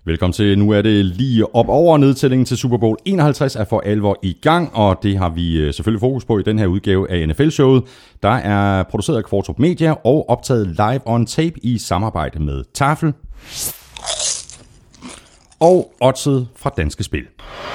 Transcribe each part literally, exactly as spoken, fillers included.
Velkommen til. Nu er det lige op over nedtællingen til Super Bowl enoghalvtreds er for alvor i gang, og det har vi selvfølgelig fokus på i den her udgave af N F L-showet. Der er produceret af Kvartrup Media og optaget live on tape i samarbejde med Tafel og oddset fra Danske Spil.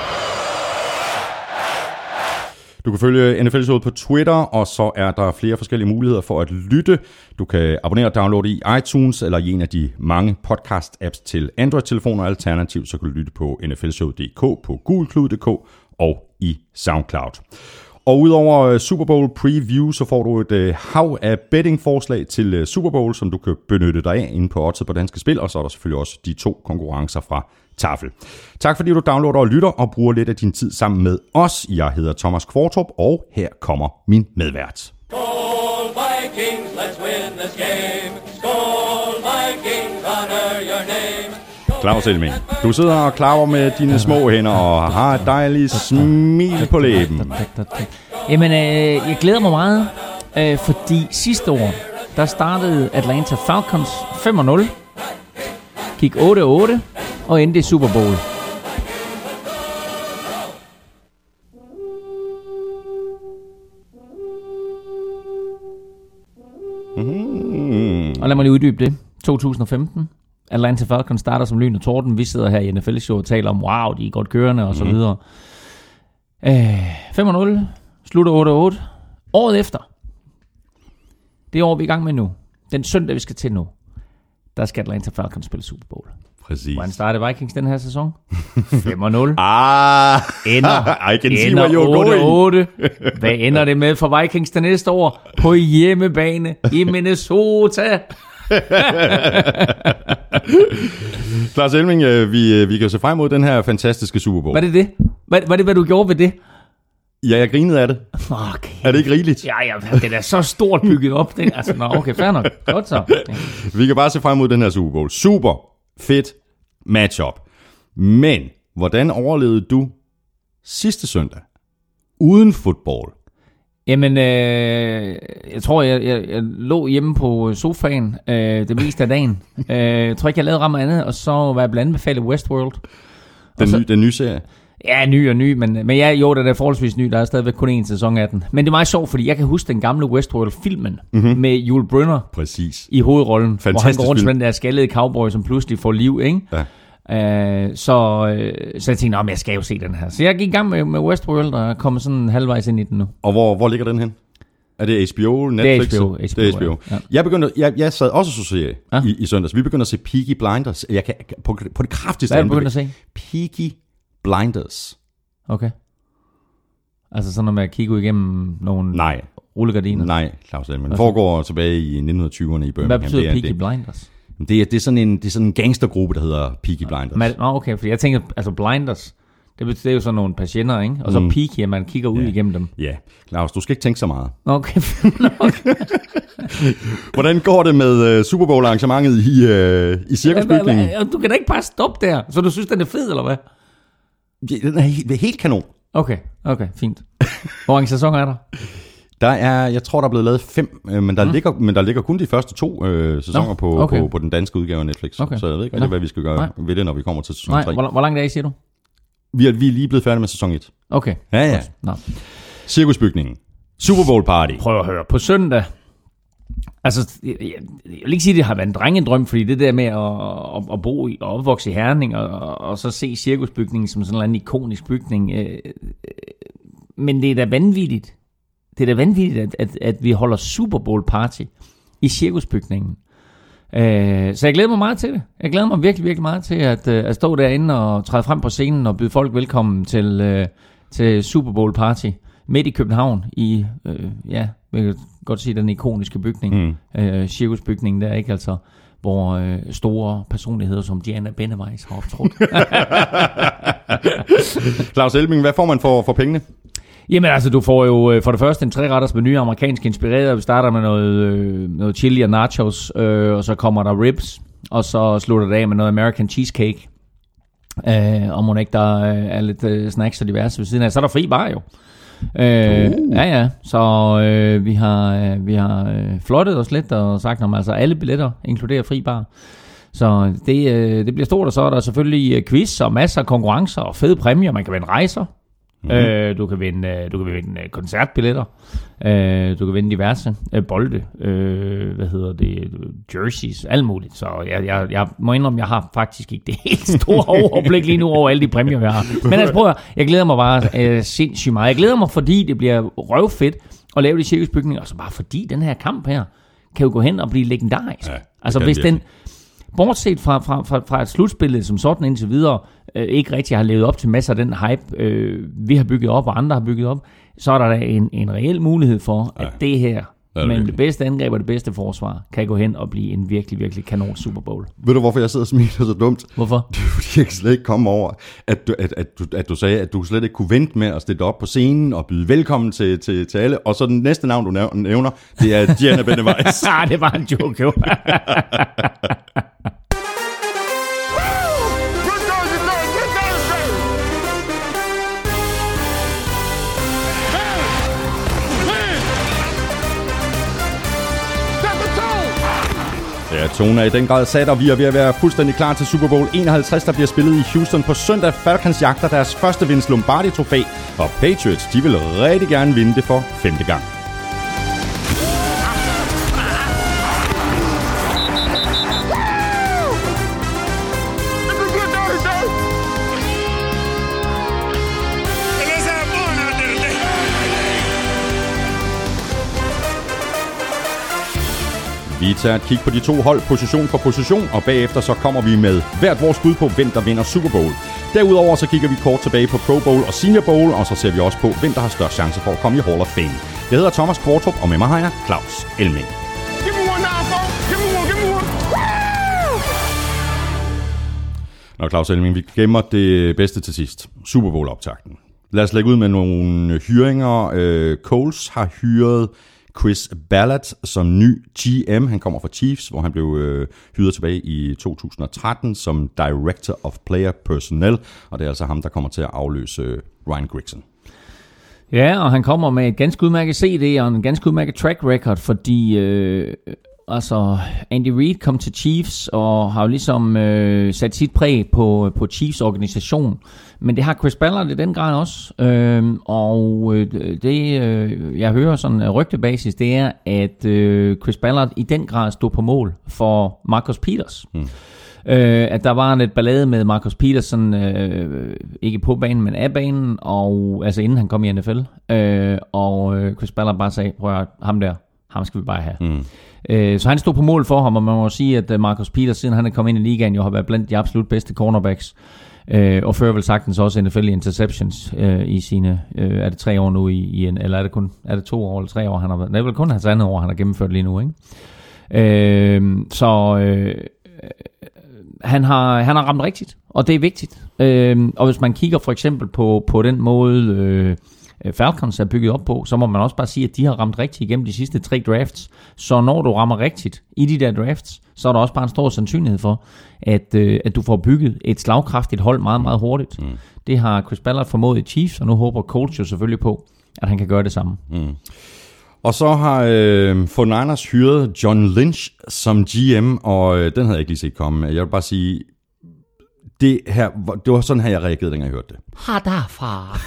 Du kan følge N F L-showet på Twitter, og så er der flere forskellige muligheder for at lytte. Du kan abonnere og downloade i iTunes eller i en af de mange podcast-apps til Android-telefoner. Alternativt så kan du lytte på N F L show punktum d k, på Gulklud punktum d k og i SoundCloud. Og udover Super Bowl preview, så får du et hav af bettingforslag til Super Bowl, som du kan benytte dig af inde på oddset på Danske Spil, og så er der selvfølgelig også de to konkurrencer fra Tafel. Tak fordi du downloader og lytter og bruger lidt af din tid sammen med os. Jeg hedder Thomas Kvartrup, og her kommer min medvært. Skål Vikings, let's win this game. Skål Vikings, honor your name. Claus Elming, du sidder og klapper med dine små hænder og har et dejligt smil på læben. Jamen, øh, jeg glæder mig meget, øh, fordi sidste år, der startede Atlanta Falcons fem nul, gik otte otte og endte i Super Bowl. Mm. Og lad mig lige uddybe det. to tusind og femten. Atlanta Falcons starter som lyn og torden. Vi sidder her i N F L-show og taler om, wow, de er godt kørende og så mm. videre. Øh, fem nul, slutter otte otte. Året efter, det år vi er i gang med nu, den søndag vi skal til nu, der skal Atlanta Falcons spille Super Bowl. Præcis. Hvordan startede Vikings den her sæson? fem nul. Ah, ender, I can see ender where you're otte otte. going. Hvad ender det med for Vikings det næste år? På hjemmebane i Minnesota. Claus Elming, vi, vi kan se frem mod den her fantastiske Super Bowl. Var det det? Var, var det, hvad du gjorde ved det? Ja, jeg grinede af det. Okay. Er det ikke rigeligt? Ja, ja, det er så stort bygget op. Det. Altså, nå, okay, fair nok. Godt så. Okay. Vi kan bare se frem mod den her Super Bowl. Super fedt matchup. Men, hvordan overlevede du sidste søndag uden fodbold? Jamen, øh, jeg tror, jeg, jeg, jeg lå hjemme på sofaen øh, det meste af dagen. øh, jeg tror ikke, jeg lavede ret andet, og så var jeg blandt anbefalet Westworld. Den, så, ny, den nye serie? Ja, ny og ny, men, men ja, jo, den er forholdsvis ny. Der er stadigvæk kun en sæson af den. Men det er meget sjovt, fordi jeg kan huske den gamle Westworld-filmen mm-hmm. med Yul Brynner. Præcis. I hovedrollen. Fantastisk hvor han går rundt film. som den der skaldede cowboy, som pludselig får liv, ikke? Ja. Uh, så, uh, så jeg tænkte, jeg skal jo se den her. Så jeg gik i gang med, med Westworld og er kommet sådan halvvejs ind i den nu. Og hvor, hvor ligger den hen? Er det H B O, Netflix? Det er H B O. H B O, det er H B O. Ja. Jeg, begyndte, jeg, jeg sad også og så ja. i, i søndags. Vi begynder at se Peaky Blinders. Jeg kan, på, på det kraftigste... Hvad er du begyndt at se? Peaky Blinders. Okay. Altså sådan noget med at kigge ud igennem nogle Nej. rullegardiner? Nej, Claus Elming. Den foregår tilbage i nitten tyverne i Birmingham. Hvad betyder det er, Peaky det, Blinders? Det er, det, er sådan en, det er sådan en gangstergruppe, der hedder Peaky Blinders. Men, okay, for jeg tænker, altså Blinders, det betyder jo sådan nogle patienter, ikke? Og så mm. Peaky, at man kigger ud ja. igennem dem. Ja, Claus, du skal ikke tænke så meget. Okay, okay. Hvordan går det med uh, Super Bowl arrangementet i, uh, i cirkusbygningen? Du kan da ikke bare stoppe der, så du synes, den er fed, eller hvad? Ja, den er helt, helt kanon. Okay, okay, fint. Hvor mange sæsoner er der? Der er, jeg tror, der er blevet lavet fem, øh, men, der mm. ligger, men der ligger kun de første to øh, sæsoner no, på, okay. på, på den danske udgave af Netflix. Okay. Så jeg ved ikke rigtig, no. hvad vi skal gøre Nej. ved det, når vi kommer til sæson Nej. tre. Hvor, hvor langt er I, siger du? Vi er, vi er lige blevet færdige med sæson et. Okay. Ja, ja. No. Cirkusbygningen. Super Bowl party. Prøv at høre. På søndag, altså, jeg, jeg, jeg vil ikke sige, at det har været en drengedrøm, fordi det der med at, at, at bo i og opvokse i Herning, og, og, og så se cirkusbygningen som sådan en ikonisk bygning. Øh, øh, men det er da vanvittigt. Det er da vanvittigt, at, at, at vi holder Super Bowl party i cirkusbygningen. Øh, så jeg glæder mig meget til det. Jeg glæder mig virkelig, virkelig meget til at, at stå derinde og træde frem på scenen og byde folk velkommen til, øh, til Super Bowl party midt i København i, øh, ja, jeg kan godt sige, den ikoniske bygning, mm. øh, cirkusbygningen der, ikke? Altså, hvor øh, store personligheder som Diana Benneweis har optrådt. Claus Elming, hvad får man for, for pengene? Jamen altså, du får jo for det første en tre-retters menu, amerikansk inspireret. Vi starter med noget, øh, noget chili og nachos, øh, og så kommer der ribs, og så slutter det af med noget American cheesecake. Øh, og må ikke der er lidt øh, snacks og diverse ved siden af. Så er der fri bar jo. Øh, uh. Ja, ja. Så øh, vi har, øh, vi har øh, flottet os lidt og sagt, om altså alle billetter inkluderer fri bar. Så det, øh, det bliver stort, og så er der selvfølgelig quiz og masser af konkurrencer og fede præmier. Man kan vinde rejser. Mm-hmm. Øh, du kan vinde, du kan vinde koncertbilletter. Øh, du kan vinde diverse øh, bolde. Øh, hvad hedder det? Jerseys, alt muligt. Så jeg, jeg, jeg må indrømme, jeg har faktisk ikke det helt store overblik lige nu over alle de præmier, jeg har. Men altså prøv at, jeg glæder mig bare øh, sindssygt meget. Jeg glæder mig, fordi det bliver røvfedt at lave de cirkusbygninger, og så bare fordi den her kamp her kan jo gå hen og blive legendarisk. Ja, altså hvis den, bortset fra, fra, fra, fra et slutspillet som sådan indtil videre, øh, ikke rigtig har levet op til masser af den hype, øh, vi har bygget op, og andre har bygget op, så er der da en, en reel mulighed for, ja. at det her, det men det bedste angreb og det bedste forsvar, kan gå hen og blive en virkelig, virkelig kanon Super Bowl. Ved du, hvorfor jeg sidder og smiler så dumt? Hvorfor? Det er fordi, jeg kan slet ikke komme over, at du, at, at, du, at du sagde, at du slet ikke kunne vente med at stille op på scenen og byde velkommen til, til, til alle. Og så den næste navn, du nævner, det er Gianna Benevides. Ah, det var en joke, jo. Ja, tonen er i den grad sat, og vi er ved at være fuldstændig klar til Super Bowl enoghalvtreds, der bliver spillet i Houston på søndag. Falcons jagter deres første Vince Lombardi-trofæ, og Patriots, de vil rigtig gerne vinde det for femte gang. Vi tager et kig på de to hold position for position, og bagefter så kommer vi med hvert vores bud på, hvem der vinder Super Bowl. Derudover så kigger vi kort tilbage på Pro Bowl og Senior Bowl, og så ser vi også på, hvem der har størst chance for at komme i Hall of Fame. Jeg hedder Thomas Kvartrup, og med mig har jeg Claus Elming. Nå, Claus Elming, vi gemmer det bedste til sidst. Super Bowl-optakten. Lad os lægge ud med nogle hyringer. Uh, Coles har hyret Chris Ballard som ny G M. Han kommer fra Chiefs, hvor han blev øh, hyret tilbage i to tusind og tretten som Director of Player Personnel, og det er altså ham, der kommer til at afløse øh, Ryan Grigson. Ja, og han kommer med et ganske udmærket C D og en ganske udmærket track record, fordi øh, altså Andy Reid kom til Chiefs og har jo ligesom øh, sat sit præg på, på Chiefs organisation. Men det har Chris Ballard i den grad også, øh, og det, øh, jeg hører sådan en rygtebasis, det er, at øh, Chris Ballard i den grad stod på mål for Marcus Peters. Mm. Øh, at der var lidt ballade med Marcus Peters, sådan, øh, ikke på banen, men af banen, og, altså inden han kom i N F L, øh, og øh, Chris Ballard bare sagde, prøv at ham der, ham skal vi bare have. Mm. Øh, så han stod på mål for ham, og man må sige, at Marcus Peters, siden han er kommet ind i ligaen, jo har været blandt de absolut bedste cornerbacks. Øh, og fører vel sagtens også N F L interceptions øh, i sine, øh, er det tre år nu i, i en, eller er det kun, er det to år eller tre år, han har været, det er vel kun hans andet år, han har gennemført lige nu, ikke? Øh, så øh, han har, han har ramt rigtigt, og det er vigtigt. Øh, og hvis man kigger for eksempel på, på den måde, øh, Falcons er bygget op på, så må man også bare sige, at de har ramt rigtigt igennem de sidste tre drafts. Så når du rammer rigtigt i de der drafts, så er der også bare en stor sandsynlighed for, at, øh, at du får bygget et slagkraftigt hold meget, meget hurtigt. Mm. Det har Chris Ballard formået i Chiefs, og nu håber Colts jo selvfølgelig på, at han kan gøre det samme. Mm. Og så har øh, forty-niners hyret John Lynch som G M, og øh, den havde jeg ikke lige set komme. Jeg vil bare sige, det, her, det var sådan her, jeg reagerede, dengang jeg hørte det. Ha derfra.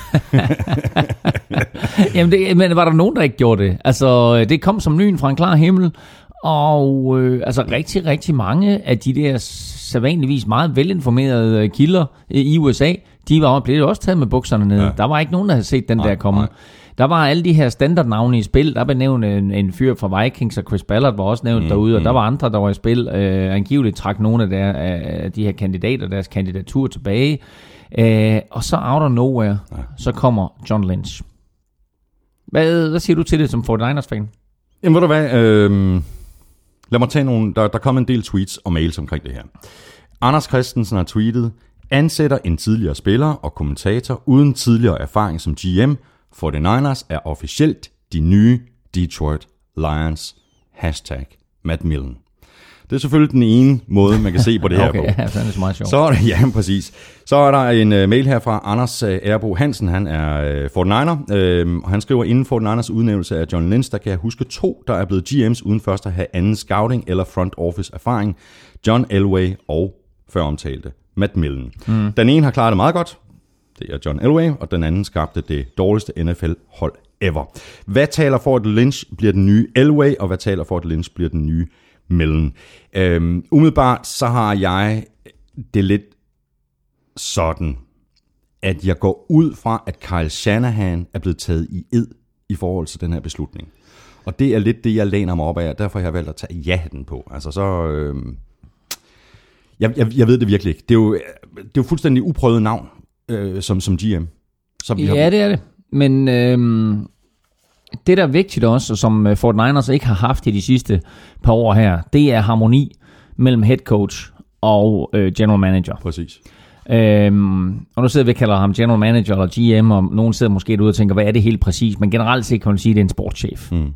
Jamen, det, men var der nogen, der ikke gjorde det? Altså, det kom som lyn fra en klar himmel, og øh, altså rigtig, rigtig mange af de der sædvanligvis meget velinformerede kilder i U S A, de var blevet også taget med bukserne ned. Ja. Der var ikke nogen, der havde set den nej, der komme. Nej. Der var alle de her standardnavne i spil. Der blev nævnt en, en fyr fra Vikings, og Chris Ballard var også nævnt mm, derude, og mm. der var andre, der var i spil. Uh, angiveligt trak nogle af, der, af de her kandidater deres kandidatur tilbage. Uh, og så out of nowhere, ja. så kommer John Lynch. Hvad, hvad siger du til det som forty-niners-fan? Jamen ved du hvad, øh, lad mig tage nogle, der, der kom en del tweets og mails omkring det her. Anders Christensen har tweetet, ansætter en tidligere spiller og kommentator uden tidligere erfaring som G M. forty-niners er officielt de nye Detroit Lions. Hashtag Matt Millen. Det er selvfølgelig den ene måde, man kan se på det her okay, på. Ja, det er meget sjovt. Så er der, ja, præcis. Så er der en uh, mail her fra Anders uh, Erbo Hansen. Han er uh, forty-niner, uh, og han skriver, inden forty-niners udnævnelse af John Lynch, der kan jeg huske to, der er blevet G M's uden først at have anden scouting eller front office erfaring. John Elway og før omtalte Matt Millen. Mm. Den ene har klaret det meget godt, det er John Elway, og den anden skabte det dårligste N F L-hold ever. Hvad taler for, at Lynch bliver den nye Elway, og hvad taler for, at Lynch bliver den nye Millen? Øhm, umiddelbart så har jeg det lidt sådan, at jeg går ud fra, at Kyle Shanahan er blevet taget i ed i forhold til den her beslutning. Og det er lidt det, jeg læner mig op af, og derfor har jeg valgt at tage ja-hatten på. Altså så... Øh, jeg, jeg, jeg ved det virkelig ikke. Det er jo, det er jo fuldstændig uprøvet navn øh, som, som G M. Som vi ja, har... det er det. Men øh, det, der er vigtigt også, og som forty-niners ikke har haft i de sidste par år her, det er harmoni mellem head coach og øh, general manager. Præcis. Øhm, og nu sidder vi og kalder ham general manager eller G M, og nogen sidder måske derude og tænker, hvad er det helt præcis? Men generelt set kan man sige, at det er en sportschef. Mm.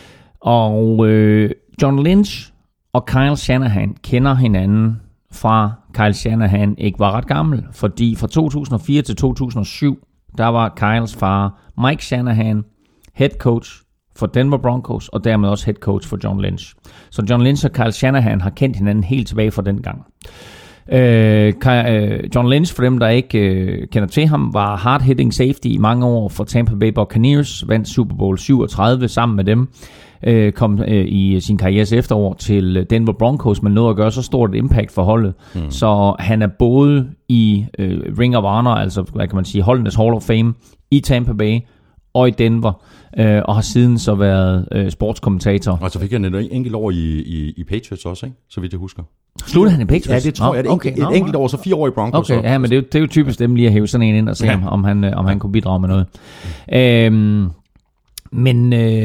Og øh, John Lynch og Kyle Shanahan kender hinanden fra Kyle Shanahan ikke var ret gammel, fordi fra to tusind og fire til to tusind og syv, der var Kyles far Mike Shanahan head coach for Denver Broncos, og dermed også head coach for John Lynch. Så John Lynch og Kyle Shanahan har kendt hinanden helt tilbage fra den gang. Øh, John Lynch, for dem der ikke øh, kender til ham, var hard-hitting safety i mange år for Tampa Bay Buccaneers, vandt Super Bowl syvogtredive sammen med dem, øh, kom øh, i sin karrieres efterår til Denver Broncos, men nåede at gøre så stort et impact for holdet, mm. så han er både i øh, Ring of Honor, altså hvad kan man sige, holdenes Hall of Fame i Tampa Bay og i Denver, øh, og har siden så været øh, sportskommentator. Og så fik han et enkelt år i, i, i Patriots også, ikke? Så vidt jeg husker. Sluttede han i Patriots? Ja, det tror jeg. Et, okay, enkelt, et enkelt år, så fire år i Broncos. Okay, ja, men det er, jo, det er jo typisk dem lige at hæve sådan en ind og se, ja. om, om, han, om han kunne bidrage med noget. Øhm, men øh,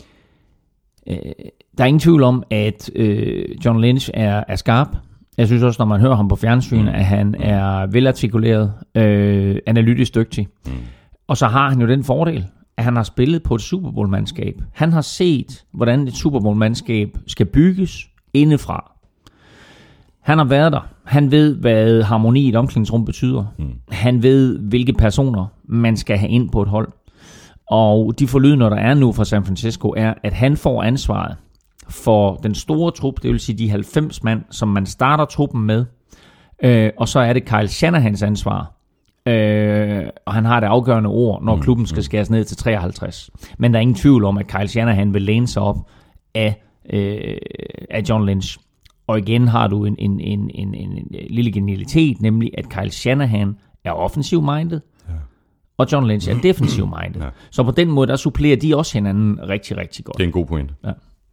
øh, der er ingen tvivl om, at øh, John Lynch er, er skarp. Jeg synes også, når man hører ham på fjernsyn, at han er velartikuleret, øh, analytisk dygtig. Mm. Og så har han jo den fordel, at han har spillet på et Super Bowl-mandskab. Han har set, hvordan et Super Bowl-mandskab skal bygges indefra. Han har været der. Han ved, hvad harmoni i et omklædningsrum betyder. Mm. Han ved, hvilke personer man skal have ind på et hold. Og de forlydender, der er nu fra San Francisco, er, at han får ansvaret for den store trup, det vil sige de halvfems mand, som man starter truppen med. Øh, og så er det Kyle Shanahans ansvar. Øh, og han har det afgørende ord, når klubben skal skæres ned til treoghalvtreds. Men der er ingen tvivl om, at Kyle Shanahan vil læne sig op af, øh, af John Lynch. Og igen har du en, en, en, en, en, en lille genialitet, nemlig at Kyle Shanahan er offensiv-minded, ja. og John Lynch er defensiv-minded. Ja. Så på den måde, der supplerer de også hinanden rigtig, rigtig godt. Det er en god point. Ja.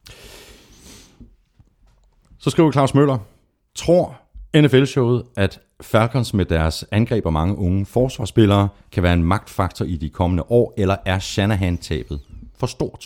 Så skriver Claus Møller, tror N F L-showet, at Falcons med deres angreb og mange unge forsvarsspillere kan være en magtfaktor i de kommende år, eller er Shanahan-tabet for stort?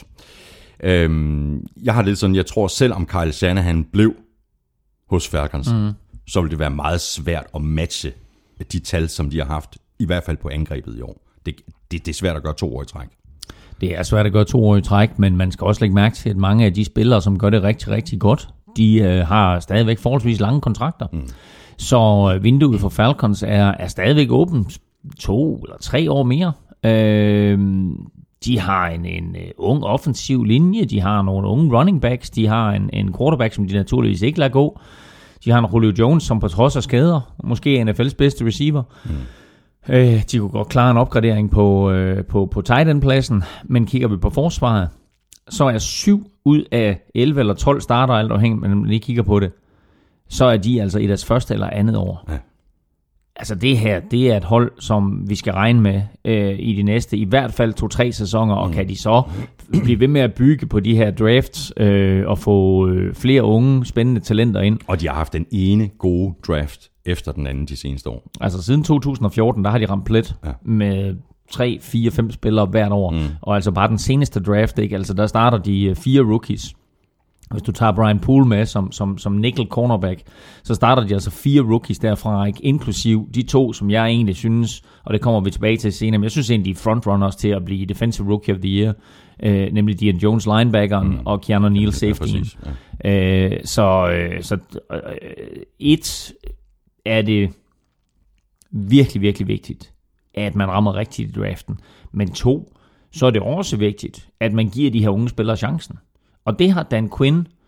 Øhm, jeg har lidt sådan, jeg tror selv om Kyle Shanahan blev hos Falcons, mm. så vil det være meget svært at matche de tal, som de har haft, i hvert fald på angrebet i år. Det, det, det er svært at gøre to år i træk. Det er svært at gøre to år i træk, men man skal også lægge mærke til, at mange af de spillere, som gør det rigtig, rigtig godt, de øh, har stadigvæk forholdsvis lange kontrakter. Mm. Så vinduet for Falcons er, er stadigvæk åbent to eller tre år mere. Øh, de har en, en ung offensiv linje, de har nogle unge running backs, de har en, en quarterback, som de naturligvis ikke lader gå. De har en Julio Jones, som på trods af skader, måske N F L's bedste receiver. Mm. Øh, de kunne godt klare en opgradering på, øh, på, på tight end-pladsen, men kigger vi på forsvaret, så er syv ud af elleve eller tolv starter, alt afhængigt, men når man lige kigger på det, så er de altså i deres første eller andet år. Ja. Altså det her, det er et hold, som vi skal regne med øh, i de næste, i hvert fald to-tre sæsoner, og mm. kan de så blive ved med at bygge på de her drafts øh, og få øh, flere unge, spændende talenter ind. Og de har haft den ene gode draft efter den anden de seneste år. Altså siden to tusind og fjorten, der har de ramt plet ja. med tre, fire, fem spillere hvert år. Mm. Og altså bare den seneste draft, ikke? Altså der starter de fire rookies. Hvis du tager Brian Poole med som, som, som nickel cornerback, så starter de altså fire rookies derfra, ikke? Inklusiv de to, som jeg egentlig synes, og det kommer vi tilbage til senere, men jeg synes egentlig, de er frontrunners til at blive Defensive Rookie of the Year, øh, nemlig Dion Jones, linebackeren, mm. og Keanu Neal, safetyen. Ja, øh, så øh, så øh, et er det virkelig, virkelig vigtigt, at man rammer rigtigt i draften, men to, så er det også vigtigt, at man giver de her unge spillere chancen. Og det har Dan Quinn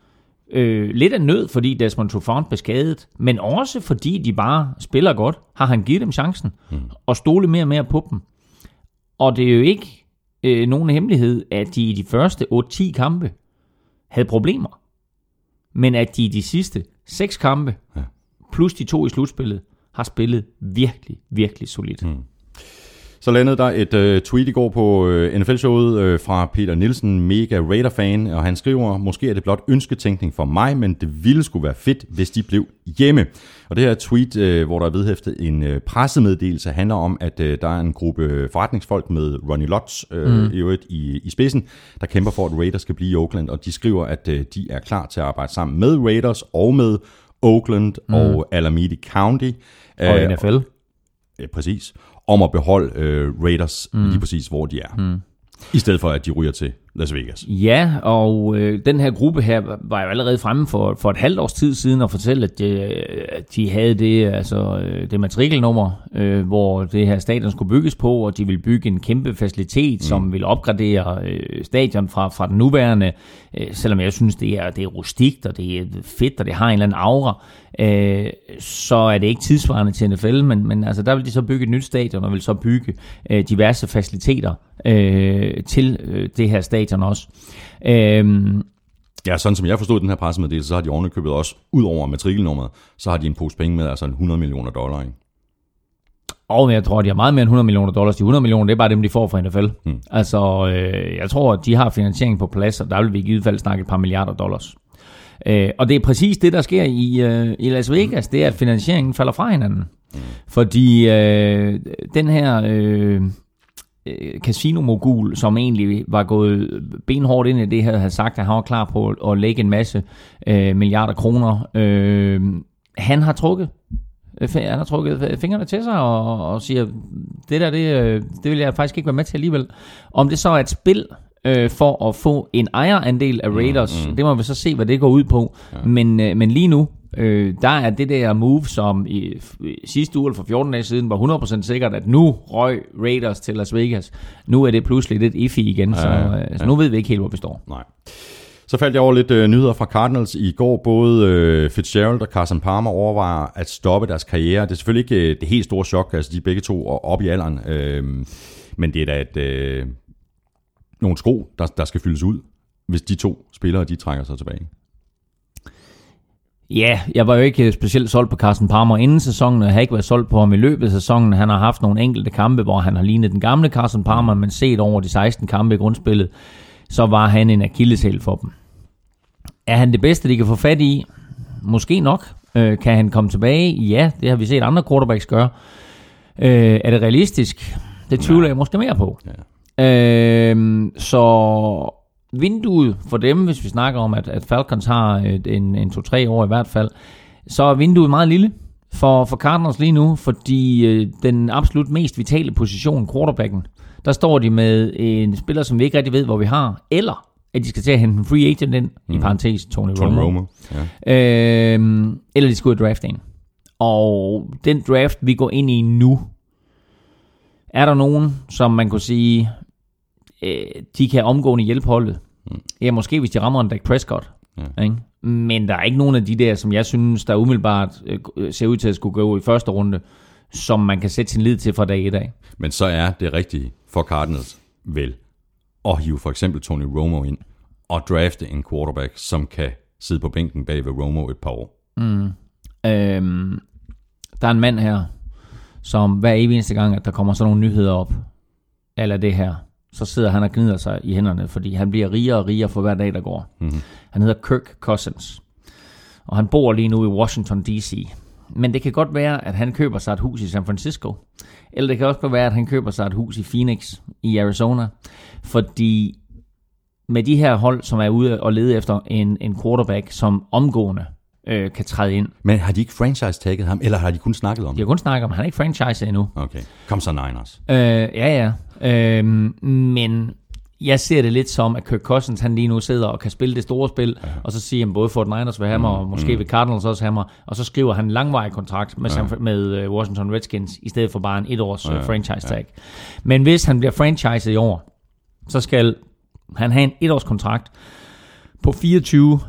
Øh, lidt af nød, fordi Desmond Trufant blev skadet, men også fordi de bare spiller godt, har han givet dem chancen, mm. og stole mere og mere på dem. Og det er jo ikke øh, nogen hemmelighed, at de i de første otte ti kampe havde problemer, men at de i de sidste seks kampe, ja. plus de to i slutspillet, har spillet virkelig, virkelig solidt. Mm. Så landede der et øh, tweet i går på øh, N F L-showet øh, fra Peter Nielsen, mega Raider-fan, og han skriver, måske er det blot ønsketænkning for mig, men det ville skulle være fedt, hvis de blev hjemme. Og det her tweet, øh, hvor der er vedhæftet en øh, pressemeddelelse, handler om, at øh, der er en gruppe forretningsfolk med Ronnie Lutz øh, mm. i, øvrigt, i, i spidsen, der kæmper for, at Raiders skal blive i Oakland, og de skriver, at øh, de er klar til at arbejde sammen med Raiders og med Oakland mm. og Alameda County. Og øh, N F L. Ja, præcis. Om at beholde øh, Raiders mm. lige præcis, hvor de er. Mm. I stedet for, at de ryger til Las Vegas. Ja, og øh, den her gruppe her var jo allerede fremme for, for et halvt års tid siden og fortælle, at de, de havde det, altså, det matrikelnummer, øh, hvor det her stadion skulle bygges på, og de ville bygge en kæmpe facilitet, mm. som ville opgradere øh, stadion fra, fra den nuværende, øh, selvom jeg synes, det er, det er rustikt, og det er fedt, og det har en eller anden aura, øh, så er det ikke tidsvarende til N F L, men, men altså, der vil de så bygge et nyt stadion, og vil så bygge øh, diverse faciliteter øh, til øh, det her stadion også. Øhm, ja, sådan som jeg forstod den her pressemeddelelse, så har de ovenikøbet også, ud over matrikelnummeret, så har de en pose penge med, altså hundrede millioner dollar, ikke? Og jeg tror, de har meget mere end hundrede millioner dollars. De hundrede millioner, det er bare dem, de får fra N F L. Hmm. Altså, øh, jeg tror, at de har finansiering på plads, og der vil vi i givet fald snakke et par milliarder dollars. Øh, og det er præcis det, der sker i, øh, i Las Vegas, det er, at finansieringen falder fra hinanden. Hmm. Fordi øh, den her... Øh, casino-mogul, som egentlig var gået benhårdt ind i det her, havde sagt, at han var klar på at lægge en masse øh, milliarder kroner. Øh, han har trukket han har trukket fingrene til sig og, og siger, det der, det, det vil jeg faktisk ikke være med til alligevel. Om det så er et spil øh, for at få en ejerandel af Raiders, mm, mm. det må vi så se, hvad det går ud på. Ja. Men, øh, men lige nu, Øh, der er det der move, som i, i sidste uge, for fjorten dage siden, var hundrede procent sikkert, at nu røg Raiders til Las Vegas. Nu er det pludselig lidt iffy igen, ja, så, ja. så nu ved vi ikke helt, hvor vi står. Nej. Så faldt jeg over lidt øh, nyheder fra Cardinals i går. Både øh, Fitzgerald og Carson Palmer overvejer at stoppe deres karriere. Det er selvfølgelig ikke øh, det helt store chok, altså de er begge to op i alderen. Øh, men det er da et, øh, nogle sko, der, der skal fyldes ud, hvis de to spillere, de trækker sig tilbage. Ja, jeg var jo ikke specielt solgt på Carson Palmer inden sæsonen, og jeg har ikke været solgt på ham i løbet af sæsonen. Han har haft nogle enkelte kampe, hvor han har lignet den gamle Carson Palmer, men set over de seksten kampe i grundspillet, så var han en akilleshæl for dem. Er han det bedste, de kan få fat i? Måske nok. Øh, kan han komme tilbage? Ja, det har vi set andre quarterbacks gøre. Øh, er det realistisk? Det tvivler jeg måske mere på. Ja. Øh, så... Vinduet for dem, hvis vi snakker om, at, at Falcons har et, en, en to-tre år i hvert fald, så er vinduet meget lille for, for Cardinals lige nu, fordi øh, den absolut mest vitale position, quarterbacken, der står de med en spiller, som vi ikke rigtig ved, hvor vi har, eller at de skal til at hente en free agent ind, mm. i parentes Tony, Tony Romo, Romo. Ja. Øh, eller de skal ud og drafte en. Og den draft, vi går ind i nu, er der nogen, som man kunne sige... de kan omgående hjælpe holdet. Mm. Ja, måske hvis de rammer en Dak Prescott. Ja. Ikke? Men der er ikke nogen af de der, som jeg synes, der umiddelbart øh, ser ud til at skulle gå i første runde, som man kan sætte sin lid til fra dag et af. Men så er det rigtige for Cardinals vel at hive for eksempel Tony Romo ind og drafte en quarterback, som kan sidde på bænken bag ved Romo et par år. Mm. Øhm, der er en mand her, som hver eneste gang, at der kommer sådan nogle nyheder op, eller det her, så sidder han og gnider sig i hænderne, fordi han bliver rigere og rigere for hver dag, der går. Mm-hmm. Han hedder Kirk Cousins, og han bor lige nu i Washington D C. Men det kan godt være, at han køber sig et hus i San Francisco, eller det kan også godt være, at han køber sig et hus i Phoenix i Arizona, fordi med de her hold, som er ude og lede efter en, en quarterback, som omgående øh, kan træde ind. Men har de ikke franchise-tagget ham, eller har de kun snakket om det? De har kun snakket om, han er ikke franchise endnu. Okay, kom så Niners. Øh, ja, ja. Øh, men jeg ser det lidt som, at Kirk Cousins, han lige nu sidder og kan spille det store spil, ja. Og så siger han både Fort Niners vil have mig, og måske mm. vil Cardinals også have mig, og så skriver han en langvarig kontrakt med, ja. med Washington Redskins, i stedet for bare en etårs ja. franchise tag. Ja. Men hvis han bliver franchise i år, så skal han have en etårs kontrakt på fireogtyve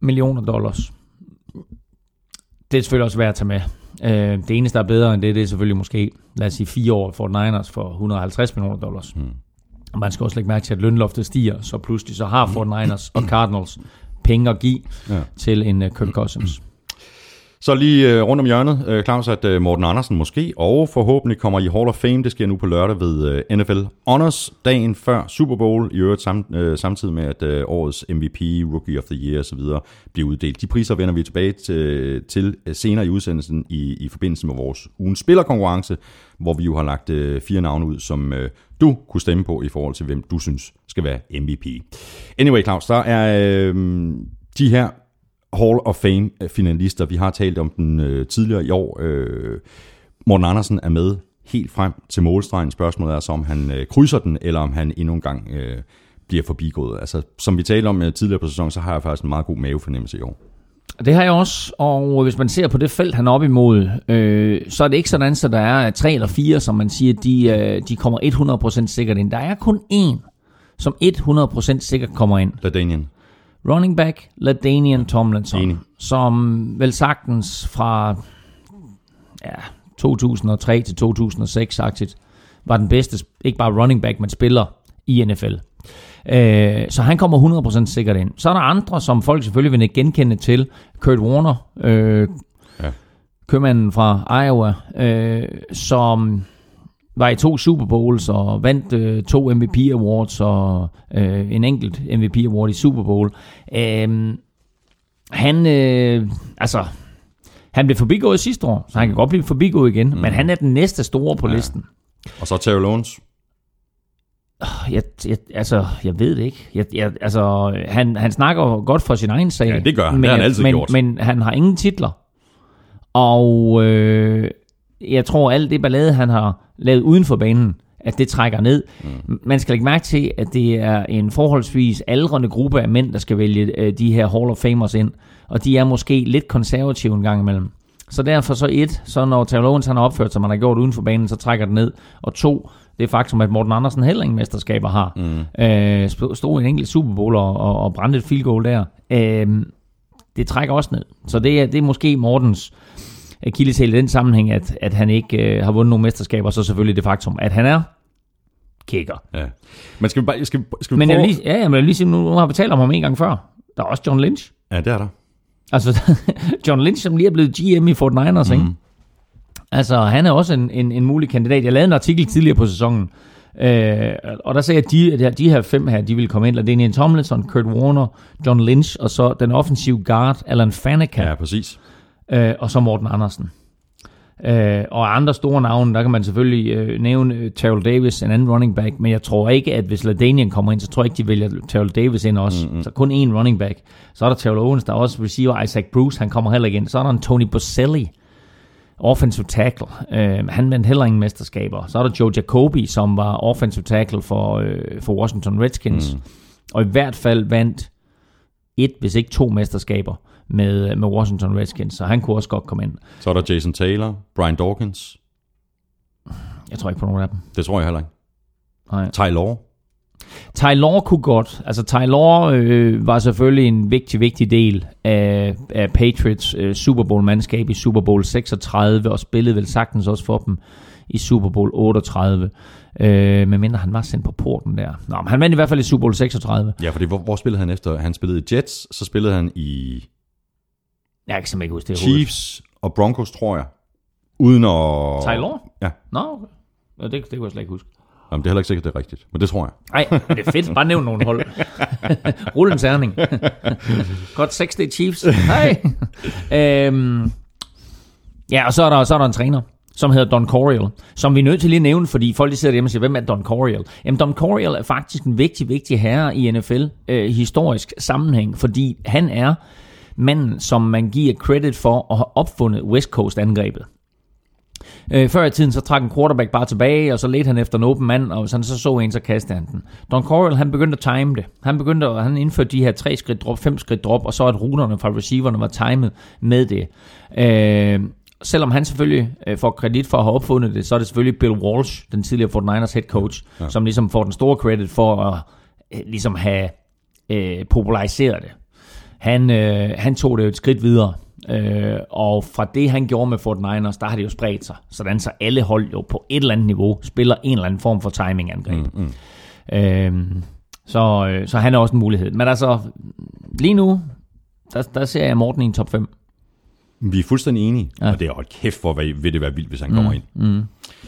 millioner dollars. Det er selvfølgelig også værd at tage med. Øh, det eneste, der er bedre end det, det er selvfølgelig måske, lad os sige, fire år for Niners for et hundrede og halvtreds millioner dollars. Hmm. Og man skal også lægge mærke til, at lønloftet stiger, så pludselig så har forty-niners og Cardinals penge at give ja. til en uh, Kirk Cousins. Så lige uh, rundt om hjørnet, uh, Claus, at uh, Morten Andersen måske, og forhåbentlig kommer i Hall of Fame. Det sker nu på lørdag ved uh, N F L Honors, dagen før Super Bowl, i øvrigt sam, uh, samtidig med, at uh, årets M V P, Rookie of the Year osv. bliver uddelt. De priser vender vi tilbage til, til uh, senere i udsendelsen i, i forbindelse med vores ugens spillerkonkurrence, hvor vi jo har lagt uh, fire navne ud, som uh, du kunne stemme på i forhold til, hvem du synes skal være M V P. Anyway, Claus, der er uh, de her Hall of Fame-finalister. Vi har talt om den øh, tidligere i år. Øh, Morten Andersen er med helt frem til målstregen. Spørgsmålet er så, om han øh, krydser den, eller om han endnu en gang øh, bliver forbigået. Altså, som vi talte om øh, tidligere på sæsonen, så har jeg faktisk en meget god mavefornemmelse i år. Det har jeg også, og hvis man ser på det felt, han er op imod, øh, så er det ikke sådan, så der er tre eller fire, som man siger, de, øh, de kommer hundrede procent sikkert ind. Der er kun én, som hundrede procent sikkert kommer ind. LaDainian. Running back LaDainian Tomlinson, Enig. som vel sagtens fra ja, to tusind og tre til to tusind og seks sagtligt, var den bedste, ikke bare running back, men spiller i N F L. Øh, så han kommer hundrede procent sikkert ind. Så er der andre, som folk selvfølgelig vil genkende til. Kurt Warner, øh, ja. købmanden fra Iowa, øh, som var i to Super Bowls og vandt øh, to M V P Awards og øh, en enkelt M V P Award i Super Bowl. Øh, han, øh, altså, han blev forbigået sidste år, så han kan godt blive forbigået igen, mm. men han er den næste store på ja. listen. Og så Terrell Owens. Jeg, jeg, altså, jeg ved det ikke. Jeg, jeg, altså, han, han snakker godt for sin egen sag. Ja, det gør han. Men, det har han altid men, gjort. Men han har ingen titler. Og øh, jeg tror, alt det ballade, han har lavet uden for banen, at det trækker ned. Mm. Man skal lægge mærke til, at det er en forholdsvis aldrende gruppe af mænd, der skal vælge øh, de her Hall of Famers ind. Og de er måske lidt konservative en gang imellem. Så derfor så et, så når Terrell Owens han har opført sig, man har gjort uden for banen, så trækker det ned. Og to, det er faktum, at Morten Andersen heller ingen mesterskaber har. Mm. Øh, stod i en enkelt Super Bowl og, og, og brændte et field goal der. Øh, det trækker også ned. Så det er, det er måske Mortens akilleshæl i den sammenhæng, at, at han ikke øh, har vundet nogen mesterskaber, så selvfølgelig det faktum, at han er kicker. Ja. Men skal vi bare... Skal, skal vi Men prøve... jeg vil lige, ja, jeg vil lige sige, nu har vi talt om ham en gang før. Der er også John Lynch. Ja, det er der. Altså, John Lynch, som lige er blevet G M i forty-niners, mm. ikke? Altså, han er også en, en, en mulig kandidat. Jeg lavede en artikel tidligere på sæsonen, øh, og der sagde jeg, at de, de her fem her, de vil komme ind. Og det er Ian Tomlinson, Kurt Warner, John Lynch, og så den offensive guard, Alan Faneca. Ja, præcis. Øh, og så Morten Andersen. Øh, og andre store navne, der kan man selvfølgelig øh, nævne øh, Terrell Davis, en anden running back, men jeg tror ikke, at hvis LaDainian kommer ind, så tror jeg ikke, de vælger Terrell Davis ind også. Mm-hmm. Så kun én running back. Så er der Terrell Owens, der er også receiver, Isaac Bruce, han kommer heller ikke ind. Så er der en Tony Boselli, offensive tackle. Øh, han vandt heller ingen mesterskaber. Så er der Joe Jacoby, som var offensive tackle for, øh, for Washington Redskins. Mm. Og i hvert fald vandt et, hvis ikke to mesterskaber med, med Washington Redskins, så han kunne også godt komme ind. Så er der Jason Taylor, Brian Dawkins. Jeg tror ikke på nogen af dem. Det tror jeg heller ikke. Nej. Ty Law. Ty Law kunne godt. Altså Ty Law øh, var selvfølgelig en vigtig, vigtig del af, af Patriots øh, Super Bowl-mandskab i Super Bowl seksogtredive, og spillede vel sagtens også for dem i Super Bowl otteogtredive. Øh, medmindre han var sendt på porten der. Nå, men han vandt i hvert fald i Super Bowl seksogtredive. Ja, fordi hvor, hvor spillede han efter? Han spillede i Jets, så spillede han i... Jeg kan simpelthen ikke huske det. Chiefs og Broncos, tror jeg. Uden at... Ty Law? Ja. Nå, okay. Ja, det, det kunne jeg slet ikke huske. Jamen, det er heller ikke sikkert, det er rigtigt, men det tror jeg. Nej, det er fedt. Bare nævn nogle hold. Rulle en terning. Godt seks D Chiefs. Hej. øhm, ja, og så er, der, så er der en træner, som hedder Don Coryell, som vi er nødt til lige at nævne, fordi folk lige sidder hjemme og siger, hvem er Don Coryell? Jamen, Don Coryell er faktisk en vigtig, vigtig herre i N F L øh, historisk sammenhæng, fordi han er manden, som man giver credit for at have opfundet West Coast-angrebet. Øh, før i tiden, så trak en quarterback bare tilbage, og så ledte han efter en åben mand, og hvis han så så en, så kastede han den. Don Coryell, han begyndte at time det. Han begyndte at, han indførte de her tre skridt drop, fem skridt drop, og så at ruterne fra receiverne var timet med det. Øh, selvom han selvfølgelig øh, får kredit for at have opfundet det, så er det selvfølgelig Bill Walsh, den tidligere forty-niners head coach, ja. Som ligesom får den store credit for at øh, ligesom have øh, populariseret det. Han, øh, han tog det jo et skridt videre. Øh, og fra det, han gjorde med forty-niners, der har det jo spredt sig. Sådan så alle hold jo på et eller andet niveau spiller en eller anden form for timingangreb. Mm, mm. Øh, så, øh, så han er også en mulighed. Men altså, lige nu, der, der ser jeg Morten i en top fem. Vi er fuldstændig enige, ja. Og det er jo kæft, hvor vil det være vildt, hvis han mm, kommer ind. Mm.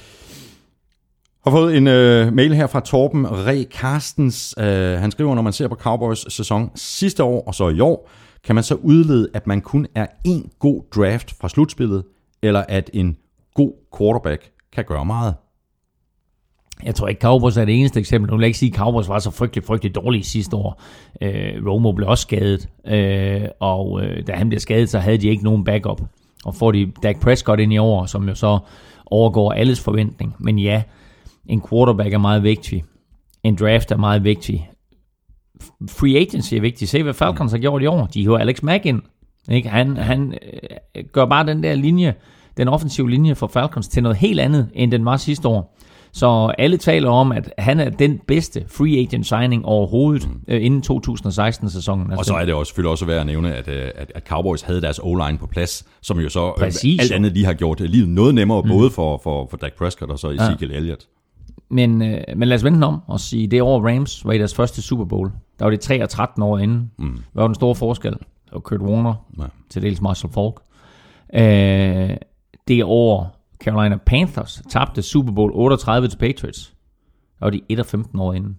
Har fået en øh, mail her fra Torben Re Carstens. Uh, han skriver, når man ser på Cowboys sæson sidste år og så i år, kan man så udlede, at man kun er en god draft fra slutspillet, eller at en god quarterback kan gøre meget? Jeg tror ikke, Cowboys er det eneste eksempel. Nu vil jeg ikke sige, at Cowboys var så frygtelig, frygtelig dårlige sidste år. Øh, Romo blev også skadet, øh, og øh, da han blev skadet, så havde de ikke nogen backup. Og får de Dak Prescott ind i år, som jo så overgår alles forventning. Men ja, en quarterback er meget vigtig. En draft er meget vigtig. Free agency er vigtig. Se, hvad Falcons har gjort i år. De har Alex Mack ind. Ikke? Han, han øh, gør bare den der linje, den offensive linje for Falcons til noget helt andet, end den var sidste år. Så alle taler om, at han er den bedste free agent signing overhovedet mm. øh, inden to tusind og seksten-sæsonen. Og så er det også selvfølgelig også værd at nævne, at, at, at Cowboys havde deres O-line på plads, som jo så Præcis. alt andet lige har gjort livet noget nemmere, mm. både for, for, for Dak Prescott og så Ezekiel ja. Elliott. Men, øh, men lad os vente om og sige, det år Rams var i deres første Super Bowl. Der var det tre og tretten år inden. Mm. Hvad var den store forskel? Det var Kurt Warner, ja. til dels Marshall Faulk. Øh, det år Carolina Panthers tabte Super Bowl otteogtredive til Patriots. Der var de et og femten år inden.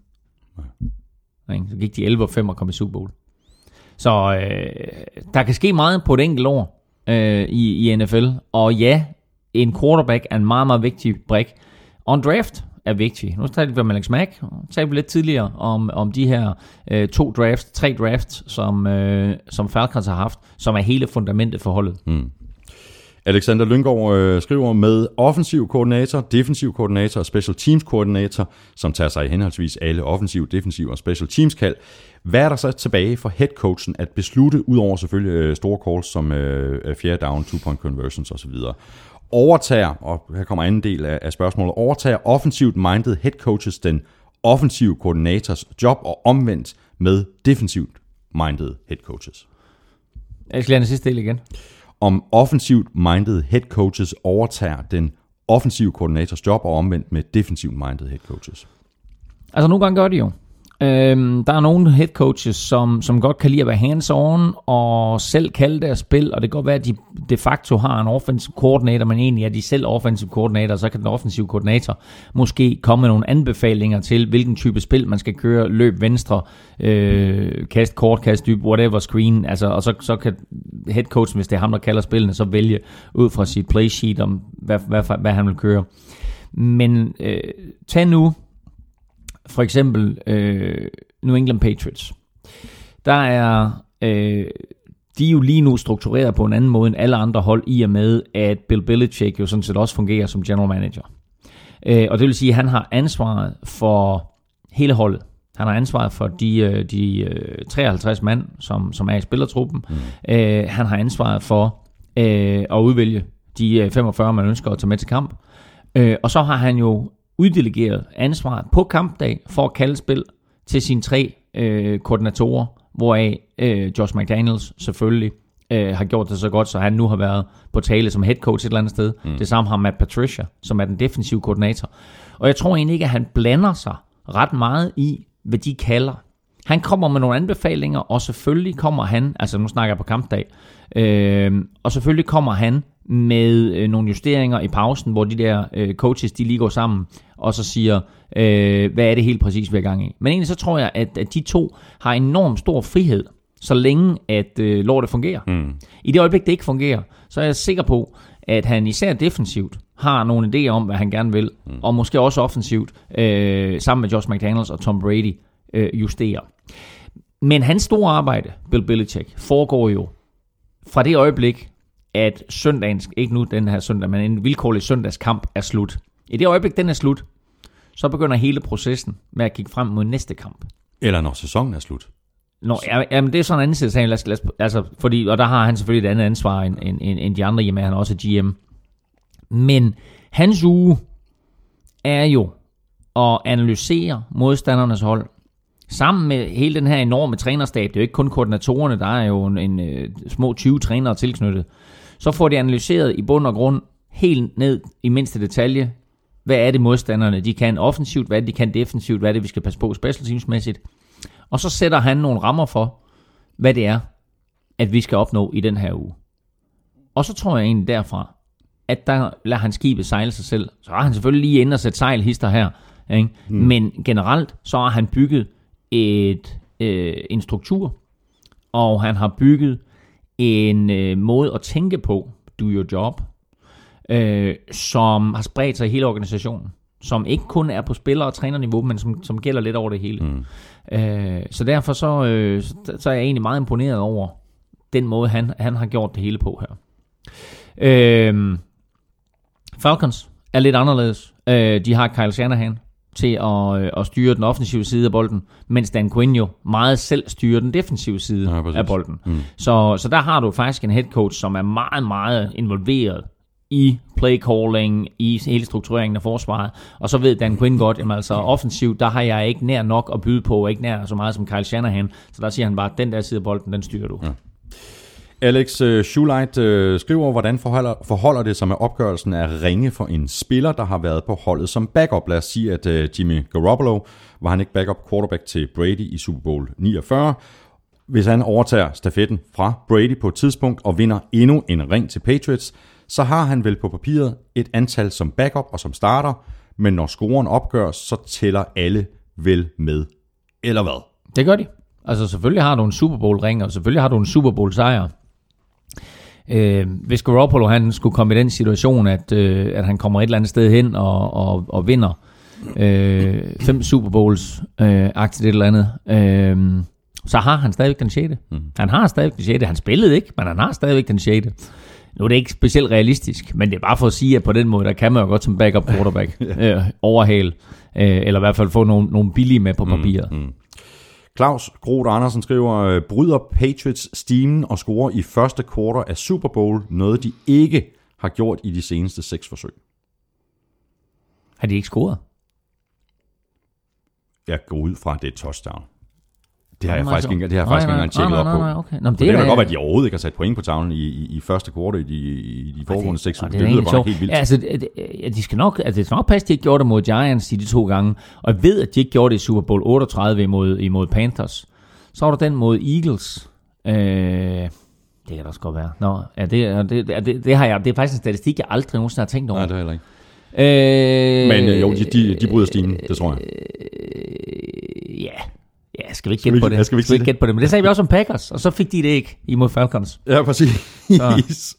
Ja. Så gik de elleve og fem og kom i Super Bowl. Så øh, der kan ske meget på et enkelt år øh, i, i N F L. Og ja, en quarterback er en meget, meget vigtig brik. Og en draft er vigtig. Nu taler vi om Alex Mack. Nu taler vi lidt tidligere om, om de her øh, to drafts, tre drafts, som, øh, som Falcons har haft, som er hele fundamentet for holdet. Mm. Alexander Lynggaard øh, skriver med offensiv koordinator, defensiv koordinator og special teams koordinator, som tager sig i henholdsvis alle offensiv, defensiv og special teams kald. Hvad er der så tilbage for headcoachen at beslutte, udover selvfølgelig øh, store calls som øh, fjerde down, two-point conversions osv.? Overtager, og her kommer anden del af, af spørgsmålet, overtager offensivt minded headcoaches den offensive koordinators job og omvendt med defensivt minded headcoaches? Jeg skal lade den sidste del igen. Om offensivt minded head coaches overtager den offensive koordinators job og omvendt med defensivt minded head coaches. Altså nogle gange gør de jo. Øhm, der er nogle head coaches, som, som godt kan lide at være hands-on og selv kalde deres spil, og det kan godt være, at de de facto har en offensive coordinator, men egentlig er de selv offensive coordinator, så kan den offensive koordinator måske komme med nogle anbefalinger til, hvilken type spil man skal køre, løb venstre, øh, kast kort, kast dyb, whatever, screen, altså, og så, så kan head coachen, hvis det er ham, der kalder spillene, så vælge ud fra sit play sheet om, hvad, hvad, hvad han vil køre. Men øh, tag nu for eksempel øh, New England Patriots. Der er øh, de er jo lige nu struktureret på en anden måde end alle andre hold, i og med at Bill Belichick jo sådan set også fungerer som general manager. Øh, og det vil sige, at han har ansvaret for hele holdet. Han har ansvaret for de, de treoghalvtreds mand, som, som er i spillertruppen. Mm. Øh, han har ansvaret for øh, at udvælge de femogfyrre, man ønsker at tage med til kamp. Øh, og så har han jo uddelegeret ansvaret på kampdag for at kalde spil til sine tre øh, koordinatorer, hvoraf øh, Josh McDaniels selvfølgelig øh, har gjort det så godt, så han nu har været på tale som head coach et eller andet sted. Mm. Det samme har Matt Patricia, som er den defensive koordinator. Og jeg tror egentlig ikke, at han blander sig ret meget i, hvad de kalder. Han kommer med nogle anbefalinger, og selvfølgelig kommer han, altså nu snakker jeg på kampdag, øh, og selvfølgelig kommer han med øh, nogle justeringer i pausen, hvor de der øh, coaches, de lige går sammen, og så siger, øh, hvad er det helt præcis, vi er i gang i. Men egentlig så tror jeg, at, at de to har enormt stor frihed, så længe at øh, lortet fungerer. Mm. I det øjeblik, det ikke fungerer, så er jeg sikker på, at han især defensivt har nogle idéer om, hvad han gerne vil, mm. og måske også offensivt, øh, sammen med Josh McDaniels og Tom Brady, øh, justerer. Men hans store arbejde, Bill Belichick, foregår jo fra det øjeblik, at søndagens, ikke nu den her søndag, men en vilkårlig søndagskamp er slut. I det øjeblik, den er slut, så begynder hele processen med at kigge frem mod næste kamp. Eller når sæsonen er slut. Nå, jamen det er sådan en anden side, lad os, lad os, altså, fordi, og der har han selvfølgelig et andet ansvar end, end, end de andre, hjemme, han er også G M. Men hans uge er jo at analysere modstandernes hold, sammen med hele den her enorme trænerstab, det er jo ikke kun koordinatorerne, der er jo en, en, en små tyve trænere tilknyttet, så får de analyseret i bund og grund helt ned i mindste detalje, hvad er det modstanderne, de kan offensivt, hvad er det, de kan defensivt, hvad er det, vi skal passe på special teamsmæssigt. Og så sætter han nogle rammer for, hvad det er, at vi skal opnå i den her uge. Og så tror jeg egentlig derfra, at der lader han skibet sejle sig selv. Så har han selvfølgelig lige inde og sætte sejlhister her. Ikke? Hmm. Men generelt, så har han bygget et, øh, en struktur, og han har bygget en øh, måde at tænke på, do your job, øh, som har spredt sig i hele organisationen. Som ikke kun er på spiller- og trænerniveau, men som, som gælder lidt over det hele. Mm. Øh, så derfor så, øh, så, så er jeg egentlig meget imponeret over den måde, han, han har gjort det hele på her. Øh, Falcons er lidt anderledes. Øh, de har Kyle Shanahan til at, øh, at styre den offensive side af bolden, mens Dan Quinn jo meget selv styrer den defensive side ja, af bolden. Mm. Så, så der har du faktisk en head coach, som er meget, meget involveret i playcalling, i hele struktureringen af forsvaret. Og så ved Dan Quinn godt, jamen altså offensivt, der har jeg ikke nær nok at byde på, ikke nær så meget som Kyle Shanahan. Så der siger han bare, den der side af bolden, den styrer du. Ja. Alex uh, Schuleit uh, skriver, hvordan forholder, forholder det sig med opgørelsen af ringe for en spiller, der har været på holdet som backup. Lad os sige, at uh, Jimmy Garoppolo var han ikke backup quarterback til Brady i Super Bowl niogfyrre. Hvis han overtager stafetten fra Brady på et tidspunkt og vinder endnu en ring til Patriots, så har han vel på papiret et antal som backup og som starter, men når scoren opgøres, så tæller alle vel med, eller hvad? Det gør de. Altså selvfølgelig har du en Super Bowl-ring, og selvfølgelig har du en Super Bowl-sejr. Øh, hvis Garoppolo han skulle komme i den situation, at, øh, at han kommer et eller andet sted hen og, og, og vinder øh, fem Super Bowls, øh, aktivt et eller andet, øh, så har han stadigvæk den sjette. Mm. Han har stadigvæk den sjette. Han spillede ikke, men han har stadigvæk den sjette. Nu er det ikke specielt realistisk, men det er bare for at sige, at på den måde, der kan man jo godt som backup quarterback øh, overhale, øh, eller i hvert fald få nogle, nogle billige med på papiret. Mm, mm. Claus Groth Andersen skriver, bryder Patriots stimen og scorer i første quarter af Super Bowl, noget de ikke har gjort i de seneste seks forsøg. Har de ikke scoret? Jeg går ud fra, at det er touchdown. Det har jeg faktisk ikke, det har jeg faktisk ikke engang tjekket op på. Nej, okay. Nå, det, det er da godt, at de overhovedet ikke har sat point på tavlen i, i, i første kvartal i de, i de foregående seks uger. Det, det lyder godt helt vildt. Ja, altså, ja, de skal nok, altså, det skal nok passe, at de ikke gjorde det mod Giants i de to gange. Og jeg ved, at de ikke gjorde det i Super Bowl otteogtredive imod, imod Panthers. Så var der den mod Eagles. Øh, det kan da også godt være. Nå, ja, det, det, det, det, har jeg, det er faktisk en statistik, jeg aldrig nogensinde har tænkt over. Nej, det er heller ikke. Øh, Men øh, jo, de, de, de bryder stimen, det tror jeg. Øh, ja. Ja, skal vi ikke gætte på det? Ja, skal vi ikke, skal vi ikke gætte på det? Men det sagde vi også om Packers, og så fik de det ikke imod Falcons. Ja, præcis.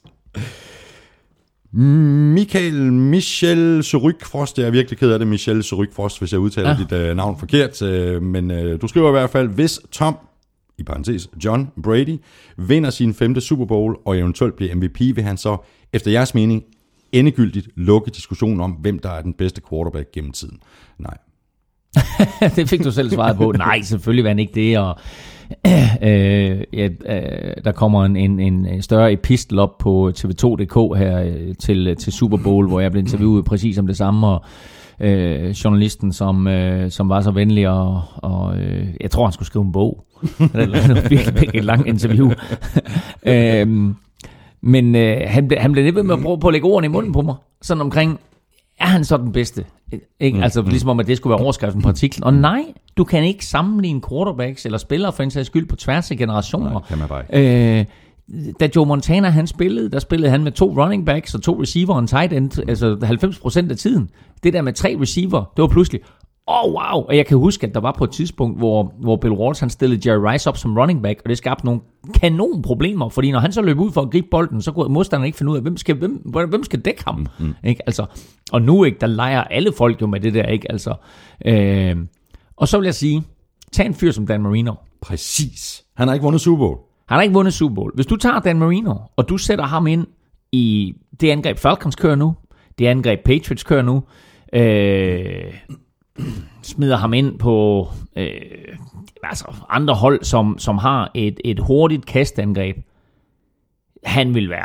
Michael Michel Surykfrost, jeg er virkelig ked af det, Michel Surykfrost, hvis jeg udtaler ja. dit uh, navn forkert, uh, men uh, du skriver i hvert fald, hvis Tom, i parentes John Brady, vinder sin femte Super Bowl og eventuelt bliver M V P, vil han så, efter jeres mening, endegyldigt lukke diskussionen om, hvem der er den bedste quarterback gennem tiden? Nej. Det fik du selv svaret på. Nej, selvfølgelig var han ikke det. Og, øh, ja, øh, der kommer en, en, en større epistel op på T V to punktum d k her øh, til, til Super Bowl, hvor jeg blev interviewet præcis om det samme. Og øh, journalisten, som, øh, som var så venlig, og, og øh, jeg tror, han skulle skrive en bog. Det var virkelig, virkelig et langt interview. øh, men øh, han, han blev lidt ved med at prøve på at lægge ordene i munden på mig. Sådan omkring, er han så den bedste? Ikke? Mm, altså mm. ligesom om, at det skulle være overskriften på artiklen. Og nej, du kan ikke sammenligne quarterbacks eller spillere for en sags skyld på tværs af generationer. Nej, kan man bare ikke. Øh, da Joe Montana han spillede, der spillede han med to running backs og to receiver og en tight end, altså halvfems procent af tiden. Det der med tre receiver, det var pludselig, åh oh, wow, og jeg kan huske, at der var på et tidspunkt, hvor, hvor Bill Walsh han stillede Jerry Rice op som running back, og det skabte nogle kanon problemer, fordi når han så løb ud for at gribe bolden, så kunne modstanderen ikke finde ud af, hvem skal, hvem, hvem skal dække ham, mm. ikke? Altså, og nu ikke, der leger alle folk jo med det der, ikke? Altså, øh, og så vil jeg sige, tag en fyr som Dan Marino. Præcis. Han har ikke vundet Super Bowl. Han har ikke vundet Super Bowl. Hvis du tager Dan Marino, og du sætter ham ind i det angreb Falcons kører nu, det angreb Patriots kører nu, øh, smider ham ind på øh, altså andre hold, som, som har et, et hurtigt kastangreb. Han vil være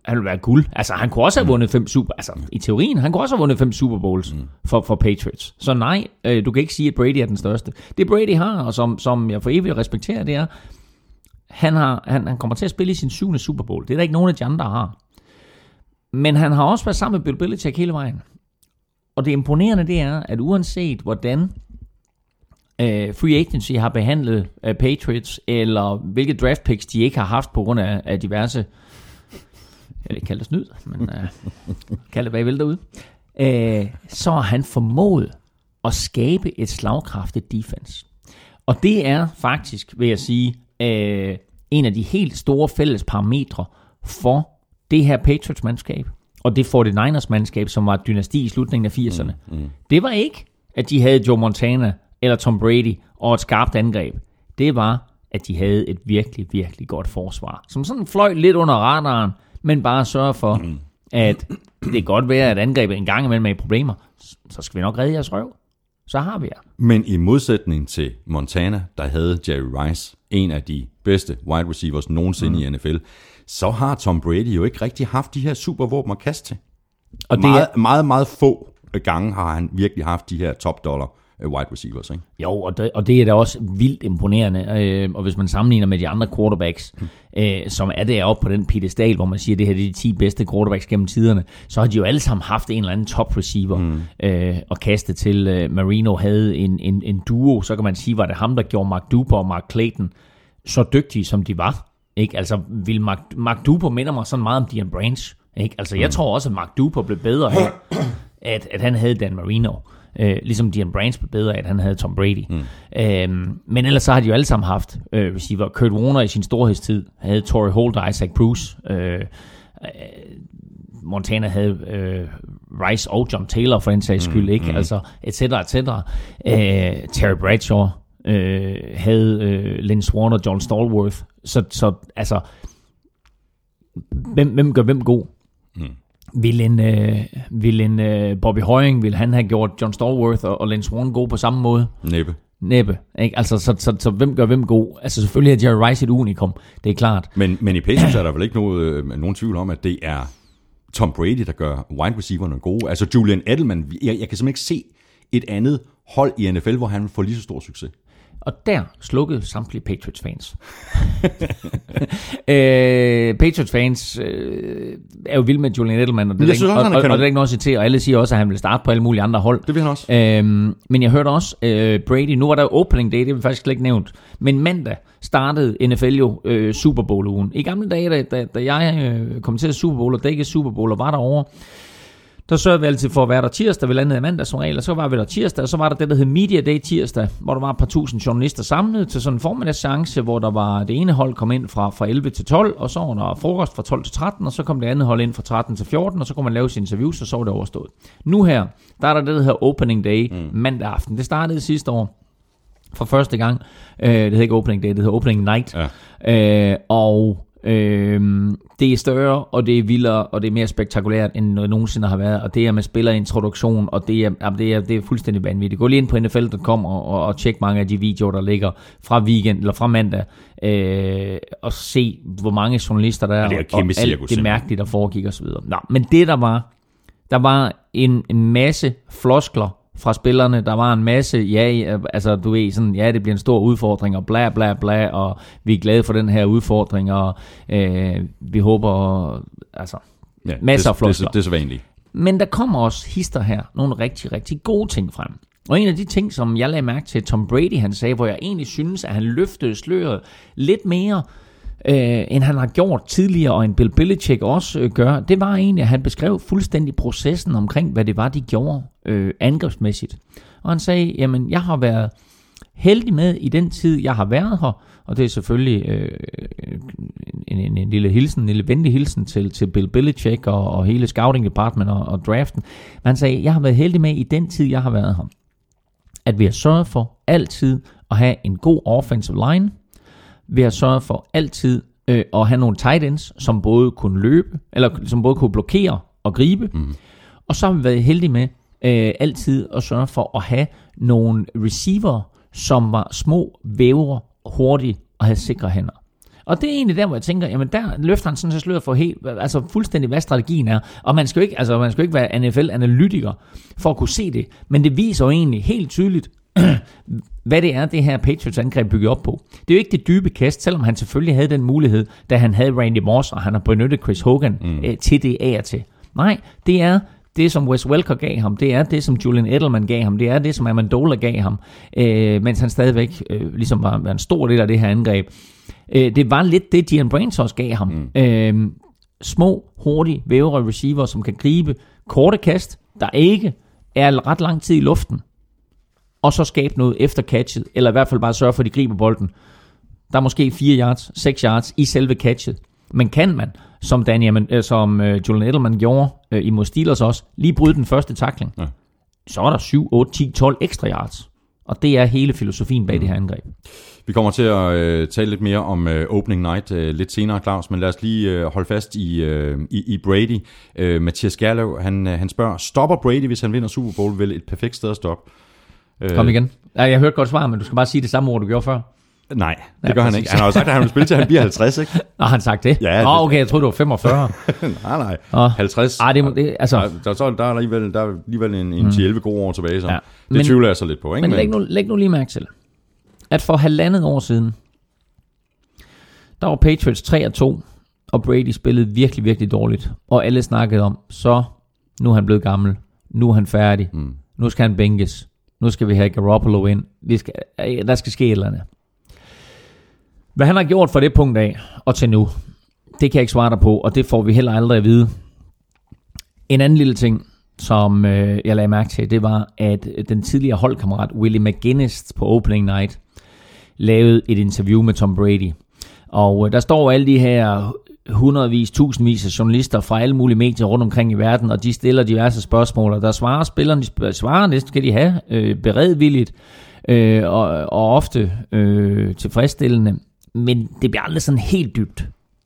han ville være guld. Altså, han kunne også have vundet fem super... Altså, i teorien, han kunne også have vundet fem Super Bowls mm. for, for Patriots. Så nej, øh, du kan ikke sige, at Brady er den største. Det Brady har, og som, som jeg for evigt respekterer, det er, han, har, han, han kommer til at spille i sin syvende Super Bowl. Det er der ikke nogen af de andre, der har. Men han har også været sammen med Bill Belichick hele vejen. Og det imponerende, det er, at uanset hvordan øh, free agency har behandlet øh, Patriots, eller hvilke draft picks de ikke har haft på grund af, af diverse... Jeg vil ikke kalde det snyd, men øh, kalde det, hvad I vil derude. Øh, så har han formået at skabe et slagkraftigt defense. Og det er faktisk, vil jeg sige, øh, en af de helt store fælles parametre for det her Patriots-mandskab, og det forty-niners-mandskab, som var et dynasti i slutningen af firserne. Mm, mm. Det var ikke, at de havde Joe Montana eller Tom Brady og et skarpt angreb. Det var, at de havde et virkelig, virkelig godt forsvar, som sådan fløj lidt under radaren, men bare sørge for, mm. at det kan godt være, at angrebet en gang imellem er i problemer, så skal vi nok redde jeres røv. Så har vi jer. Men i modsætning til Montana, der havde Jerry Rice, en af de bedste wide receivers nogensinde mm. i N F L, så har Tom Brady jo ikke rigtig haft de her supervåben at kaste til. Og det meget, er... meget, meget få gange har han virkelig haft de her top dollar wide receivers, ikke? Jo, og det, og det er da også vildt imponerende. Øh, og hvis man sammenligner med de andre quarterbacks, mm. øh, som er deroppe på den pedestal, hvor man siger, at det her det er de ti bedste quarterbacks gennem tiderne, så har de jo alle sammen haft en eller anden top receiver mm. øh, at kaste til. Øh, Marino havde en, en, en duo, så kan man sige, var det ham, der gjorde Mark Duper og Mark Clayton så dygtige, som de var. Ikke? Altså, vil Mark, Mark Duper minder mig sådan meget om Deion Branch. Ikke? Altså, jeg mm. tror også, at Mark Duper blev bedre af, at, at han havde Dan Marino. Øh, ligesom Deion Branch blev bedre af, at han havde Tom Brady. Mm. Øhm, men ellers så har de jo alle sammen haft øh, receiver. Kurt Warner i sin storhedstid havde Torrey Holt og Isaac Bruce. Øh, øh, Montana havde øh, Rice og John Taylor for den sags skyld, mm. ikke? Mm. Altså, et cetera, et cetera. Øh, Terry Bradshaw øh, havde øh, Lynn Swann og John Stallworth. Så, så altså, hvem, hvem gør hvem god? Mm. Vil en, øh, vil en øh, Bobby Højing, vil han have gjort John Stallworth og, og Lynn Swann god på samme måde? Næppe. Næppe, ikke? Altså, så, så, så hvem gør hvem god? Altså, selvfølgelig er Jerry Rice et unikum, det er klart. Men, men i Patriots er der vel ikke noget, øh, nogen tvivl om, at det er Tom Brady, der gør wide receiverne gode. Altså, Julian Edelman, jeg, jeg kan simpelthen ikke se et andet hold i N F L, hvor han får lige så stor succes. Og der slukkede samtlige Patriots-fans. øh, Patriots-fans øh, er jo vilde med Julian Edelman, og det, er, ikke, og, og, og det er ikke noget at sige til, og alle siger også, at han vil starte på alle mulige andre hold. Det vil han også. Øhm, men jeg hørte også øh, Brady, nu var der opening day, det vil faktisk slet ikke nævnt, men mandag startede N F L jo øh, Super Bowl-ugen. I gamle dage, da, da, da jeg øh, kom til Super Bowl og dækkede Super Bowl og var derovre, der sørgede vi altid for at være der tirsdag, vi landede i mandag som regel, og så var vi der tirsdag, og så var der det, der hed Media Day tirsdag, hvor der var et par tusind journalister samlet til sådan en formiddagschance, hvor der var det ene hold kom ind fra, fra elleve til tolv, og så var der frokost fra tolv til tretten, og så kom det andet hold ind fra tretten til fjorten, og så kunne man lave sine interviews, og så var det overstået. Nu her, der er der det, der hedder Opening Day mm. mandag aften. Det startede sidste år for første gang. Øh, det hedder ikke Opening Day, det hedder Opening Night. Ja. Øh, og Øhm, det er større, og det er vildere, og det er mere spektakulært, end noget nogensinde har været, og det er med spillerintroduktion, og det er, det er, det er fuldstændig vanvittigt. Gå lige ind på N F L punktum com og, og, og tjek mange af de videoer, der ligger fra weekend, eller fra mandag, øh, og se, hvor mange journalister der er, ja, og, og alt det mærkelige, der foregik osv. Nå, men det der var, der var en, en masse floskler fra spillerne, der var en masse, ja, altså du ved, sådan, ja, det bliver en stor udfordring, og bla bla bla, og vi er glade for den her udfordring, og øh, vi håber, altså, ja, masser af floskler. Det, det er så vanligt. Men der kommer også hister her, nogle rigtig, rigtig gode ting frem. Og en af de ting, som jeg lagde mærke til, Tom Brady, han sagde, hvor jeg egentlig synes, at han løftede sløret lidt mere, Øh, end han har gjort tidligere, og en Bill Belichick også øh, gør, det var egentlig, at han beskrev fuldstændig processen omkring, hvad det var, de gjorde øh, angrebsmæssigt. Og han sagde, jamen, jeg har været heldig med i den tid, jeg har været her, og det er selvfølgelig øh, en, en, en lille hilsen, en lille venlig hilsen til, til Bill Belichick og, og hele scouting department og, og draften. Men han sagde, jeg har været heldig med i den tid, jeg har været her, at vi har sørget for altid at have en god offensive line, vi har sørget for altid øh, at have nogle tight ends, som både kunne løbe, eller som både kunne blokere og gribe. Mm. Og så har vi været heldige med øh, altid at sørge for at have nogle receiver, som var små vævere, hurtige og havde sikre hænder. Og det er egentlig der, hvor jeg tænker, jamen der løfter han sådan så sløret for helt, altså fuldstændig, hvad strategien er. Og man skal jo ikke, altså man skal jo ikke være N F L-analytiker for at kunne se det. Men det viser jo egentlig helt tydeligt, hvad det er, det her Patriots-angreb bygget op på. Det er jo ikke det dybe kast, selvom han selvfølgelig havde den mulighed, da han havde Randy Moss, og han har benyttet Chris Hogan mm. øh, til det af og til. Nej, det er det, som Wes Welker gav ham, det er det, som Julian Edelman gav ham, det er det, som Amendola gav ham, øh, mens han stadigvæk øh, ligesom var, var en stor del af det her angreb. Øh, det var lidt det, Gian Brands også gav ham. Mm. Øh, små, hurtige, vævre receiver, som kan gribe korte kast, der ikke er ret lang tid i luften, og så skabe noget efter catchet, eller i hvert fald bare sørge for, at de griber bolden. Der er måske fire yards, seks yards i selve catchet. Men kan man, som, Danny, øh, som øh, Julian Edelman gjorde øh, imod Steelers også, lige bryde den første tackling, ja. Så er der syv, otte, ti, tolv ekstra yards. Og det er hele filosofien bag mm. det her angreb. Vi kommer til at øh, tale lidt mere om øh, opening night øh, lidt senere, Claus, men lad os lige øh, holde fast i, øh, i, i Brady. Øh, Mathias Gerlev, han, han spørger, stopper Brady, hvis han vinder Super Bowl, vel et perfekt sted at stoppe? Kom igen. Ja, jeg hørte godt svar, men du skal bare sige det samme ord, du gjorde før. Nej, det ja, gør han ikke. Han har jo sagt, at han vil spille til, han bliver halvtreds, ikke? Nå, han sagt det? Ja. Åh, oh, okay, jeg troede, du var femogfyrre. nej, nej. Oh. halvtreds. Ah, det, det, altså. Der, der, der, der er alligevel, der er alligevel en, en mm. ti elleve gode år tilbage, så ja. det men, tvivler jeg så lidt på, ikke? Men, men læg, nu, læg nu lige mærke til, at for halvandet år siden, der var Patriots tre og to, og Brady spillede virkelig, virkelig dårligt. Og alle snakkede om, så nu er han blevet gammel, nu er han færdig, mm. nu skal han bænkes. Nu skal vi have Garoppolo ind. Vi skal, der skal ske et eller andet. Hvad han har gjort fra det punkt af og til nu, det kan jeg ikke svare dig på, og det får vi heller aldrig at vide. En anden lille ting, som øh, jeg lagde mærke til, det var, at den tidligere holdkammerat Willie McGinnis på opening night lavede et interview med Tom Brady. Og øh, der står alle de her hundredvis, tusindvis af journalister fra alle mulige medier rundt omkring i verden, og de stiller diverse spørgsmål, og der svarer spillerne, de svarer, det skal de have, øh, beredvilligt, øh, og, og ofte øh, tilfredsstillende, men det bliver aldrig sådan helt dybt.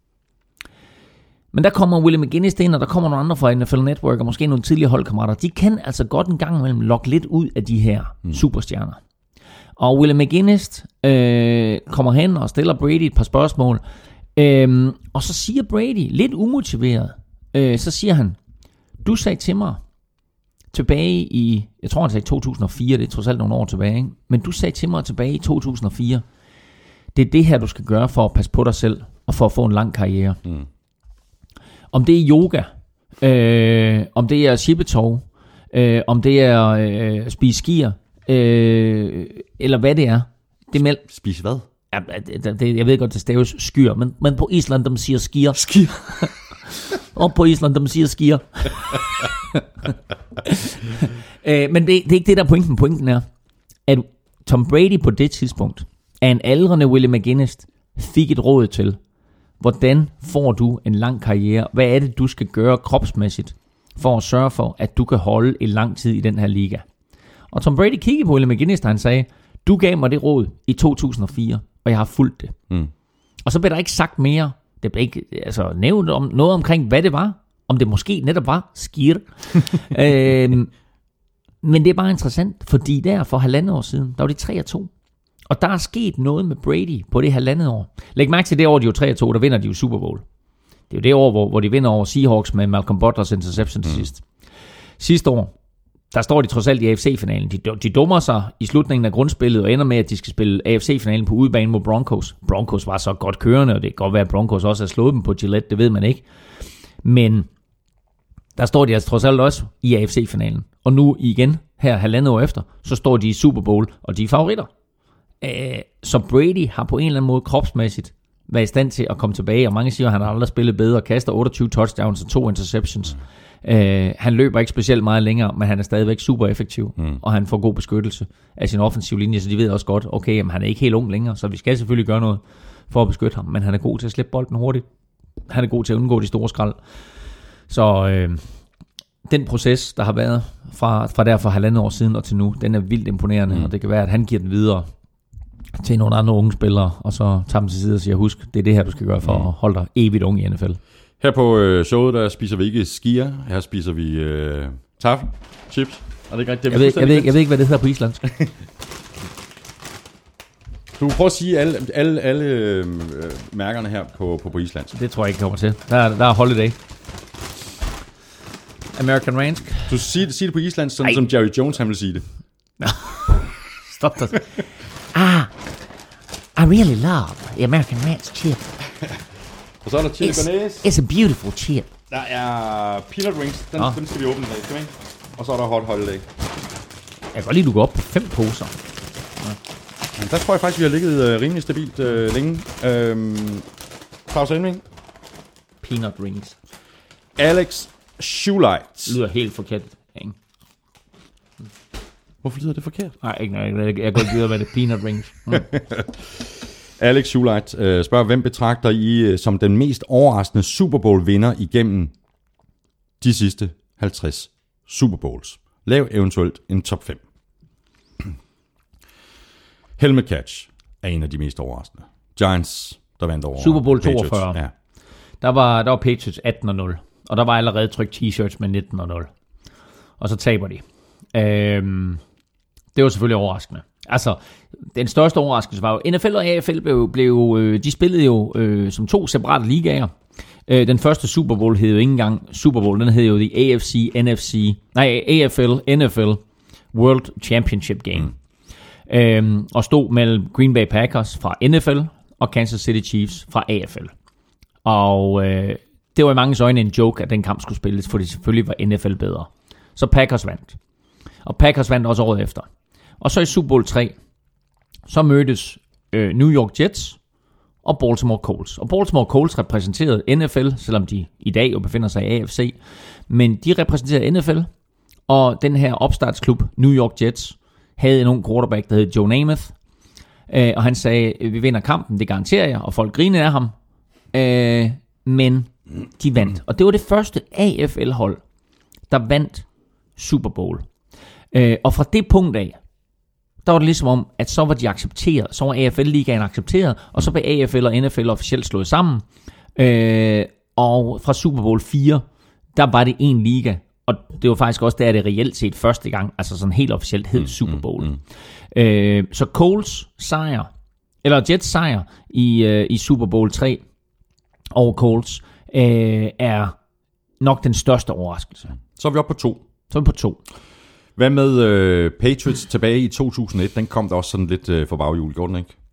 Men der kommer Willie McGinnis ind, og der kommer nogle andre fra N F L Network, og måske nogle tidligere holdkammerater, de kan altså godt en gang imellem lokke lidt ud af de her mm. superstjerner. Og Willie McGinnis øh, kommer hen og stiller Brady et par spørgsmål, Øhm, og så siger Brady, lidt umotiveret, øh, så siger han, du sagde til mig, tilbage i, jeg tror han sagde to tusind og fire, det er trods alt nogle år tilbage, ikke? Men du sagde til mig tilbage i to tusind og fire, det er det her, du skal gøre for at passe på dig selv, og for at få en lang karriere. Mm. Om det er yoga, øh, om det er shippetov, øh, om det er øh, spise skier, øh, eller hvad det er. Det mel- spise hvad? Ja, det, det, jeg ved godt, det staves skyr, men, men på Island, de siger skier. Skier. Og på Island, de siger skier. øh, men det, det er ikke det, der er pointen. Pointen er, at Tom Brady på det tidspunkt, af en aldrende Willie McGinnis, fik et råd til, hvordan får du en lang karriere? Hvad er det, du skal gøre kropsmæssigt, for at sørge for, at du kan holde en lang tid i den her liga? Og Tom Brady kiggede på Willie McGinnis, da han sagde, du gav mig det råd i to tusind og fire, og jeg har fulgt det. Mm. Og så blev der ikke sagt mere. Det blev ikke altså, nævnt om, noget omkring, hvad det var. Om det måske netop var skir. øhm, men det er bare interessant, fordi der for halvandet år siden, der var det tre og to. Og der er sket noget med Brady på det halvandet år. Læg mærke til det år, de er jo tre og to, der vinder de jo Super Bowl. Det er jo det år, hvor, hvor de vinder over Seahawks med Malcolm Butlers interception til mm. sidst. Sidste år, der står de trods alt i A F C-finalen. De, de dummer sig i slutningen af grundspillet og ender med, at de skal spille A F C-finalen på udebane mod Broncos. Broncos var så godt kørende, og det kan godt være, at Broncos også har slået dem på Gillette, det ved man ikke. Men der står de altså trods alt også i A F C-finalen. Og nu igen, her halvandet år efter, så står de i Super Bowl, og de er favoritter. Så Brady har på en eller anden måde kropsmæssigt været i stand til at komme tilbage, og mange siger, at han har aldrig spillet bedre, kaster otteogtyve touchdowns og to interceptions. Uh, han løber ikke specielt meget længere, men han er stadigvæk super effektiv, mm. og han får god beskyttelse af sin offensive linje, så de ved også godt, okay, jamen, han er ikke helt ung længere, så vi skal selvfølgelig gøre noget for at beskytte ham, men han er god til at slippe bolden hurtigt. Han er god til at undgå de store skrald. Så uh, den proces, der har været fra, fra der for halvandet år siden og til nu, den er vildt imponerende, mm. og det kan være, at han giver den videre til nogle andre unge spillere, og så tager dem til side og siger, husk, det er det her, du skal gøre for mm. at holde dig evigt ung i N F L. Her på øh, showet, der spiser vi ikke skier. Her spiser vi øh, taffel, chips. Er det ikke rigtigt? Jeg ved, jeg, ved, jeg ved ikke, hvad det hedder på islandsk. Du prøver at sige alle, alle, alle øh, mærkerne her på, på, på islandsk. Det tror jeg ikke kommer til. Der er, der er Holiday. American Ranch. Du siger sig det på islandsk, sådan Ej. som Jerry Jones han vil sige det. Stop dig. Ah, I really love the American Ranch chip. Og så er der chili it's, bearnaise. It's a beautiful chip. Der er peanut rings. Den, den skal vi åbne her, skal vi ikke? Og så er der hot holiday. Jeg kan godt lide, du går op på fem poser. Ja. Men der tror jeg faktisk, vi har ligget uh, rimelig stabilt uh, længe. Øhm, Claus Elming. Peanut rings. Alex Schuleit. Lyder helt forkert, ikke? Hvorfor lyder det forkert? Nej, ikke noget. Jeg kan godt vide, hvad det er peanut rings. Mm. Alex Schuleit uh, spørger, hvem betragter I uh, som den mest overraskende Super Bowl-vinder igennem de sidste halvtreds Super Bowls? Lav eventuelt en top fem. Helmet catch er en af de mest overraskende. Giants, der vandt over Super Bowl toogfyrre. Ja. Der var, der var Patriots atten og nul. Og der var allerede trykt t-shirts med nitten og nul. Og så taber de. Øhm, det var selvfølgelig overraskende. Altså, den største overraskelse var jo, N F L og A F L blev, blev de spillede jo øh, som to separate ligaer. Øh, den første Super Bowl hed jo ikke engang Super Bowl, den hed jo The A F C, N F C, nej, A F L, N F L World Championship Game. Mm. Øhm, og stod mellem Green Bay Packers fra N F L og Kansas City Chiefs fra A F L. Og øh, det var i mange øjne en joke, at den kamp skulle spilles, fordi selvfølgelig var N F L bedre. Så Packers vandt. Og Packers vandt også året efter. Og så i Super Bowl tre, så mødtes øh, New York Jets og Baltimore Colts. Og Baltimore Colts repræsenterede N F L, selvom de i dag jo befinder sig i A F C. Men de repræsenterede N F L, og den her opstartsklub, New York Jets, havde en ung quarterback, der hed Joe Namath. Øh, og han sagde, vi vinder kampen, det garanterer jeg, og folk grinede af ham. Øh, men de vandt. Og det var det første A F L-hold, der vandt Super Bowl. Øh, og fra det punkt af, der var det ligesom om, at så var de accepteret. Så var A F L-ligaen accepteret, og så blev A F L og N F L officielt slået sammen. Øh, og fra Super Bowl fire, der var det en liga. Og det var faktisk også der, det reelt set første gang, altså sådan helt officielt hed Super Bowl. Mm, mm, mm. Øh, så Colts sejr, eller Jets sejr i, øh, i Super Bowl tre over Colts, øh, er nok den største overraskelse. Så er vi oppe på to. Så er vi på to. Hvad med øh, Patriots tilbage i to tusind og et? Den kom der også sådan lidt øh, for baghjul, gjorde den ikke?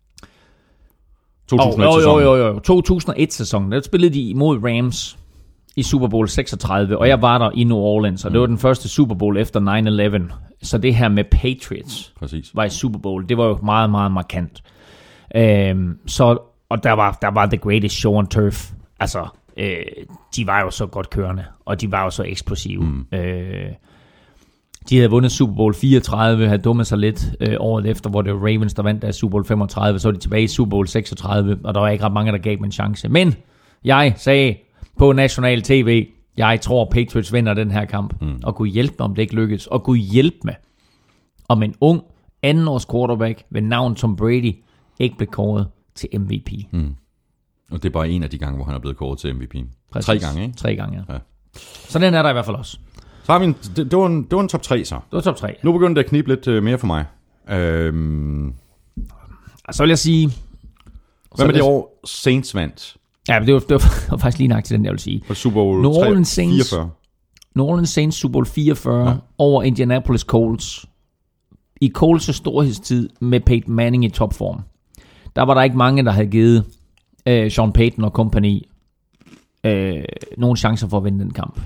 to tusind og et-sæsonen. Jo, jo, jo, jo. to tusind og et-sæsonen, der spillede de imod Rams i Super Bowl seksogtredive, og jeg var der i New Orleans, og det var den første Super Bowl efter nine eleven. Så det her med Patriots Præcis. var i Super Bowl, det var jo meget, meget markant. Øhm, så, og der var, der var the greatest show on turf. Altså, øh, de var jo så godt kørende, og de var jo så eksplosive. Mm. Øh, de havde vundet Super Bowl fireogtredive, havde dummet sig lidt øh, året efter, hvor det var Ravens, der vandt der Super Bowl femogtredive, så var de tilbage i Super Bowl seksogtredive, og der var ikke ret mange, der gav dem en chance. Men jeg sagde på national tv, jeg tror Patriots vinder den her kamp, mm. og kunne hjælpe mig, om det ikke lykkes, og kunne hjælpe mig, om en ung andenårs quarterback ved navn Tom Brady ikke blev kåret til M V P. Mm. Og det er bare en af de gange, hvor han er blevet kåret til M V P. Præcis. Tre gange, ikke? Tre gange, ja. ja. Så den er der i hvert fald også. Så har vi en, det, det, var en, det var en top tre, så. Det var top tre. Nu begynder det at knibe lidt uh, mere for mig. Øhm... Så vil jeg sige... Hvad med det år, Saints vandt? Ja, men det var, det var faktisk lige nok til den, jeg vil sige. For Super Bowl New Orleans Saints, fireogfyrre. New Orleans Saints Super Bowl fireogfyrre ja. Over Indianapolis Colts. I Colts' storhedstid med Peyton Manning i topform. Der var der ikke mange, der havde givet øh, Sean Payton og kompagni øh, nogle chancer for at vinde den kamp.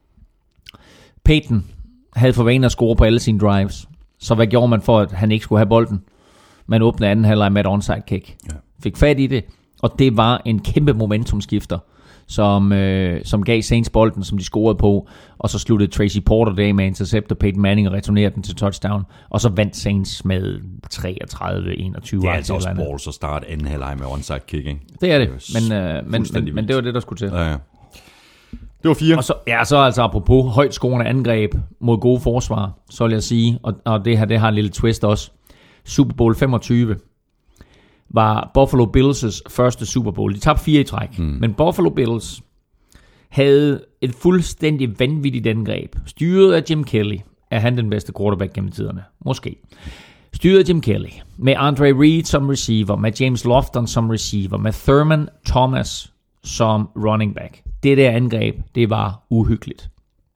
Peyton havde for vane at score på alle sine drives. Så hvad gjorde man for, at han ikke skulle have bolden? Man åbnede anden halvleg med et onside kick. Ja. Fik fat i det, og det var en kæmpe momentumskifter, som, øh, som gav Saints bolden, som de scorede på, og så sluttede Tracy Porter det med intercept, og Peyton Manning og returnerede den til touchdown, og så vandt Saints med treogtredive enogtyve. Det er altså også balls at starte anden halvleg med onside kick, ikke? Det er det, det men, øh, men, men, men det var det, der skulle til. Ja, ja. Det var fire. Og så, ja, så altså apropos højt scorende angreb mod gode forsvar, så vil jeg sige, og, og det her, det har en lille twist også. Super Bowl femogtyve var Buffalo Bills' første Super Bowl. De tabte fire i træk, mm. men Buffalo Bills havde et fuldstændig vanvittigt angreb. Styret af Jim Kelly. Er han den bedste quarterback gennem tiderne? Måske. styret Jim Kelly, med Andre Reed som receiver, med James Lofton som receiver, med Thurman Thomas som running back. Det der angreb, det var uhyggeligt.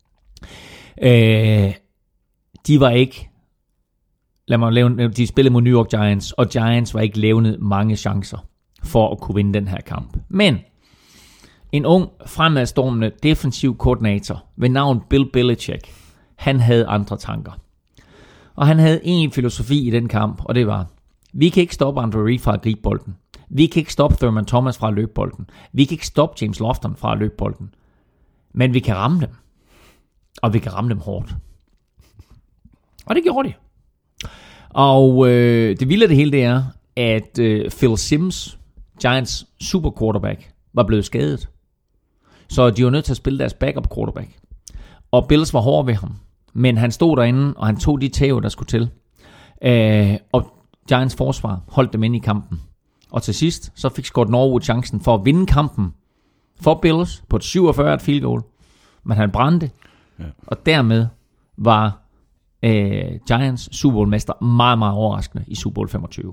Øh, de var ikke, lad mig lave, de spillede mod New York Giants, og Giants var ikke levnet mange chancer for at kunne vinde den her kamp. Men en ung, fremadstormende defensiv koordinator ved navn Bill Belichick, han havde andre tanker. Og han havde en filosofi i den kamp, og det var, vi kan ikke stoppe Andre Reed fra at gribe bolden. Vi kan ikke stoppe Thurman Thomas fra at løbe bolden. Vi kan ikke stoppe James Lofton fra at løbe bolden. Men vi kan ramme dem. Og vi kan ramme dem hårdt. Og det gjorde de. Og øh, det vilde af det hele, det er, at øh, Phil Simms, Giants super quarterback, var blevet skadet. Så de var nødt til at spille deres backup quarterback. Og Bills var hård ved ham. Men han stod derinde, og han tog de tæv, der skulle til. Øh, og Giants forsvar holdt dem inde i kampen. Og til sidst, så fik Scott Norwood chancen for at vinde kampen for Bills på et syvogfyrre field goal. Men han brændte. Ja. Og dermed var øh, Giants Super Bowl-mester meget, meget overraskende i Super Bowl femogtyve.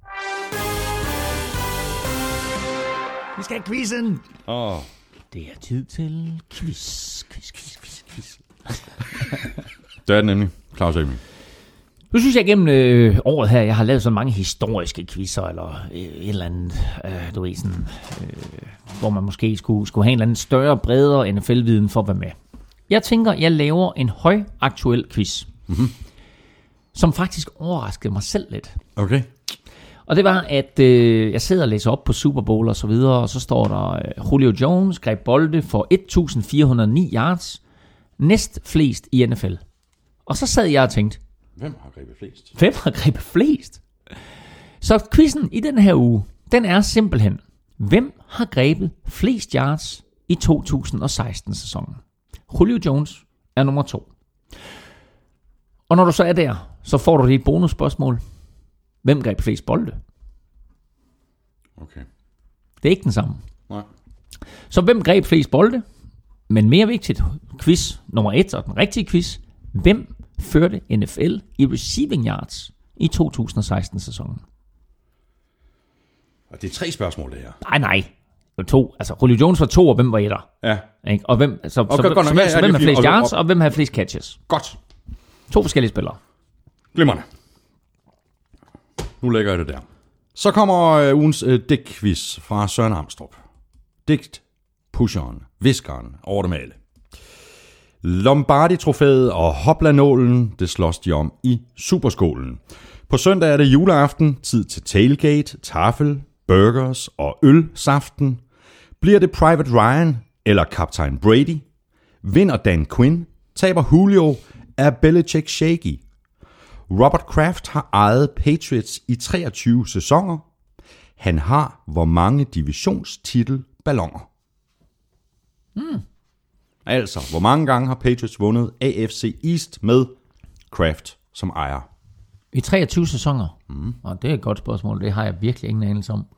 Vi skal have quizzen! Åh. Oh. Det er tid til quiz, quiz, quiz, quiz, quiz. Det er det nemlig, Claus Elming. Nu synes jeg gennem øh, året her, jeg har lavet så mange historiske quizzer, eller øh, et eller andet, øh, du ved sådan, øh, hvor man måske skulle, skulle have en eller anden større, bredere N F L-viden for at være med. Jeg tænker, jeg laver en højaktuel quiz, mm-hmm. som faktisk overraskede mig selv lidt. Okay. Og det var, at øh, jeg sidder og læser op på Super Bowl og så videre, og så står der, øh, Julio Jones greb bolde for et tusind fire hundrede og ni yards, næst flest i N F L. Og så sad jeg og tænkte, hvem har grebet flest? Hvem har grebet flest? Så quizzen i den her uge, den er simpelthen, hvem har grebet flest yards i to tusind og seksten-sæsonen? Julio Jones er nummer to. Og når du så er der, så får du dit bonusspørgsmål. Hvem greb flest bolde? Okay. Det er ikke den samme. Nej. Så hvem greb flest bolde? Men mere vigtigt, quiz nummer et, og den rigtige quiz. Hvem førte N F L i receiving yards i to tusind og seksten-sæsonen? Og det er tre spørgsmål, det her. Nej, nej. Det var to. Altså, Julio Jones var to, og hvem var etter? Ja. Ikke? Og hvem, så, okay, så, godt, så, hvad, så, så hvem har flest og, yards, og, og hvem har flest catches? Godt. To forskellige spillere. Glimrende. Nu lægger jeg det der. Så kommer uh, ugens uh, digtquiz fra Søren Amstrup. Digt, pusheren, viskeren, over dem alle. Lombardi-trofæet og hoplanålen, det slås de om i Superskålen. På søndag er det juleaften, tid til tailgate, taffel, burgers og ølsaften. Bliver det Private Ryan eller Kaptajn Brady? Vinder Dan Quinn? Taber Julio? Er Belichick shaky? Robert Kraft har ejet Patriots i treogtyve sæsoner. Han har hvor mange divisionstitelballoner? Hmm. Altså, hvor mange gange har Patriots vundet A F C East med Kraft som ejer? I treogtyve sæsoner? Mm. Og det er et godt spørgsmål. Det har jeg virkelig ingen anelse om.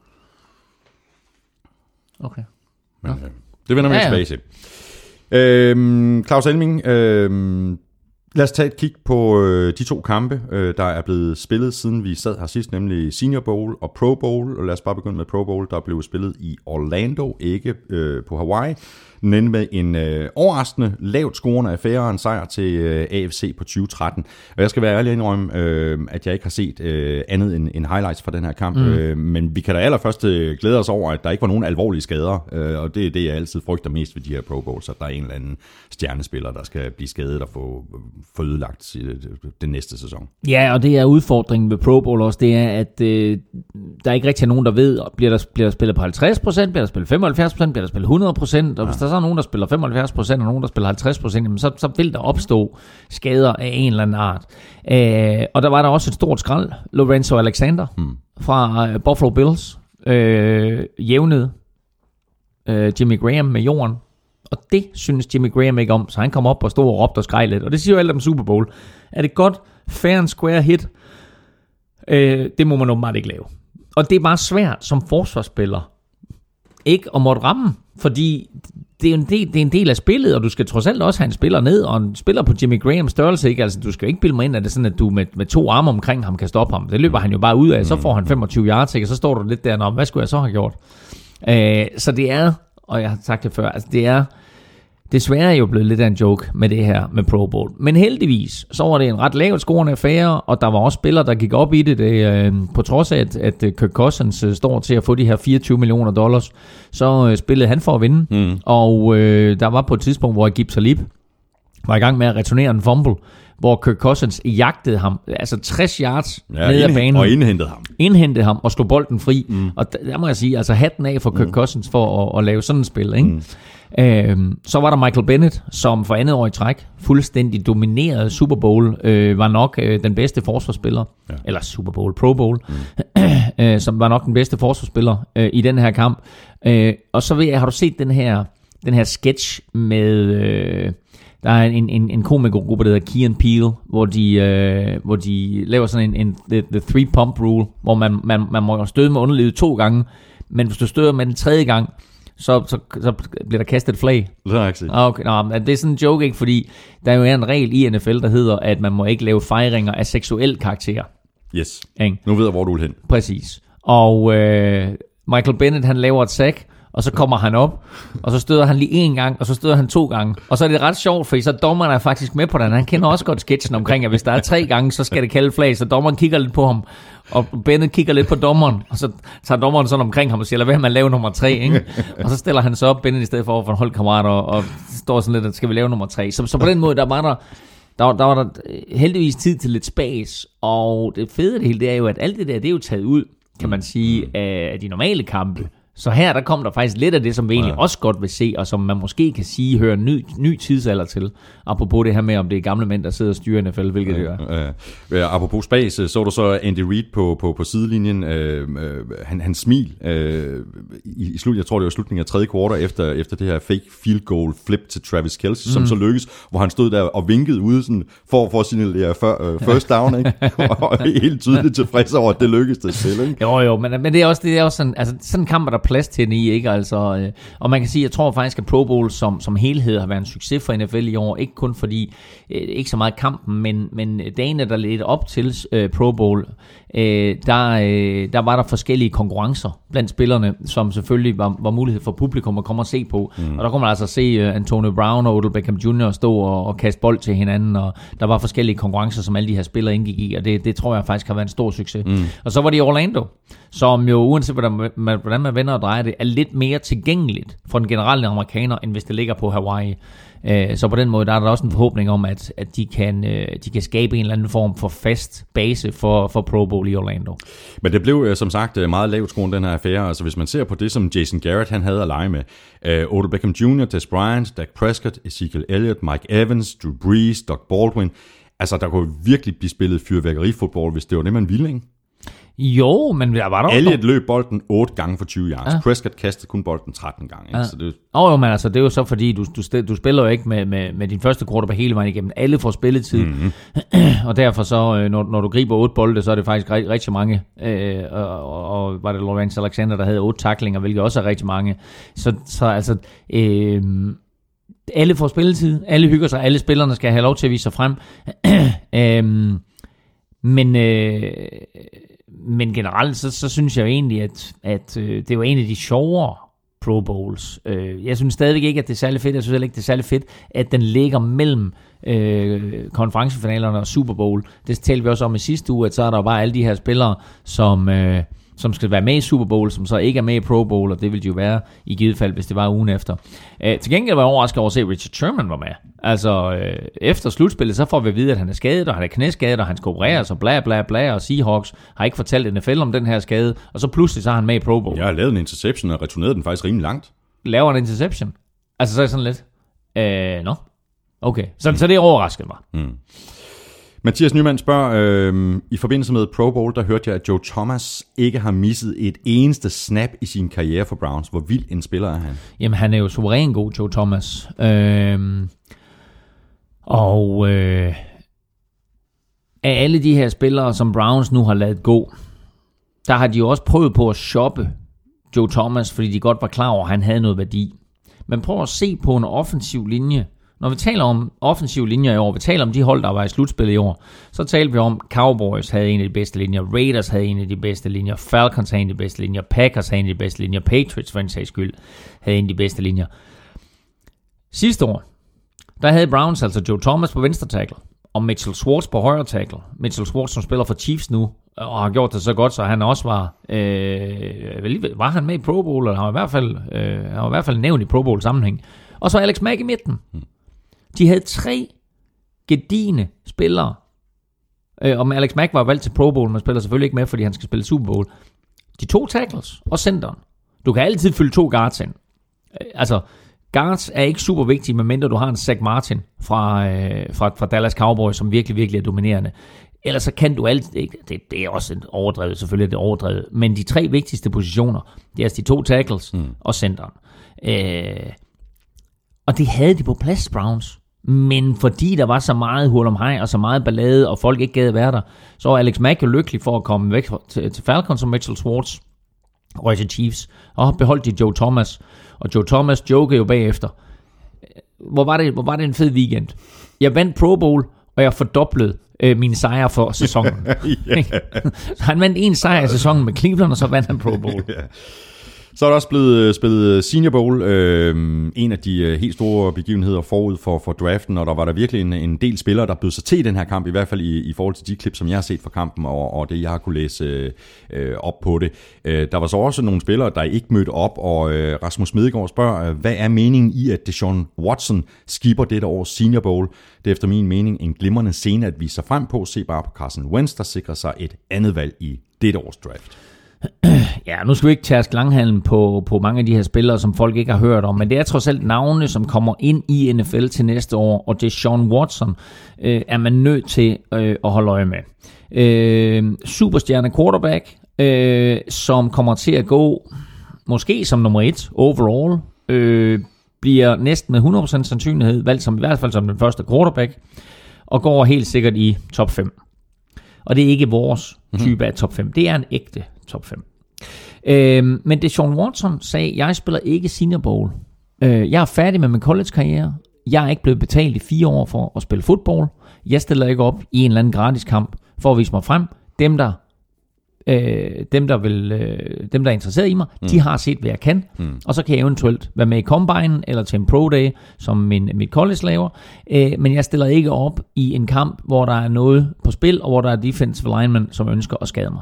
Okay. Men, øh, det vender vi ja, tilbage til. Øhm, Claus Elming, øhm, lad os tage et kig på øh, de to kampe, øh, der er blevet spillet, siden vi sad her sidst, nemlig Senior Bowl og Pro Bowl. Og lad os bare begynde med Pro Bowl, der blev spillet i Orlando, ikke øh, på Hawaii. Den endte med en øh, overraskende, lavt scorende affære, en sejr til øh, A F C på tyve tretten. Og jeg skal være ærlig indrømme, øh, at jeg ikke har set øh, andet end, end highlights fra den her kamp. Mm. Øh, men vi kan da allerførst øh, glæde os over, at der ikke var nogen alvorlige skader. Øh, og det er det, jeg altid frygter mest ved de her Pro Bowls, at der er en eller anden stjernespiller, der skal blive skadet og få, få ødelagt den næste sæson. Ja, og det er udfordringen ved Pro Bowl også, det er, at øh, der er ikke rigtig nogen, der ved, bliver der, bliver der spillet på halvtreds procent, bliver der spillet femoghalvfjerds procent, bliver der spillet hundrede procent, og ja. Hvis der så er nogen, der spiller femoghalvfjerds procent, og nogen, der spiller halvtreds procent, så, så vil der opstå skader af en eller anden art. Øh, og der var der også et stort skrald. Lorenzo Alexander hmm. fra uh, Buffalo Bills øh, jævnede øh, Jimmy Graham med jorden. Og det synes Jimmy Graham ikke om, så han kom op og stod og råbte og skreg lidt. Og det siger jo alt om Super Bowl. Er det godt, fair and square hit? Øh, det må man åbenbart ikke lave. Og det er bare svært som forsvarsspiller ikke at måtte ramme, fordi det er en del, det er en del af spillet, og du skal trods alt også have en spiller ned, og en spiller på Jimmy Grahams størrelse, ikke? Altså, du skal ikke bilde mig ind, at det er sådan, at du med, med to arme omkring ham kan stoppe ham. Det løber han jo bare ud af, så får han femogtyve yards, ikke? Og så står du lidt der, nå, hvad skulle jeg så have gjort? Øh, så det er, og jeg har sagt det før, altså det er desværre jo blevet lidt af en joke med det her med Pro Bowl. Men heldigvis, så var det en ret lavt scorende affære, og der var også spillere, der gik op i det, det øh, på trods af, at, at Kirk Cousins øh, står til at få de her fireogtyve millioner dollars, så øh, spillede han for at vinde. Mm. Og øh, der var på et tidspunkt, hvor Aqib Talib var i gang med at returnere en fumble, hvor Kirk Cousins jagtede ham, altså tres yards ja, ned ad banen. Og indhentede ham. Indhentede ham og slog bolden fri. Mm. Og der, der må jeg sige, altså hatten af for Kirk mm. Cousins for at, at lave sådan et spil, ikke? Mm. Øhm, så var der Michael Bennett, som for andet år i træk fuldstændig dominerede Super Bowl, øh, var nok øh, den bedste forsvarsspiller, ja. eller Super Bowl, Pro Bowl, mm. øh, som var nok den bedste forsvarsspiller øh, i den her kamp. Øh, og så ved jeg, har du set den her, den her sketch med... Øh, Der er en, en, en komikergruppe, der hedder Key and Peele, hvor de, øh, hvor de laver sådan en, en the, the three pump rule, hvor man, man, man må støde med underlivet to gange, men hvis du støder med den tredje gang, så, så, så bliver der kastet et flag. Det har jeg ikke set. Okay, nå, det er sådan en joke, ikke? Fordi der jo er en regel i N F L, der hedder, at man må ikke lave fejringer af seksuel karakter. Yes, ikke? Nu ved jeg, hvor du vil hen. Præcis. Og øh, Michael Bennett, han laver et sack, og så kommer han op, og så støder han lige en gang, og så støder han to gange. Og så er det ret sjovt, for så dommeren er faktisk med på den. Han kender også godt sketchen omkring, at hvis der er tre gange, så skal det kalde flag, så dommeren kigger lidt på ham, og Bennett kigger lidt på dommeren, og så tager dommeren sådan omkring ham og siger, lad være med at lave nummer tre, ikke? Og så stiller han så op, Bennett i stedet for for en holdkammerat, og, og står sådan lidt, at skal vi lave nummer tre. Så, så på den måde, der var der, der, var, der var der heldigvis tid til lidt spas, og det fede det hele, det er jo, at alt det der, det er jo taget ud, kan man sige, af de normale kampe. Så her, der kom der faktisk lidt af det, som vi egentlig ja. også godt vil se, og som man måske kan sige, hører en ny, ny tidsalder til. Apropos det her med, om det er gamle mænd, der sidder og styrer N F L, hvilket ja, det gør. Ja. Ja, apropos spas, så du så Andy Reid på, på, på sidelinjen. Øh, øh, han, han smil øh, i, i slut, jeg tror det var slutningen af tredje kvartal, efter, efter det her fake field goal flip til Travis Kelce, mm. som så lykkes, hvor han stod der og vinkede ude sådan, for, for at signalere for, uh, first down, ikke? og helt tydeligt tilfreds over, at det lykkedes det til. Ikke? Jo, jo, men, men det er også, det er også sådan, altså sådan en kamp, der plads til den i, ikke? Altså, øh, og man kan sige, jeg tror faktisk, at Pro Bowl som, som helhed har været en succes for N F L i år, ikke kun fordi, øh, ikke så meget kampen, men, men dagene, der ledte op til øh, Pro Bowl, øh, der, øh, der var der forskellige konkurrencer blandt spillerne, som selvfølgelig var, var mulighed for publikum at komme og se på, mm. og der kunne man altså se øh, Antonio Brown og Odell Beckham junior stå og, og kaste bold til hinanden, og der var forskellige konkurrencer, som alle de her spillere indgik i, og det, det tror jeg faktisk har været en stor succes. Mm. Og så var det i Orlando, som jo uanset hvordan man, hvordan man vender og drejer det, er lidt mere tilgængeligt for den generelle amerikaner, end hvis det ligger på Hawaii. Så på den måde, der er der også en forhåbning om, at, at de, kan, de kan skabe en eller anden form for fast base for, for Pro Bowl i Orlando. Men det blev som sagt meget lavt skruende, den her affære. Altså hvis man ser på det, som Jason Garrett han havde at lege med, uh, Odell Beckham junior, Dez Bryant, Dak Prescott, Ezekiel Elliott, Mike Evans, Drew Brees, Doug Baldwin. Altså der kunne virkelig blive spillet fyrværkerifodbold, hvis det var det, man ville, ikke? Jo, men der var der Elliott også... løb bolden otte gange for tyve yards. Ja. Prescott kastede kun bolden tretten gange. Ikke? Ja. Så det... Oh, jo, men altså, det er jo så fordi, du, du, du spiller jo ikke med, med, med din første quarterback hele vejen igennem. Alle får spilletid. Mm-hmm. Og derfor så, når, når du griber otte bolde, så er det faktisk rigtig, rigtig mange. Øh, og, og var det Lawrence Alexander, der havde otte tacklinger, hvilket også er rigtig mange. Så, så altså... Øh, alle får spilletid. Alle hygger sig. Alle spillerne skal have lov til at vise sig frem. øh, men... Øh, Men generelt, så, så synes jeg jo egentlig, at, at øh, det var en af de sjovere Pro Bowls. Øh, jeg synes stadigvæk ikke, at det er særlig fedt. Jeg synes heller ikke, det er særlig fedt, at den ligger mellem øh, konferencefinalerne og Super Bowl. Det talte vi også om i sidste uge, at så er der bare alle de her spillere, som... Øh, som skal være med i Super Bowl, som så ikke er med i Pro Bowl, og det ville de jo være i givet fald, hvis det var ugen efter. Øh, til gengæld var jeg overrasket over at se, at Richard Sherman var med. Altså, øh, efter slutspillet, så får vi at vide, at han er skadet, og han er knæskadet, og han skal opereres, og bla bla bla, og Seahawks har ikke fortalt N F L om den her skade, og så pludselig så er han med i Pro Bowl. Jeg har lavet en interception, og returnerede den faktisk rimelig langt. Laver en interception? Altså, så er det sådan lidt, øh, nå, okay. Så, mm. så det overraskede mig. Mm. Mathias Nyman spørger, øh, i forbindelse med Pro Bowl, der hørte jeg, at Joe Thomas ikke har misset et eneste snap i sin karriere for Browns. Hvor vild en spiller er han? Jamen, han er jo suveræn god, Joe Thomas. Øh, og øh, af alle de her spillere, som Browns nu har ladet gå, der har de jo også prøvet på at shoppe Joe Thomas, fordi de godt var klar over, at han havde noget værdi. Men prøv at se på en offensiv linje. Når vi taler om offensiv linjer i år, vi taler om de hold, der var i slutspillet i år, så taler vi om, Cowboys havde en af de bedste linjer, Raiders havde en af de bedste linjer, Falcons havde en af de bedste linjer, Packers havde en af de bedste linjer, Patriots for en sags skyld havde en af de bedste linjer. Sidste år, der havde Browns altså Joe Thomas på venstre tackle, og Mitchell Schwartz på højre tackle. Mitchell Schwartz, som spiller for Chiefs nu, og har gjort det så godt, så han også var, øh, var han med i Pro Bowl, eller han var i hvert fald, øh, han var i hvert fald nævnt i Pro Bowl sammenhæng. Og så Alex Mack i midten. De havde tre gedigne spillere. Øh, og Alex Mack var valgt til Pro Bowl, men spiller selvfølgelig ikke med, fordi han skal spille Super Bowl. De to tackles og centeren. Du kan altid fylde to guards ind. Øh, altså, guards er ikke super vigtige, medmindre du har en Zach Martin fra, øh, fra, fra Dallas Cowboys, som virkelig, virkelig er dominerende. Ellers så kan du altid ikke. Det, det er også et overdrevet, selvfølgelig er det overdrevet. Men de tre vigtigste positioner, det er altså de to tackles mm. og centeren. Øh, og det havde de på plads, Browns. Men fordi der var så meget hul om hej og så meget ballade, og folk ikke gad være der, så var Alex Mack jo lykkelig for at komme væk til, til Falcons og Mitchell Schwartz og til Chiefs, og beholdt de Joe Thomas. Og Joe Thomas jokede jo bagefter. Hvor var det, hvor var det en fed weekend. Jeg vandt Pro Bowl, og jeg fordoblede øh, mine sejre for sæsonen. yeah. Så han vandt en sejr i sæsonen med Cleveland, og så vandt han Pro Bowl. yeah. Så er der også blevet spillet Senior Bowl, øh, en af de helt store begivenheder forud for, for draften, og der var der virkelig en, en del spillere, der bød sig til i den her kamp, i hvert fald i, i forhold til de klip, som jeg har set fra kampen, og, og det, jeg har kunne læse øh, op på det. Øh, der var så også nogle spillere, der ikke mødte op, og øh, Rasmus Smedegaard spørger, hvad er meningen i, at Deshaun Watson skipper dette års Senior Bowl? Det er efter min mening en glimrende scene at vise sig frem på. Se bare på Carson Wentz, der sikrer sig et andet valg i dette års draft. Ja, nu skal vi ikke tærske langhalm på, på mange af de her spillere, som folk ikke har hørt om, men det er trods alt navne, som kommer ind i N F L til næste år, og Deshaun Watson øh, er man nødt til øh, at holde øje med. Øh, superstjerne quarterback, øh, som kommer til at gå, måske som nummer et overall, øh, bliver næsten med hundrede procent sandsynlighed valgt som i hvert fald som den første quarterback, og går helt sikkert i top fem. Og det er ikke vores type af top fem, det er en ægte top fem. Øh, men Deshaun Watson sagde, jeg spiller ikke Senior Bowl. Øh, jeg er færdig med min college-karriere. Jeg er ikke blevet betalt i fire år for at spille fodbold. Jeg stiller ikke op i en eller anden gratis kamp for at vise mig frem. Dem, der, øh, dem, der, vil, øh, dem, der er interesseret i mig, mm. de har set, hvad jeg kan. Mm. Og så kan jeg eventuelt være med i Combine eller til en Pro Day, som min, mit college laver. Øh, men jeg stiller ikke op i en kamp, hvor der er noget på spil, og hvor der er defensive linemen, som ønsker at skade mig.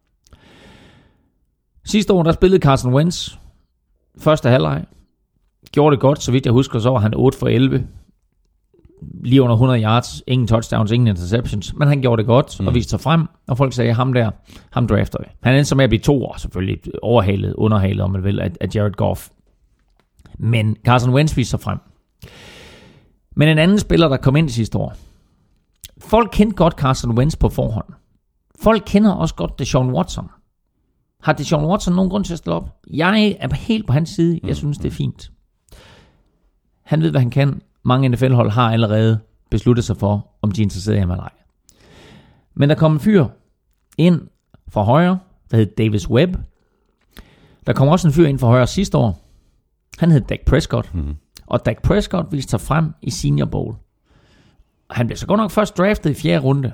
Sidste år, der spillede Carson Wentz første halvleg. Gjorde det godt, så vidt jeg husker, så var han otte for elleve. Lige under hundrede yards, ingen touchdowns, ingen interceptions. Men han gjorde det godt mm. og viste sig frem, og folk sagde, ham der, ham drafter vi. Han endte så med at blive to år, selvfølgelig overhalet, underhalet, om man vil, af, af Jared Goff. Men Carson Wentz viste sig frem. Men en anden spiller, der kom ind sidste år. Folk kendte godt Carson Wentz på forhånd. Folk kender også godt Deshaun Watson. Har Deshaun Watson nogen grund til at stille op? Jeg er helt på hans side. Jeg synes, det er fint. Han ved, hvad han kan. Mange N F L-hold har allerede besluttet sig for, om de er interesseret i ham eller ej. Men der kom en fyr ind fra højre, der hed Davis Webb. Der kom også en fyr ind fra højre sidste år. Han hed Dak Prescott. Mm-hmm. Og Dak Prescott viste sig frem i Senior Bowl. Han blev så godt nok først draftet i fjerde runde.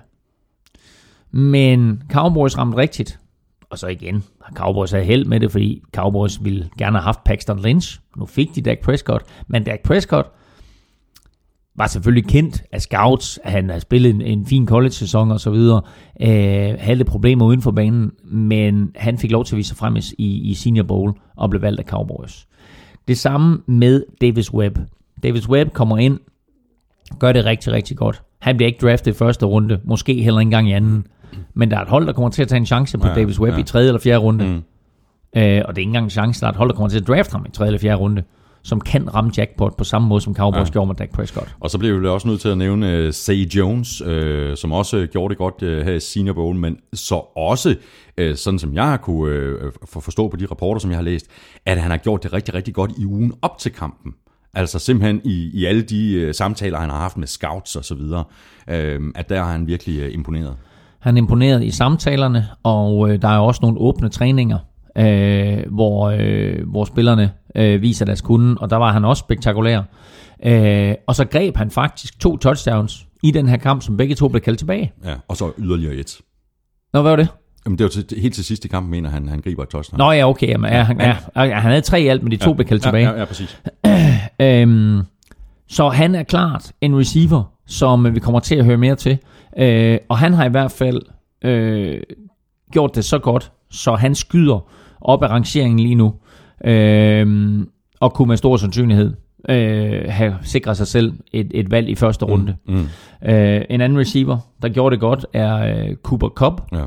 Men Cowboys ramte rigtigt. Og så igen, Cowboys havde held med det, fordi Cowboys ville gerne have haft Paxton Lynch. Nu fik de Dak Prescott. Men Dak Prescott var selvfølgelig kendt af scouts. Han havde spillet en, en fin college-sæson og så videre. Øh, havde lidt problemer uden for banen, men han fik lov til at vise sig frem i, i Senior Bowl og blev valgt af Cowboys. Det samme med Davis Webb. Davis Webb kommer ind, gør det rigtig, rigtig godt. Han bliver ikke draftet i første runde, måske heller ikke engang i anden. Men der er et hold, der kommer til at tage en chance på ja, Davis Webb ja. i tredje eller fjerde runde. Mm. Øh, og det er ikke engang en chance, der er et hold, der kommer til at drafte ham i tredje eller fjerde runde, som kan ramme jackpot på samme måde, som Cowboys ja. gjorde med Dak Prescott. Og så blev vi også nødt til at nævne uh, Zay Jones, uh, som også gjorde det godt uh, her i Senior Bowl, men så også, uh, sådan som jeg har kunne uh, forstå på de rapporter, som jeg har læst, at han har gjort det rigtig, rigtig godt i ugen op til kampen. Altså simpelthen i, i alle de uh, samtaler, han har haft med scouts og så videre, uh, at der har han virkelig uh, imponeret. Han er imponeret i samtalerne, og øh, der er også nogle åbne træninger øh, hvor, øh, hvor spillerne øh, viser deres kunde, og der var han også spektakulær. Øh, og så greb han faktisk to touchdowns i den her kamp, som begge to blev kaldt tilbage. Ja, og så yderligere et. Nå, hvad var det? Jamen, det var til, helt til sidst i kampen, mener han, han griber et touchdown. Nå ja, okay. Jamen, ja, han, ja, han havde tre i alt, men de to ja, blev kaldt tilbage. Ja, ja, ja præcis. øhm, så han er klart en receiver, som vi kommer til at høre mere til. Øh, og han har i hvert fald øh, gjort det så godt, så han skyder op af rangeringen lige nu. Øh, og kunne med stor sandsynlighed øh, have sikret sig selv et, et valg i første runde. Mm, mm. Øh, en anden receiver, der gjorde det godt, er øh, Cooper Kupp. Ja.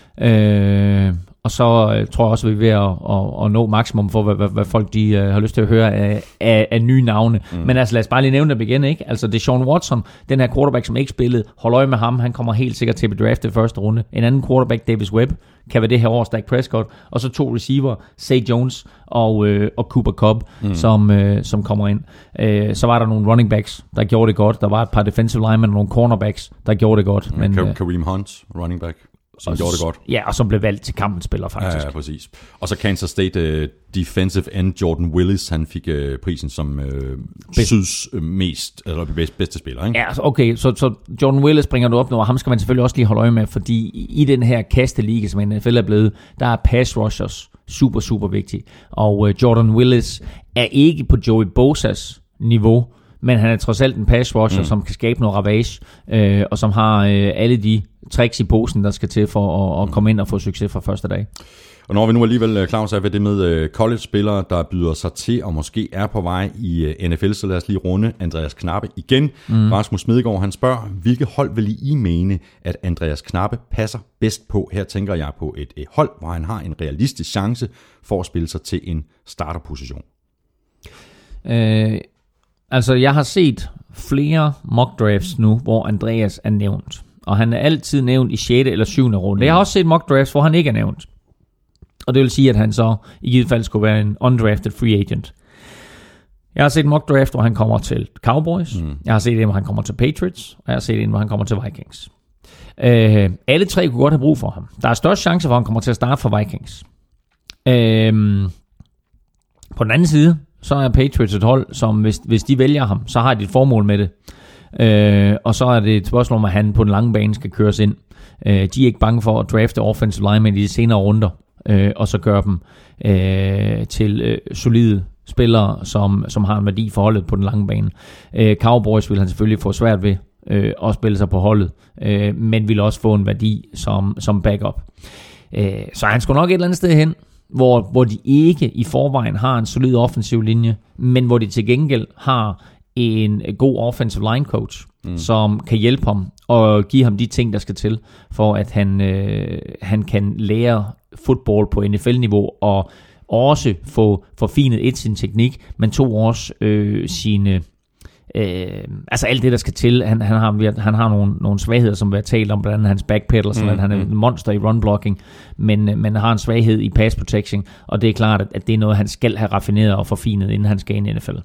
Øh, og så øh, tror jeg også, at vi er ved at, at, at nå maksimum for, hvad, hvad, hvad folk de, øh, har lyst til at høre af, af, af nye navne. Mm. Men altså lad os bare lige nævne dem igen, ikke? Altså Deshaun Watson, den her quarterback, som ikke spillede, hold øje med ham, han kommer helt sikkert til at blive draftet i første runde. En anden quarterback, Davis Webb, kan være det her års Dak Prescott. Og så to receiver, Zay Jones og, øh, og Cooper Kupp, mm. som, øh, som kommer ind. Øh, så var der nogle running backs, der gjorde det godt. Der var et par defensive linemen og nogle cornerbacks, der gjorde det godt. Ja, men, Ka- Kareem Hunt, running back. Som og, gjorde det godt. Ja, og som blev valgt til kampens spiller, faktisk. Ja, ja, præcis. Og så Kansas State uh, defensive end Jordan Willis, han fik uh, prisen som uh, syds uh, mest, eller bedste, bedste spiller, ikke? Ja, okay, så, så Jordan Willis bringer du op nu, og ham skal man selvfølgelig også lige holde øje med, fordi i den her kasteliga, som N F L er blevet, der er pass rushers super, super vigtigt. Og uh, Jordan Willis er ikke på Joey Bosa's niveau, men han er trods alt en pass rusher, mm. som kan skabe noget ravage, øh, og som har øh, alle de tricks i posen, der skal til for at, at komme ind og få succes fra første dag. Og når vi nu alligevel, Claus, er ved det med college-spillere, der byder sig til og måske er på vej i N F L, så lad os lige runde Andreas Knappe igen. Mm. Rasmus Smedegaard, han spørger, hvilke hold vil I mene, at Andreas Knappe passer bedst på? Her tænker jeg på et, et hold, hvor han har en realistisk chance for at spille sig til en starterposition. Øh... Altså, jeg har set flere mock drafts nu, hvor Andreas er nævnt. Og han er altid nævnt i sjette eller syvende runde. Jeg har også set mock drafts, hvor han ikke er nævnt. Og det vil sige, at han så i givet fald skulle være en undrafted free agent. Jeg har set mock draft, hvor han kommer til Cowboys. Mm. Jeg har set en, hvor han kommer til Patriots. Og jeg har set en, hvor han kommer til Vikings. Øh, alle tre kunne godt have brug for ham. Der er størst chance for, at han kommer til at starte for Vikings. Øh, på den anden side, så er Patriots et hold, som hvis, hvis de vælger ham, så har de et formål med det. Øh, og så er det et spørgsmål om, at han på den lange bane skal køres ind. Øh, de er ikke bange for at drafte offensive linemen i de senere runder, øh, og så gøre dem øh, til øh, solide spillere, som, som har en værdi for holdet på den lange bane. Øh, Cowboys vil han selvfølgelig få svært ved øh, at spille sig på holdet, øh, men vil også få en værdi som, som backup. Øh, så han skulle nok et eller andet sted hen, Hvor, hvor de ikke i forvejen har en solid offensiv linje, men hvor de til gengæld har en god offensive line coach, mm. som kan hjælpe ham og give ham de ting, der skal til, for at han, øh, han kan lære fodbold på N F L-niveau og også få forfinet et sin teknik, men to også øh, sine... Øh, altså alt det, der skal til. Han, han har, han har nogle, nogle svagheder, som vi har talt om, blandt andet hans backpedal, sådan mm, at han er en monster i run-blocking, men, men har en svaghed i pass protection, og det er klart, at, at det er noget, han skal have raffineret og forfinet, inden han skal ind i N F L.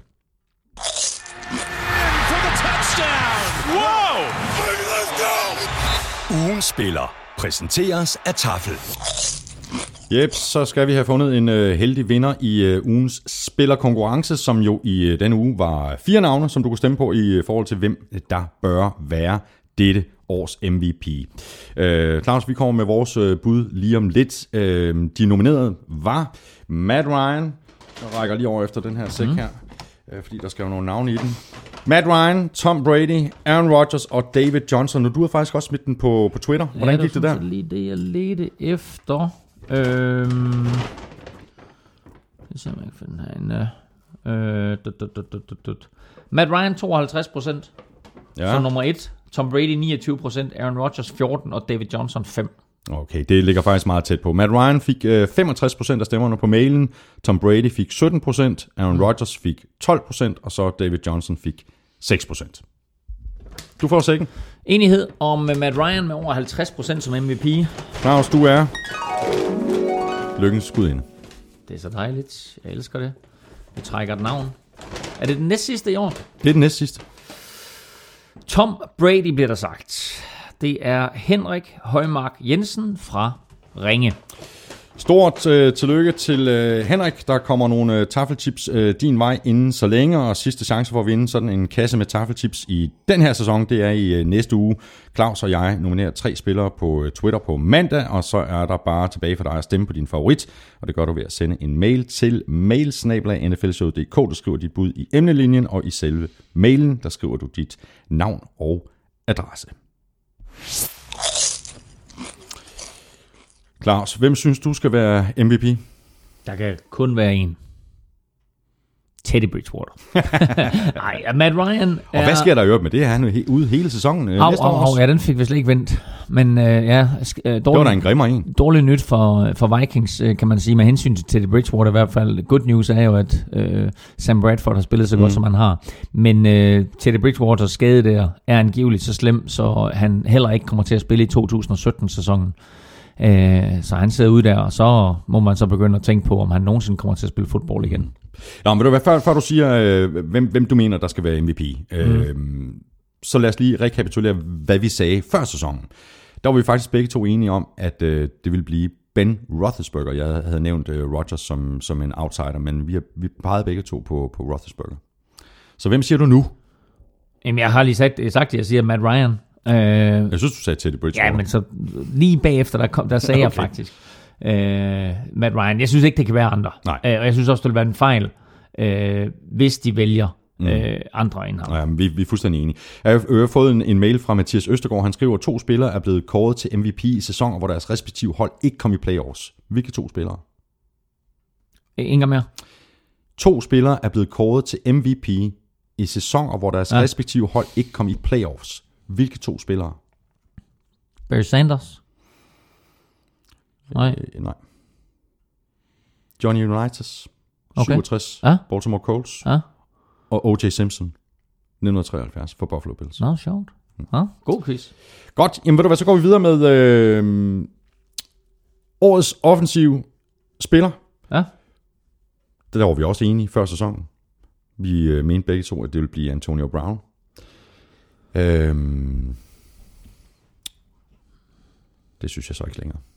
Ugens spiller præsenteres af Tafel. Jep, så skal vi have fundet en øh, heldig vinder i øh, ugens spillerkonkurrence, som jo i øh, denne uge var fire navne, som du kunne stemme på i øh, forhold til, hvem der bør være dette års M V P. Øh, Claus, vi kommer med vores øh, bud lige om lidt. Øh, de nominerede var Matt Ryan. Jeg rækker lige over efter den her sæk mm. her, øh, fordi der skal jo nogle navne i den. Matt Ryan, Tom Brady, Aaron Rodgers og David Johnson. Og du har faktisk også smidt den på, på Twitter. Hvordan ja, gik det der? Ja, det er lige det, jeg ledte efter. Øhm, det ser man ikke for den herinde. Øh, dut, dut, dut, dut, dut. Matt Ryan tooghalvtreds procent. Ja. Så nummer et. Tom Brady niogtyve procent. Aaron Rodgers fjorten og David Johnson fem. Okay, det ligger faktisk meget tæt på. Matt Ryan fik øh, femogtres procent af stemmerne på mailen. Tom Brady fik sytten procent. Aaron mm. Rodgers fik tolv procent. Og så David Johnson fik seks procent. Du får sækken. Enighed om Matt Ryan med over halvtreds procent som M V P. Claus, du er lykkens skud ind. Det er så dejligt. Jeg elsker det. Vi trækker et navn. Er det den næst sidste i år? Det er den næst sidste. Tom Brady bliver der sagt. Det er Henrik Højmark Jensen fra Ringe. Stort øh, tillykke til øh, Henrik. Der kommer nogle øh, taffelchips øh, din vej inden så længe, og sidste chance for at vinde sådan en kasse med taffelchips i den her sæson, det er i øh, næste uge. Claus og jeg nominerer tre spillere på øh, Twitter på mandag, og så er der bare tilbage for dig at stemme på din favorit, og det gør du ved at sende en mail til mail snabel-a n f l show punktum d k. Du skriver dit bud i emnelinjen, og i selve mailen, der skriver du dit navn og adresse. Claus, hvem synes du skal være M V P? Der kan kun være en. Teddy Bridgewater. Nej, Matt Ryan er... Og hvad sker der i øvrigt med det? Han er ude hele sæsonen. Au, au, au, ja, den fik vi slet ikke vendt. Men uh, ja, sk- dårlig, det var da en grimmer en. Dårligt nyt for, for Vikings, kan man sige, med hensyn til Teddy Bridgewater i hvert fald. Good news er jo, at uh, Sam Bradford har spillet så godt, mm. som han har. Men uh, Teddy Bridgewaters skade der er angiveligt så slem, så han heller ikke kommer til at spille i to tusind og sytten-sæsonen. Så han sidder ude der, og så må man så begynde at tænke på, om han nogensinde kommer til at spille fodbold igen. Nå, men du, før, før du siger, øh, hvem, hvem du mener, der skal være M V P, øh, mm. så lad os lige rekapitulere, hvad vi sagde før sæsonen. Der var vi faktisk begge to enige om, at øh, det ville blive Ben Roethlisberger. Jeg havde nævnt øh, Rodgers som, som en outsider, men vi, har, vi pegede begge to på, på Roethlisberger. Så hvem siger du nu? Jamen, jeg har lige sagt, sagt jeg siger Matt Ryan. Uh, jeg synes, du sagde Teddy Bridgewater. Ja, men så lige bagefter, der, kom, der sagde okay. jeg faktisk uh, Matt Ryan. Jeg synes ikke, det kan være andre. Nej. Uh, og jeg synes også, det vil være en fejl, uh, hvis de vælger mm. uh, andre end ham. Ja, vi, vi er fuldstændig enige. Jeg har fået en, en mail fra Mathias Østergaard. Han skriver, at to spillere er blevet kåret til M V P i sæsoner, hvor deres respektive hold ikke kom i playoffs. Hvilke to spillere? Ingen mere. To spillere er blevet kåret til M V P i sæsoner, hvor deres ja. respektive hold ikke kom i playoffs. Hvilke to spillere? Barry Sanders? Nej. Øh, nej. Johnny Unitas, okay. syvogtres, ja. Baltimore Colts, ja. og O J Simpson, nitten treoghalvfjerds for Buffalo Bills. Nå, sjovt. Ja, god quiz. Godt, jamen ved du hvad, så går vi videre med øh, årets offensive spiller. Ja. Der var vi også enige før sæsonen. Vi øh, mente begge to, at det ville blive Antonio Brown. Øhm, det synes jeg så ikke længere.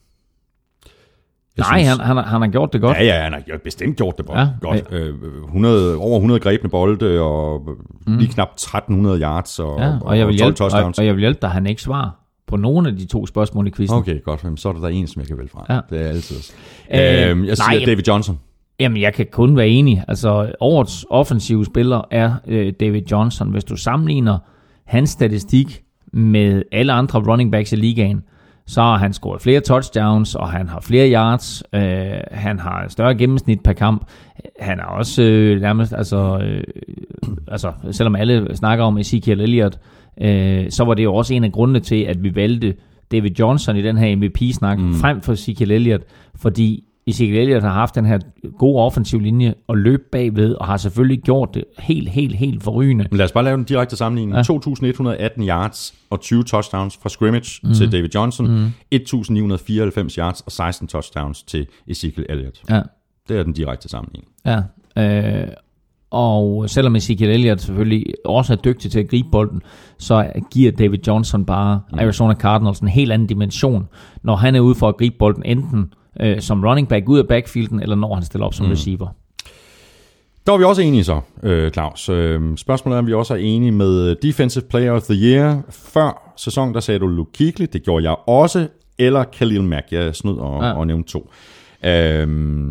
Jeg Nej, synes, han, han, har, han har gjort det godt. Ja, ja, han har bestemt gjort det ja, godt. Ja. Øh, hundrede, over hundrede grebne bolde, og mm. lige knap tretten hundrede yards, og, ja, og, og, jeg vil og tolv hjælpe, touchdowns. Og, og jeg vil hjælpe dig, han ikke svarer på nogen af de to spørgsmål i quizzen. Okay, godt. Så er der der en, som jeg kan vælge fra. Ja. Det er altid. Øh, øhm, jeg siger nej, David Johnson. Jamen, jeg kan kun være enig. Altså, årets offensive spiller er øh, David Johnson. Hvis du sammenligner hans statistik med alle andre running backs i ligaen, så har han scoret flere touchdowns, og han har flere yards. Øh, han har et større gennemsnit per kamp. Han er også øh, nærmest, altså, øh, altså, selvom alle snakker om Ezekiel Elliott, øh, så var det jo også en af grundene til, at vi valgte David Johnson i den her M V P-snak, mm. frem for Ezekiel Elliott, fordi Ezekiel Elliott har haft den her gode offensiv linje og løb bagved, og har selvfølgelig gjort det helt, helt, helt forrygende. Men lad os bare lave en direkte sammenligning. Ja. to tusind et hundrede og atten yards og tyve touchdowns fra scrimmage mm. til David Johnson. Mm. et tusind ni hundrede og fireoghalvfems yards og seksten touchdowns til Ezekiel Elliott. Ja. Det er den direkte sammenligning. Ja, øh, og selvom Ezekiel Elliott selvfølgelig også er dygtig til at gribe bolden, så giver David Johnson bare mm. Arizona Cardinals en helt anden dimension, når han er ude for at gribe bolden enten øh, som running back ud af backfielden, eller når han stiller op som mm. receiver. Der var vi også enige så, øh, Claus. Øh, spørgsmålet er, om vi også er enige med Defensive Player of the Year. Før sæsonen, der sagde du Luke Kuechly, det gjorde jeg også, eller Khalil Mack. Jeg snød og, ja. og nævnte to. Øh,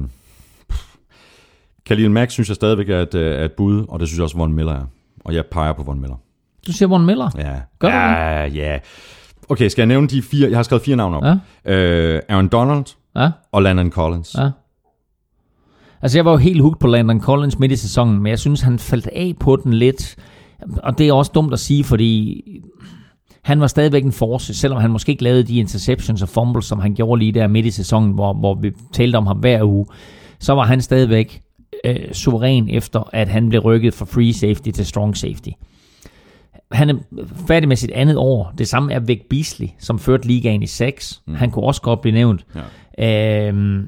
Khalil Mack synes jeg stadigvæk er et, er et bud, og det synes jeg også, Von Miller er. Og jeg peger på Von Miller. Du siger Von Miller? Ja. Gør du ja, det? Ja. Okay, skal jeg nævne de fire? Jeg har skrevet fire navne op. Ja. Øh, Aaron Donald ja. og Landon Collins. Ja. Altså, jeg var jo helt hooked på Landon Collins midt i sæsonen, men jeg synes, han faldt af på den lidt. Og det er også dumt at sige, fordi han var stadigvæk en force, selvom han måske ikke lavede de interceptions og fumbles, som han gjorde lige der midt i sæsonen, hvor, hvor vi talte om ham hver uge. Så var han stadigvæk øh, suveræn efter, at han blev rykket fra free safety til strong safety. Han er færdig med sit andet år. Det samme er Vic Beasley, som førte ligaen i seks. Mm. Han kunne også godt blive nævnt. Ja. Øhm,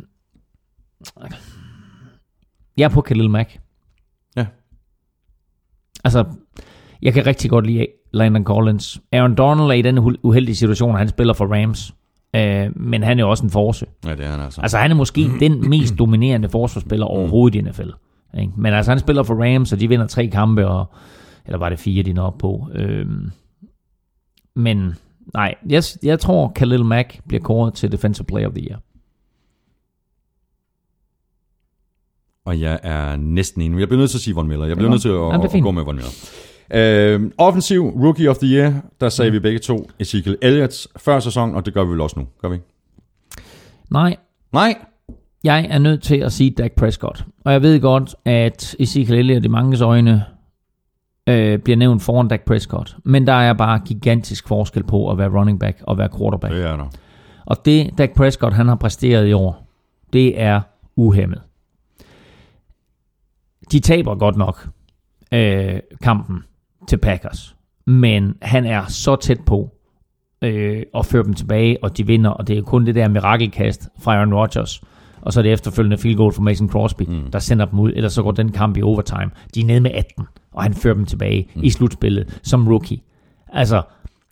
jeg er på Khalil Mack. Ja. Altså, jeg kan rigtig godt lide Landon Collins. Aaron Donald er i den uheldige situation, at han spiller for Rams. Øh, men han er jo også en force. Ja, det er han altså. Altså, han er måske den mest dominerende forsvarsspiller overhovedet i N F L. Ikke? Men altså, han spiller for Rams, og de vinder tre kampe, og, eller var det fire, de når op på. Øh, men nej, jeg, jeg tror, Khalil Mack bliver kåret til Defensive Player of the Year. Og jeg er næsten enig. Jeg bliver nødt til at sige Von Miller. Jeg bliver nødt til at, Jamen, at gå med Von Miller. Øh, offensiv Rookie of the Year, der sagde mm. vi begge to Ezekiel Elliott før sæson, og det gør vi vel også nu. Gør vi? Nej. Nej. Jeg er nødt til at sige Dak Prescott. Og jeg ved godt, at Ezekiel Elliott i manges øjne øh, bliver nævnt foran Dak Prescott. Men der er bare gigantisk forskel på at være running back og være quarterback. Det er der. Og det Dak Prescott han har præsteret i år, det er uhæmmet. De taber godt nok øh, kampen til Packers, men han er så tæt på øh, at føre dem tilbage, og de vinder, og det er kun det der mirakelkast fra Aaron Rodgers, og så det efterfølgende field goal for Mason Crosby, mm. der sender dem ud, ellers så går den kamp i overtime. De er nede med atten, og han fører dem tilbage mm. i slutspillet som rookie. Altså,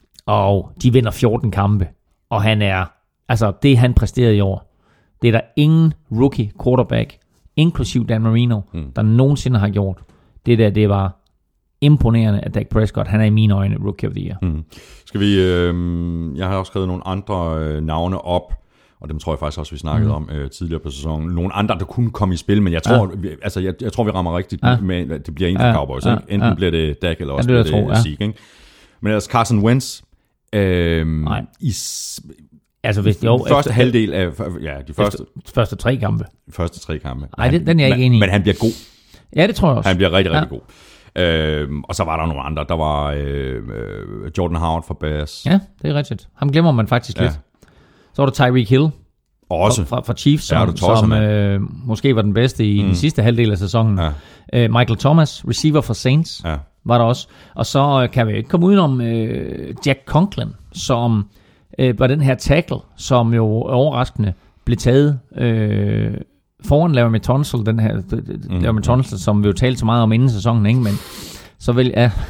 og de vinder fjorten kampe, og han er, altså det han præsterede i år, det er der ingen rookie quarterback, inklusiv Dan Marino, mm. der nogensinde har gjort. Det der, det var imponerende af Dak Prescott. Han er i mine øjne Rookie of the Year. Mm. Skal vi, øh, jeg har også skrevet nogle andre øh, navne op, og dem tror jeg faktisk også, vi snakkede mm. om øh, tidligere på sæsonen. Nogle andre, der kunne komme i spil, men jeg tror, ja. vi, altså, jeg, jeg tror vi rammer rigtigt ja. med, det bliver en for ja. Cowboys. Ja. Ikke? Enten ja. bliver det Dak, eller også ja, det, bliver det Zeke. Ja. Men altså Carson Wentz, øh, Nej. i Altså hvis jo, første efter, halvdel af ja, de første første tre kampe. Første tre kampe. Nej, den, den er jeg ikke enig i. Men han bliver god. Ja, det tror jeg også. Han bliver rigtig, rigtig ja. god. Øhm, og så var der nogle andre. Der var øh, Jordan Howard fra Bears. Ja, det er rigtigt. Ham glemmer man faktisk ja. lidt. Så var der Tyreek Hill. Også. Fra, fra Chiefs, som, ja, tosser, som øh, måske var den bedste i mm. den sidste halvdel af sæsonen. Ja. Øh, Michael Thomas, receiver for Saints, ja. var der også. Og så kan vi ikke komme udenom øh, Jack Conklin, som øh, var den her tackle, som jo overraskende blev taget øh, foran Laremy Tunsil, den her mm. Laremy Tunsil, som vi jo talte så meget om inden sæsonen, ikke? Men så vælger, ja,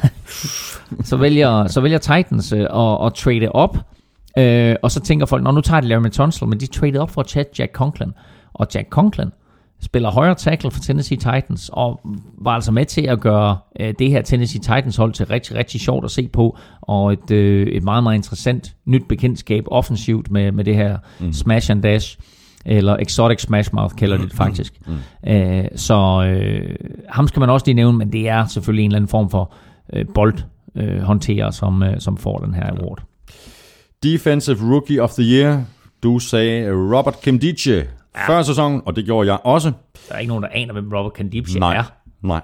så vælger, så vælger Titans øh, at, at trade op, øh, og så tænker folk, nå, nu tager de Laremy Tunsil, men de traded op for at tage Jack Conklin, og Jack Conklin spiller højre tackle for Tennessee Titans, og var altså med til at gøre øh, det her Tennessee Titans hold til rigtig, rigtig sjovt at se på, og et, øh, et meget, meget interessant nyt bekendtskab offensivt med, med det her mm. smash and dash, eller exotic smash mouth kalder det faktisk. Mm. Æh, så øh, ham skal man også lige nævne, men det er selvfølgelig en eller anden form for øh, boldhåndterer, øh, som, øh, som får den her award. Defensive Rookie of the Year. Du sagde Robert Nkemdiche ja. før sæsonen, og det gjorde jeg også. Der er ikke nogen, der aner, hvem Robert Nkemdiche Nej. er. Nej.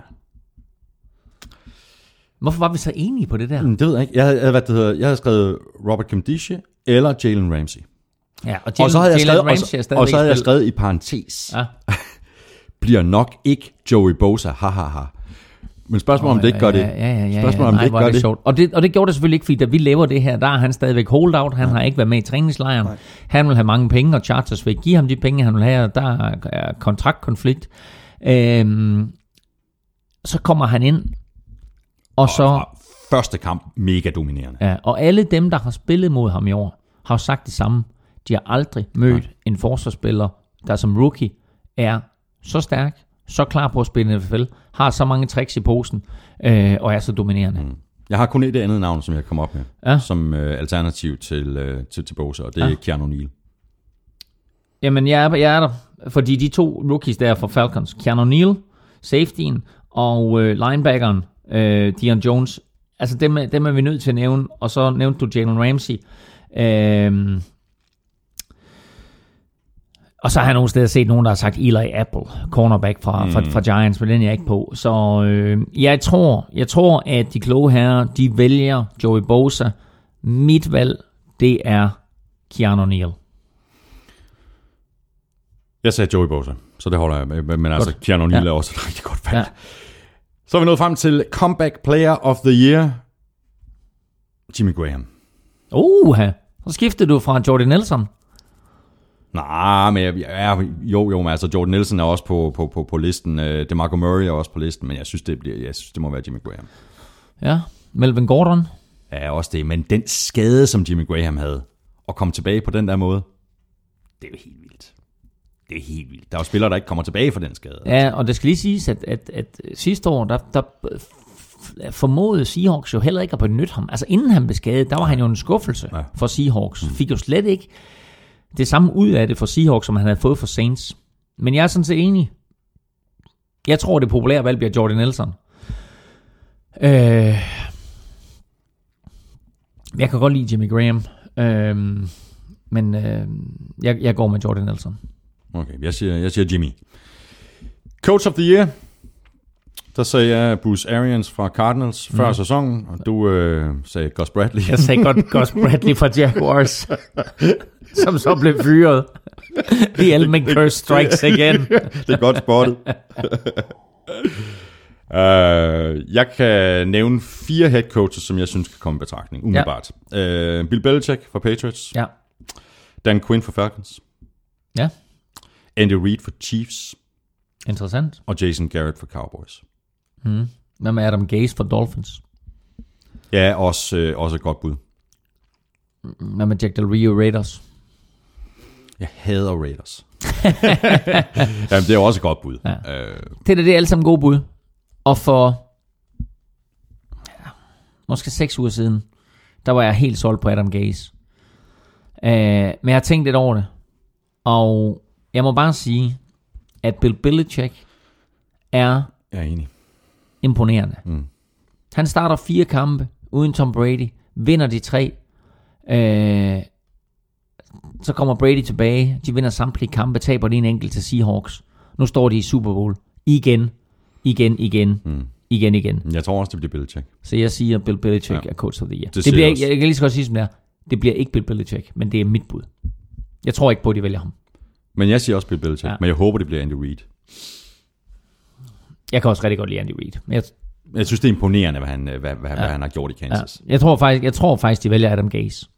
Hvorfor var vi så enige på det der? Det ved jeg ikke. Jeg havde, hvad det hedder, jeg havde skrevet Robert Nkemdiche eller Jalen Ramsey. Ja, og, Jalen, og så havde jeg skrevet, og så, og så havde jeg skrevet i parentes. Ja. Bliver nok ikke Joey Bosa. Ha, ha, ha. Men spørgsmålet oh, om det ikke gør det. Ja, ja, ja, spørgsmålet ja, om nej, det ikke gør det. det. Og det. Og det gjorde det selvfølgelig ikke, fordi da vi laver det her, der er han stadigvæk holdout. Han ja. har ikke været med i træningslejren. Nej. Han vil have mange penge, og Chargers vil give ham de penge, han vil have. Der er kontraktkonflikt. Øhm, så kommer han ind, og, og så... Første kamp, mega dominerende. Ja, og alle dem, der har spillet mod ham i år, har jo sagt det samme. De har aldrig mødt ja. en forsvarsspiller, der som rookie er så stærk, så klar på at spille N F L, har så mange tricks i posen, øh, og er så dominerende. Mm. Jeg har kun et andet navn, som jeg kommer op med, ja. som øh, alternativ til, øh, til, til Bosa, og det er ja. Keanu Neal. Jamen, jeg er, jeg er der, fordi de to rookies der for Falcons, Keanu Neal, safetyen, og øh, linebackeren, øh, Deion Jones, altså dem, dem er vi nødt til at nævne, og så nævnte du Jalen Ramsey. Øh, Og så har jeg nogle steder set nogen, der har sagt Eli Apple, cornerback fra, mm. fra, fra Giants, men den er jeg ikke på. Så øh, jeg tror, jeg tror, at de kloge herrer, de vælger Joey Bosa. Mit valg, det er Keanu Neal. Jeg sagde Joey Bosa, så det holder jeg med. Men godt. Altså, Keanu Neal ja. er også et rigtig godt valg. Ja. Så er vi nået frem til Comeback Player of the Year. Jimmy Graham. Uh, så skiftede du fra Jordy Nelson. Nej, men jeg, jeg, jo, jo, men altså Jordan Nelson er også på, på, på, på listen. DeMarco Murray er også på listen, men jeg synes, det, bliver, jeg synes, det må være Jimmy Graham. Ja, Melvin Gordon. Ja, også det, men den skade, som Jimmy Graham havde, at komme tilbage på den der måde, det er jo helt vildt. Det er helt vildt. Der er jo spillere, der ikke kommer tilbage fra den skade. Ja, og det skal lige siges, at, at, at sidste år, der, der formåede Seahawks jo heller ikke at benytte ham. Altså inden han blev skadet, der var han jo en skuffelse ja. for Seahawks. Mm. Fik jo slet ikke det samme ud af det for Seahawks, som han havde fået for Saints. Men jeg er sådan set enig. Jeg tror, det populære valg bliver Jordy Nelson. Øh, jeg kan godt lide Jimmy Graham. Øh, men øh, jeg, jeg går med Jordy Nelson. Okay, jeg siger, jeg siger Jimmy. Coach of the Year. Der sagde jeg Bruce Arians fra Cardinals før mm. sæsonen, og du øh, sagde Gus Bradley. Jeg sagde godt Gus Bradley fra Jaguars, som så blev fyret. The element curse strikes again. Det er godt spottet. uh, jeg kan nævne fire head coaches, som jeg synes kan komme i betragtning, umiddelbart. Ja. Uh, Bill Belichick fra Patriots. Ja. Dan Quinn fra Falcons. Ja. Andy Reid for Chiefs. Interessant. Og Jason Garrett for Cowboys. Mm. Hvad med Adam Gase for Dolphins? Ja, også, øh, også et godt bud. Hvad med Jack Del Rio Raiders? Jeg hader Raiders. Jamen, det er også et godt bud. Ja. Øh. Det er det er alle sammen gode bud. Og for ja, måske seks uger siden, der var jeg helt solgt på Adam Gase. Øh, men jeg har tænkt lidt over det. Og jeg må bare sige, at Bill Belichick er, jeg er enig. imponerende. Mm. Han starter fire kampe uden Tom Brady, vinder de tre. Øh, så kommer Brady tilbage, de vinder samtlige kampe, taber de en enkelt til Seahawks. Nu står de i Super Bowl. Igen, igen, igen, mm. igen, igen. Jeg tror også, det bliver Belichick. Så jeg siger, Bill Belichick ja. er coach of the year. Det, det bliver, jeg, jeg kan lige så godt sige, som det er. Det bliver ikke Bill Belichick, men det er mit bud. Jeg tror ikke på, at de vælger ham. Men jeg siger også Bill Belichick, ja. men jeg håber, det bliver Andy Reid. Jeg kan også rigtig godt lide Andy Reid. Jeg, jeg synes, det er imponerende, hvad han, hvad, hvad, ja. hvad han har gjort i Kansas. Ja. Jeg, tror faktisk, jeg tror faktisk, de vælger Adam Gase.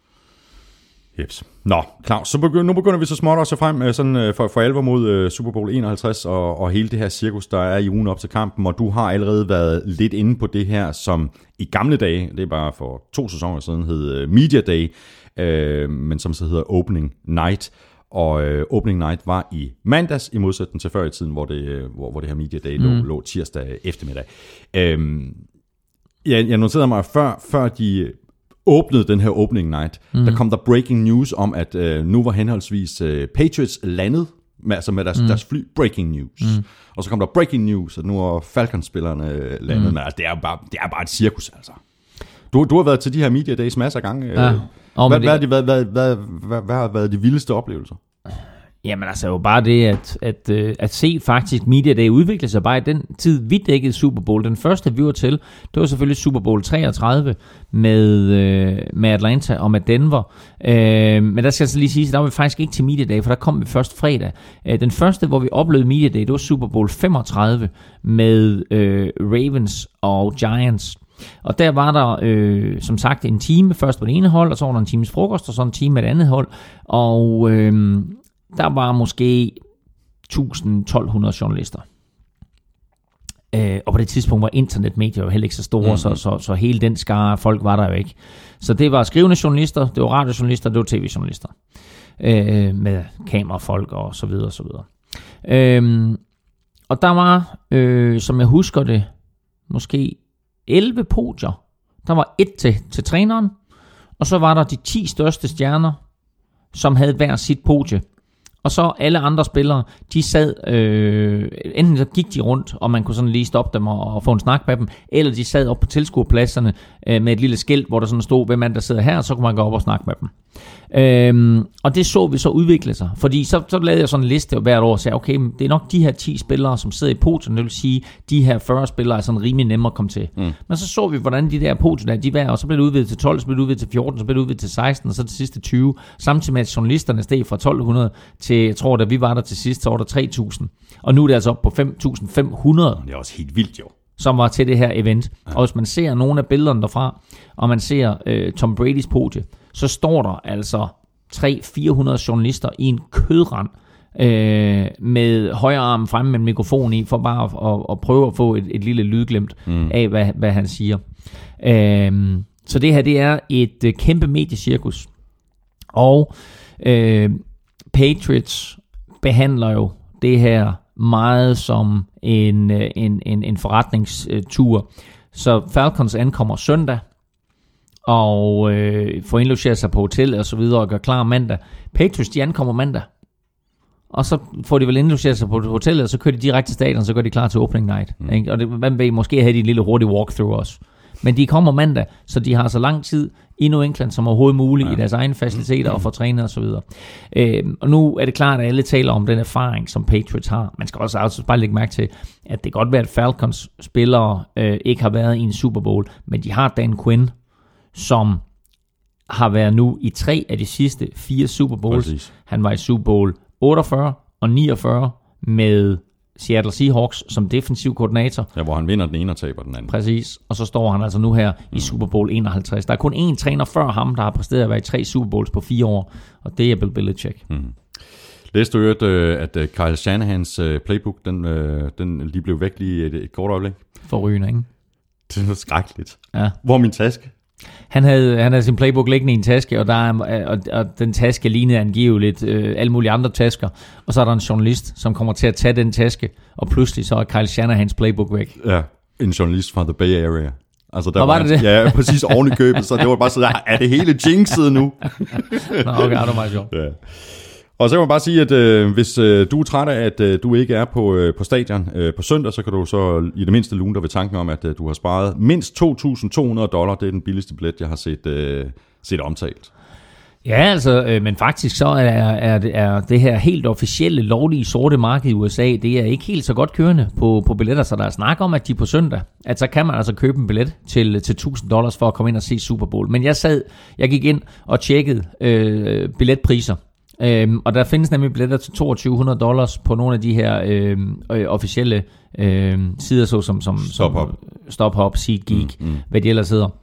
Jeps. Nå, Claus, så begynder, nu begynder vi så småt også frem sådan, for, for alvor mod uh, Super Bowl enoghalvtreds og, og hele det her cirkus, der er i ugen op til kampen, og du har allerede været lidt inde på det her, som i gamle dage, det er bare for to sæsoner siden, hed uh, Media Day, uh, men som så hedder Opening Night. Og uh, Opening Night var i mandags, i modsætning til før i tiden, hvor det, hvor, hvor det her Media Day mm. lå, lå tirsdag eftermiddag. Uh, jeg, jeg noterede mig, før, før de åbnede den her Opening Night, mm. der kom der breaking news om, at uh, nu var henholdsvis uh, Patriots landet, med, altså med deres, mm. deres fly, breaking news. Mm. Og så kom der breaking news, at nu er Falcons-spillerne landet. Mm. Men altså, det er bare, det er bare et cirkus, altså. Du, du har været til de her Media Days masser af gange. Ja. Oh, hvad, hvad, det... hvad, hvad, hvad, hvad, hvad har været de vildeste oplevelser? Jamen altså jo bare det, at, at, at se faktisk Media Day udvikle sig bare i den tid, vi dækkede Super Bowl. Den første, vi var til, det var selvfølgelig Super Bowl treogtredive med, med Atlanta og med Denver. Men der skal altså lige sige, at der var vi faktisk ikke til Media Day, for der kom vi først fredag. Den første, hvor vi oplevede Media Day, det var Super Bowl femogtredive med Ravens og Giants. Og der var der, øh, som sagt, en time først på det ene hold, og så var der en times frokost, og så en time med det andet hold. Og øh, der var måske tusind til tolv hundrede journalister. Øh, og på det tidspunkt var internetmedier jo heller ikke så store, mm-hmm. så, så, så hele den skare folk var der jo ikke. Så det var skrivende journalister, det var radiojournalister, det var tv-journalister. Øh, med kamerafolk og så videre og så videre. Øh, og der var, øh, som jeg husker det, måske elleve podier. Der var et til, til træneren, og så var der de ti største stjerner, som havde hver sit podie. Og så alle andre spillere, de sad, øh, enten så gik de rundt, og man kunne sådan lige stoppe dem og, og få en snak med dem, eller de sad op på tilskuerpladserne øh, med et lille skilt, hvor der sådan stod, hvem man der sidder her, og så kunne man gå op og snakke med dem. Øhm, og det så vi så udvikle sig, fordi så, så lavede jeg sådan en liste hvert år og sagde, okay, det er nok de her ti spillere, som sidder i podien, det vil sige, de her fyrre spillere er sådan rimelig nemmere at komme til. Mm. Men så så vi, hvordan de der podier der, de var, og så blev det udvidet til tolv, så blev det udvidet til fjorten, så blev det udvidet til seksten, og så til sidste tyve, samtidig med at journalisterne steg fra tolv hundrede til, jeg tror, da vi var der til sidst, så var der tre tusind, og nu er det altså op på fem tusind fem hundrede. Det er også helt vildt jo. Som var til det her event. Ja. Og hvis man ser nogle af billederne derfra, og man ser øh, Tom Bradys podie, så står der altså tre til fire hundrede journalister i en kødrand øh, med højre arm fremme med en mikrofon i, for bare at, at, at prøve at få et, et lille lydglimt mm. af, hvad, hvad han siger. Øh, så det her, det er et øh, kæmpe mediecirkus. Og øh, Patriots behandler jo det her meget som en, en, en, en forretningstur. Så Falcons ankommer søndag, og øh, får indlogeret sig på hotellet og så videre, og gør klar mandag. Patriots, de ankommer mandag. Og så får de vel indlogeret sig på hotellet, og så kører de direkte til stadion, og så går de klar til opening night. Mm. Ikke? Og det, hvad ved, måske havde de en lille hurtig walkthrough også. Men de kommer mandag, så de har så lang tid i New England som overhovedet muligt ja. i deres egne faciliteter og får trænet og så videre. Øh, og nu er det klart, at alle taler om den erfaring, som Patriots har. Man skal også altså bare lægge mærke til, at det kan godt være, at Falcons spillere øh, ikke har været i en Super Bowl, men de har Dan Quinn, som har været nu i tre af de sidste fire Super Bowls. Præcis. Han var i Super Bowl otteogfyrre og niogfyrre med Seattle Seahawks som defensiv koordinator. Ja, hvor han vinder den ene og taber den anden. Præcis, og så står han altså nu her mm. i Super Bowl enoghalvtreds. Der er kun én træner før ham, der har præsteret at være i tre Super Bowls på fire år, og det er Bill Belichick. Mm. Læste du hørt, at Kyle Shanahans playbook, den, den lige blev væk lige et, et kort øjeblik? Forrygende, ikke? Det er skrækkeligt. Ja. Hvor er min taske? Han havde, han havde sin playbook liggende i en taske, og, der er, og, og den taske lignede angiveligt øh, alle mulige andre tasker. Og så er der en journalist, som kommer til at tage den taske, og pludselig så er Kyle Shanahans playbook væk. Ja, en journalist fra The Bay Area. Altså, der og var, var det det? Ja, præcis oven i købet, så det var bare sådan, er det hele jinxet nu? Nå, okay, det var meget sjovt. Ja. Og så kan man bare sige, at øh, hvis øh, du er træt af, at øh, du ikke er på, øh, på stadion øh, på søndag, så kan du så i det mindste lune dig ved tanken om, at øh, du har sparet mindst to tusind to hundrede dollar. Det er den billigste billet, jeg har set, øh, set omtalt. Ja, altså, øh, men faktisk så er, er, det, er det her helt officielle, lovlige sorte marked i U S A, det er ikke helt så godt kørende på, på billetter, så der er snak om, at de på søndag, at så kan man altså købe en billet til, til tusind dollars for at komme ind og se Super Bowl. Men jeg sad, jeg gik ind og tjekkede øh, billetpriser. Øhm, og der findes nemlig billetter til to tusind to hundrede dollars på nogle af de her øh, øh, officielle øh, sider, så som, som StubHub, StubHub, SeatGeek, mm, mm. hvad de ellers hedder.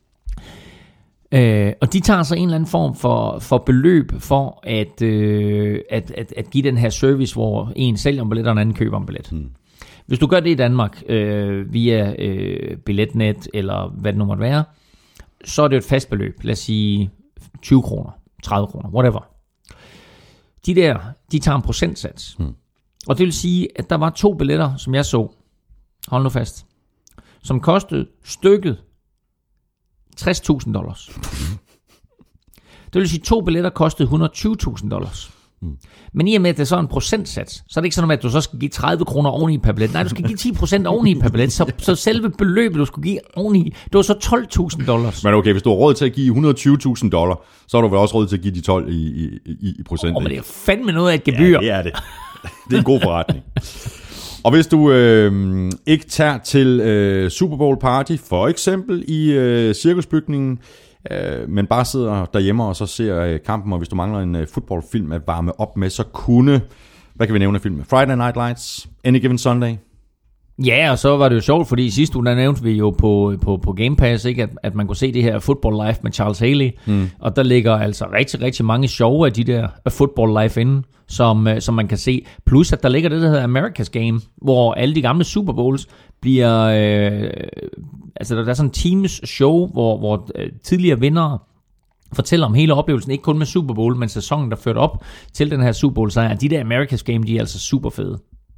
Øh, og de tager så en eller anden form for, for beløb for at, øh, at, at, at give den her service, hvor en sælger en billet, og en anden køber en billet. Mm. Hvis du gør det i Danmark øh, via øh, Billetnet, eller hvad det nu måtte være, så er det et fast beløb. Lad os sige tyve kroner, tredive kroner, whatever. De der, de tager en procentsats. Hmm. Og det vil sige, at der var to billetter, som jeg så, hold nu fast, som kostede stykket tres tusind dollars. Det vil sige, at to billetter kostede et hundrede og tyve tusind dollars. Hmm. Men i og med, at det er så en procentsats, så er det ikke sådan, at du så skal give tredive kroner oveni per billet. Nej, du skal give ti procent oveni per billet. Så, så selve beløbet, du skulle give oveni, det var så tolv tusind dollars. Men okay, hvis du har råd til at give et hundrede og tyve tusind dollar, så har du vel også råd til at give de tolv i, i, i, i procent. Oh, men det er fandme noget af et gebyr. Ja, det er det. Det er en god forretning. Og hvis du øh, ikke tager til øh, Super Bowl party, for eksempel i øh, cirkusbygningen, øh, men bare sidder derhjemme og så ser øh, kampen, og hvis du mangler en øh, fodboldfilm at varme op med, så kunne, hvad kan vi nævne af filmen? Friday Night Lights, Any Given Sunday. Ja, og så var det jo sjovt, fordi i sidste uge, der nævnte vi jo på, på, på Game Pass, ikke, at, at man kunne se det her Football Live med Charles Haley, mm. og der ligger altså rigtig, rigtig mange sjove af de der Football Live inde, som, som man kan se. Plus, at der ligger det, der hedder America's Game, hvor alle de gamle Super Bowls bliver, øh, altså der er sådan en teams show, hvor, hvor øh, tidligere vindere fortæller om hele oplevelsen, ikke kun med Super Bowl, men sæsonen, der førte op til den her Super Bowl sejr. De der America's Game, de er altså super fede.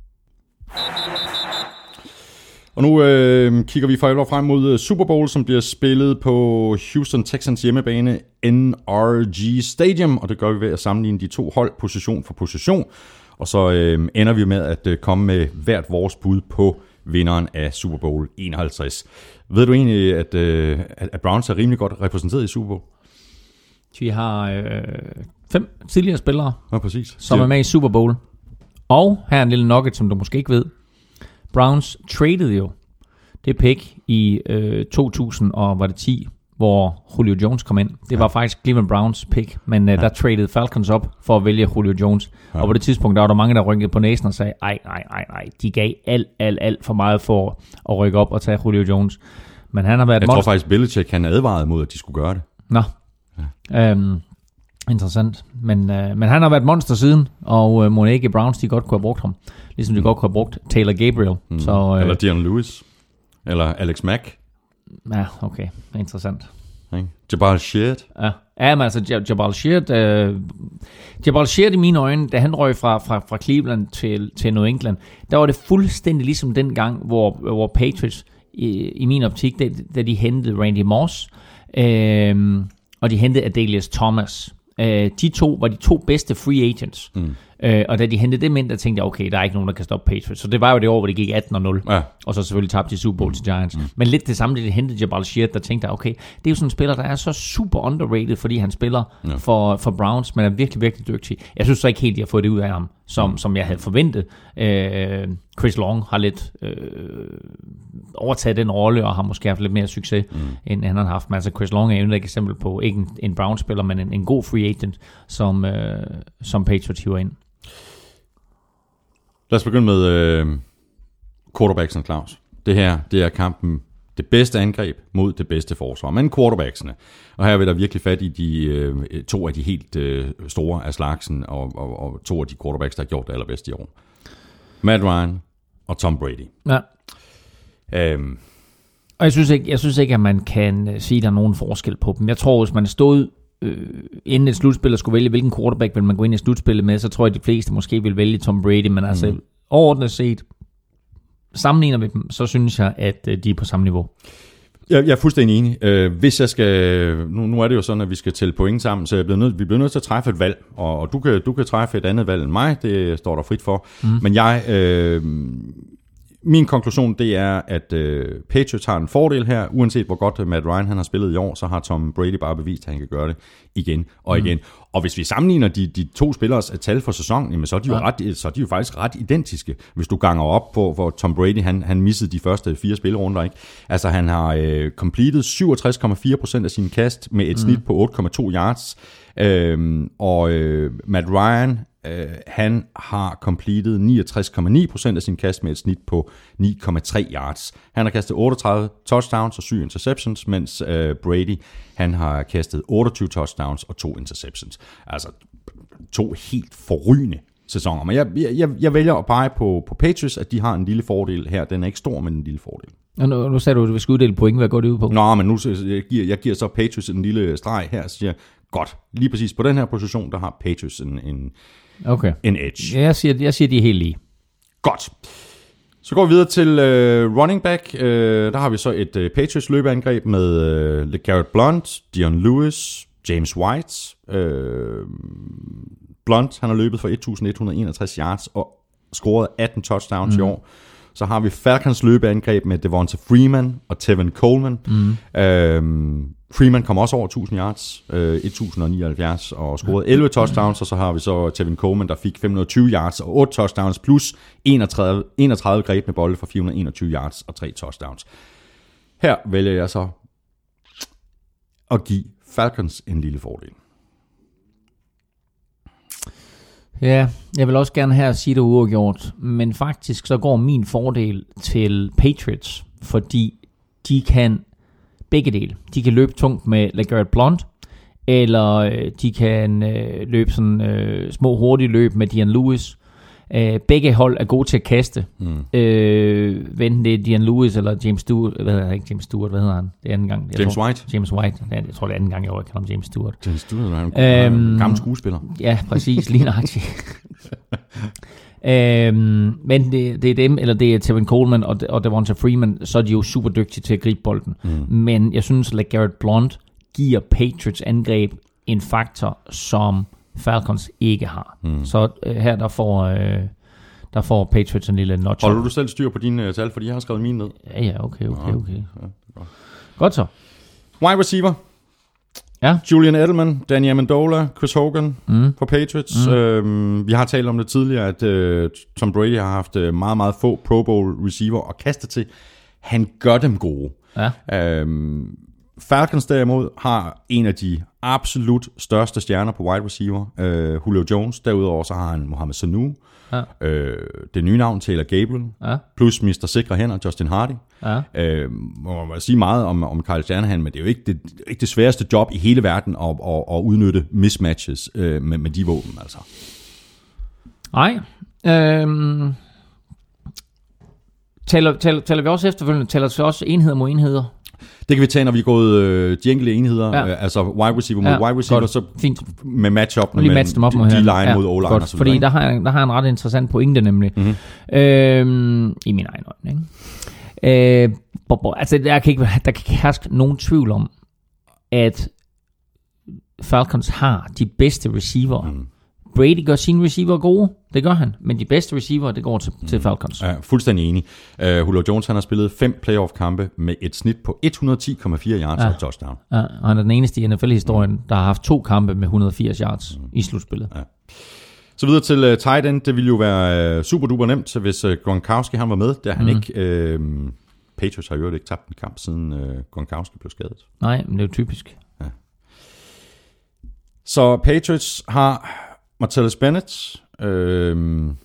Og nu øh, kigger vi for alvor frem mod Super Bowl, som bliver spillet på Houston Texans hjemmebane N R G Stadium, og det gør vi ved at sammenligne de to hold position for position, og så øh, ender vi med at øh, komme med hvert vores bud på vinderen af Super Bowl enoghalvtreds. Ved du egentlig, at, øh, at Browns er rimelig godt repræsenteret i Super Bowl? Vi har øh, fem tidligere spillere, ja, præcis. som er med i Super Bowl, og her er en lille nugget, som du måske ikke ved. Browns traded jo det pick i øh, to tusind og ti, hvor Julio Jones kom ind. Det var ja. faktisk Cleveland Browns pick, men øh, ja. der traded Falcons op for at vælge Julio Jones. Ja. Og på det tidspunkt, der var der mange, der rynkede på næsen og sagde, ej, ej, ej, ej, de gav alt, alt, alt for meget for at rykke op og tage Julio Jones. Men han har været Jeg monster. tror faktisk, Belichick han advarede mod, at de skulle gøre det. Nå, ja. øhm, interessant. Men, øh, men han har været monster siden, og øh, må ikke Browns, de godt kunne have brugt ham. Ligesom de mm. godt kunne have brugt Taylor Gabriel. Mm. Så, øh, eller Dion Lewis. Eller Alex Mack. Ja, okay. Interessant. Ikke? Jabal Sheard. Ja, ja men altså Jabal Sheard, øh, Jabal Sheard i mine øjne, da han røg fra, fra, fra Cleveland til, til New England, der var det fuldstændig ligesom den gang, hvor, hvor Patriots, i, i min optik, da, da de hentede Randy Moss, øh, og de hentede Adelius Thomas. Øh, de to var de to bedste free agents. Mm. Øh, og da de hentede dem ind, der tænkte jeg, okay, der er ikke nogen, der kan stoppe Patriots. Så det var jo det år, hvor de gik atten og nul. Ja. Og så selvfølgelig tabte de Super Bowl til Giants. Mm. Men lidt det samme, da de hentede Jabal Sheard, der tænkte jeg, okay, det er jo sådan en spiller, der er så super underrated, fordi han spiller ja. for, for Browns, men er virkelig, virkelig dygtig. Jeg synes så ikke helt, de har fået det ud af ham, som, mm. som jeg havde forventet. Øh, Chris Long har lidt øh, overtaget den rolle, og har måske haft lidt mere succes, mm. end han har haft. Men altså Chris Long er jo et eksempel på, ikke en, en Browns-spiller, men en, en god free agent, som, øh, som Patriots hiver ind. Lad os begynde med øh, quarterbacksen, Claus. Det her, det er kampen, det bedste angreb mod det bedste forsvar. Men quarterbacksene. Og her vil der virkelig fat i de øh, to af de helt øh, store af slagsen, og, og, og to af de quarterbacks, der har gjort det allerbedst i år. Matt Ryan og Tom Brady. Ja. Øhm. Og jeg synes, ikke, jeg synes ikke, at man kan sige, at der er nogen forskel på dem. Jeg tror, hvis man stod øh, inden et slutspil og skulle vælge, hvilken quarterback vil man gå ind i slutspillet med, så tror jeg, at de fleste måske vil vælge Tom Brady. Men altså mm. overordnet set, sammenligner vi dem, så synes jeg, at de er på samme niveau. Jeg, jeg er fuldstændig enig. Øh, hvis jeg skal, nu, nu er det jo sådan, at vi skal tælle point sammen, så jeg bliver nødt, vi bliver nødt til at træffe et valg, og, og du, kan, du kan træffe et andet valg end mig, det står der frit for. Mm. Men jeg, øh, min konklusion, det er, at øh, Patriots har en fordel her, uanset hvor godt Matt Ryan han har spillet i år, så har Tom Brady bare bevist, at han kan gøre det igen og igen. Mm. Og hvis vi sammenligner de, de to spillers tal for sæsonen, jamen, så, er de jo ja. ret, så er de jo faktisk ret identiske, hvis du ganger op på, hvor Tom Brady han, han missede de første fire spillerunder. Ikke? Altså han har øh, completed syvogtres komma fire procent af sine kast med et mm. snit på otte komma to yards, øhm, og øh, Matt Ryan øh, han har completed niogtres komma ni procent af sin kast med et snit på ni komma tre yards. Han har kastet otteogtredive touchdowns og syv interceptions, mens øh, Brady han har kastet otteogtyve touchdowns og to interceptions. Altså to helt forrygende sæsoner. Men jeg, jeg, jeg vælger at pege på, på Patriots, at de har en lille fordel her. Den er ikke stor, men en lille fordel. Og nu, nu sagde du, at du skal uddele point. Hvad går det ud på? Nå, men nu jeg giver jeg giver så Patriots en lille streg her, så siger jeg, godt, lige præcis på den her position, der har Patriots en, en, okay. en edge. Jeg siger, jeg siger, de er helt lige. Godt. Så går vi videre til uh, running back. Uh, der har vi så et uh, Patriots løbeangreb med uh, LeGarrette Blount, Dion Lewis, James White. Uh, Blount, han har løbet for et tusind et hundrede og enogtres yards og scoret atten touchdowns mm. i år. Så har vi Falcons løbeangreb med Devonta Freeman og Tevin Coleman. Mm. Uh, Freeman kom også over tusind yards, uh, et tusind og nioghalvfjerds og scorede elleve touchdowns, og så har vi så Tevin Coleman, der fik fem hundrede og tyve yards og otte touchdowns, plus enogtredive, enogtredive greb med bolde for fire hundrede og enogtyve yards og tre touchdowns. Her vælger jeg så at give Falcons en lille fordel. Ja, jeg vil også gerne her sige det uafgjort, men faktisk så går min fordel til Patriots, fordi de kan begge dele. De kan løbe tungt med LeGarrette Blount, eller de kan øh, løbe sådan øh, små hurtige løb med Dion Lewis. Øh, begge hold er gode til at kaste. Mm. Øh, Venten det er Dion Lewis eller James Stewart. Hvad hedder han? Ikke James Stewart, hvad hedder han? Det er anden gang. Jeg James tror, White. James White. Jeg tror, det er anden gang, jeg kalder ham James Stewart. James Stewart er en øhm, gammel skuespiller. Ja, præcis. Lige nøjagtigt. øhm, men det, det er dem, eller det er Tevin Coleman og, og Devonta Freeman, så er de jo super dygtige til at gribe bolden. Mm. Men jeg synes, at LeGarrette Blount giver Patriots angreb en faktor, som Falcons ikke har. Mm. Så øh, her der får, øh, der får Patriots en lille notch. Holder du selv styr på dine uh, tal, fordi jeg har skrevet mine ned? Ja, ja, okay, okay, okay. Ja, godt. Godt så. Wide receiver. Ja. Julian Edelman, Danny Amendola, Chris Hogan mm. for Patriots. Mm. Øhm, vi har talt om det tidligere, at øh, Tom Brady har haft øh, meget, meget få Pro Bowl receiver at kaste til. Han gør dem gode. Ja. Øhm, Falcons derimod har en af de absolut største stjerner på wide receiver, øh, Julio Jones. Derudover så har han Mohamed Sanu, ja. øh, det nye navn Taylor Gabriel, ja. plus mister Sikre Hænder, Justin Hardy. Ja. Øh, må man sige meget om, om Kyle Shanahan, men det er jo ikke det, ikke det sværeste job i hele verden at, at, at udnytte mismatches øh, med, med de våben. Altså. Nej. Øhm. Taler, taler, taler vi også efterfølgende, taler vi også enheder mod enheder? Det kan vi tage, når vi er gået øh, de enkelte enheder, ja. øh, altså wide receiver mod ja, wide receiver, godt. så Fint. med matchup med match dem op mod D-line ja, mod O-line godt, og så fordi videre. der har, jeg, der har jeg en ret interessant pointe nemlig. Mm-hmm. Øhm, I min egen øjne, ikke? Øh, bo, bo, altså, der kan, ikke, der kan ikke herske nogen tvivl om, at Falcons har de bedste receiver. Mm. Brady gør sine receiver gode, det gør han, men de bedste receiver, det går til, mm. til Falcons. Ja, fuldstændig enig. Uh, Julio Jones, han har spillet fem playoff-kampe med et snit på et hundrede og ti komma fire yards ja. og touchdown. Ja, og han er den eneste i N F L-historien, mm. der har haft to kampe med et hundrede og firs yards mm. i slutspillet. Ja. Så videre til uh, tight end. Det ville jo være uh, super duper nemt, hvis uh, Gronkowski han var med. Det er han mm. ikke. Uh, Patriots har jo ikke tabt en kamp, siden uh, Gronkowski blev skadet. Nej, men det er jo typisk. Ja. Så Patriots har Martellus Bennett. Øhm,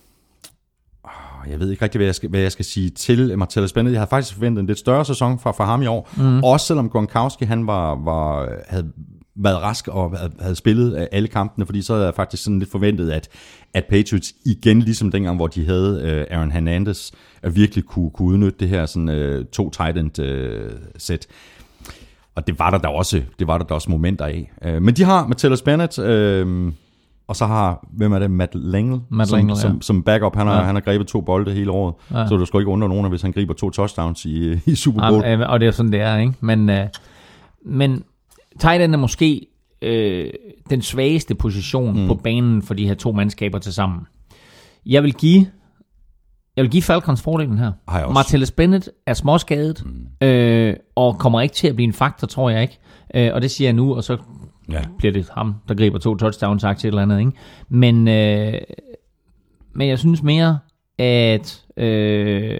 jeg ved ikke rigtig, hvad jeg skal, hvad jeg skal sige til Martellus Bennett. Jeg havde faktisk forventet en lidt større sæson fra, fra ham i år. Mm. Også selvom Gronkowski han var, var, havde været rask og havde, havde spillet alle kampene, fordi så havde jeg faktisk sådan lidt forventet, at, at Patriots igen, ligesom dengang, hvor de havde uh, Aaron Hernandez, at virkelig kunne, kunne udnytte det her sådan, uh, to tight end uh, sæt. Og det var der da også, det var der da også momenter af. Uh, men de har Martellus Bennett, uh, og så har, hvem er det, Matt Langle, Matt som, Langle som, ja. som backup. Han har, ja. han har grebet to bolde hele året, ja. Så du skal ikke undre nogen, hvis han griber to touchdowns i, i Super Bowl. Ja, og det er sådan, det er, ikke? Men, uh, men tight end er måske uh, den svageste position mm. på banen for de her to mandskaber til sammen. Jeg vil give Jeg vil give Falcons fordelen her. Martellus Bennett er småskadet, mm. øh, og kommer ikke til at blive en faktor, tror jeg ikke. Øh, og det siger jeg nu, og så ja. bliver det ham, der griber to touchdowns til et eller andet. Ikke? Men, øh, men jeg synes mere, at øh,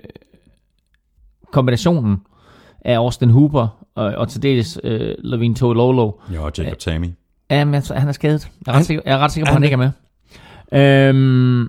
kombinationen af Austin Hooper og, og til dels øh, Levine Toilolo. Ja, og Jacob Tamme. Ja, men han er skadet. Jeg er ret sikker, jeg er ret sikker på, at han ikke er med. Øhm,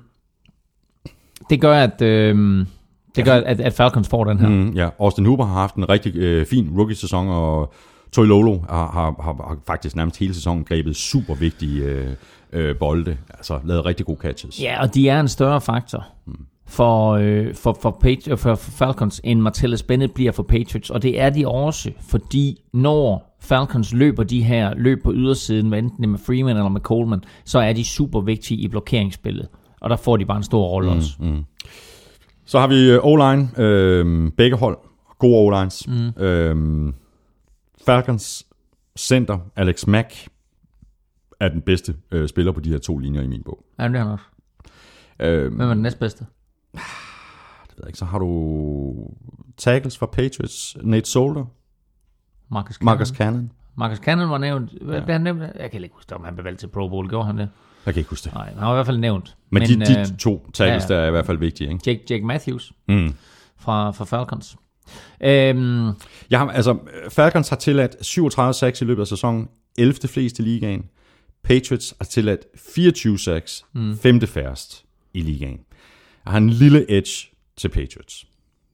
det gør, at, øh, det gør at, at Falcons får den her. Mm, ja, Austin Hooper har haft en rigtig øh, fin rookie-sæson, og Toilolo har, har, har, har faktisk nærmest hele sæsonen grebet super vigtige øh, øh, bolde. Altså lavet rigtig gode catches. Ja, og de er en større faktor mm. for, øh, for, for, Patri- for, for Falcons, end Martellus Bennett bliver for Patriots. Og det er de også, fordi når Falcons løber de her løb på ydersiden, hvad enten det med Freeman eller med Coleman, så er de super vigtige i blokeringsspillet. Og der får de bare en stor rolle mm, også. Mm. Så har vi O-line. Øh, begge hold. Gode O-lines. Mm. Øh, Falcons center, Alex Mack, er den bedste øh, spiller på de her to linjer i min bog. Ja, det er han også. Øh, Hvem er den næstbedste? Det ved jeg ikke. Så har du tackles fra Patriots. Nate Solder. Marcus Cannon. Marcus Cannon. Marcus Cannon var nævnt. Hvad ja. blev han nævnt? Jeg kan ikke huske, om han blev valgt til Pro Bowl. Gjorde han det? Jeg kan ikke huske det. Nej, han var i hvert fald nævnt. Men, Men de, de øh, to tackles, ja, der er i hvert fald vigtige, ikke? Jake, Jake Matthews mm. fra, fra Falcons. Øhm, jeg har, altså, Falcons har tilladt syvogtredive sacks i løbet af sæsonen, ellevte flest i ligaen. Patriots har tilladt fireogtyve sacks, mm. femte færrest i ligaen. Jeg har en lille edge til Patriots.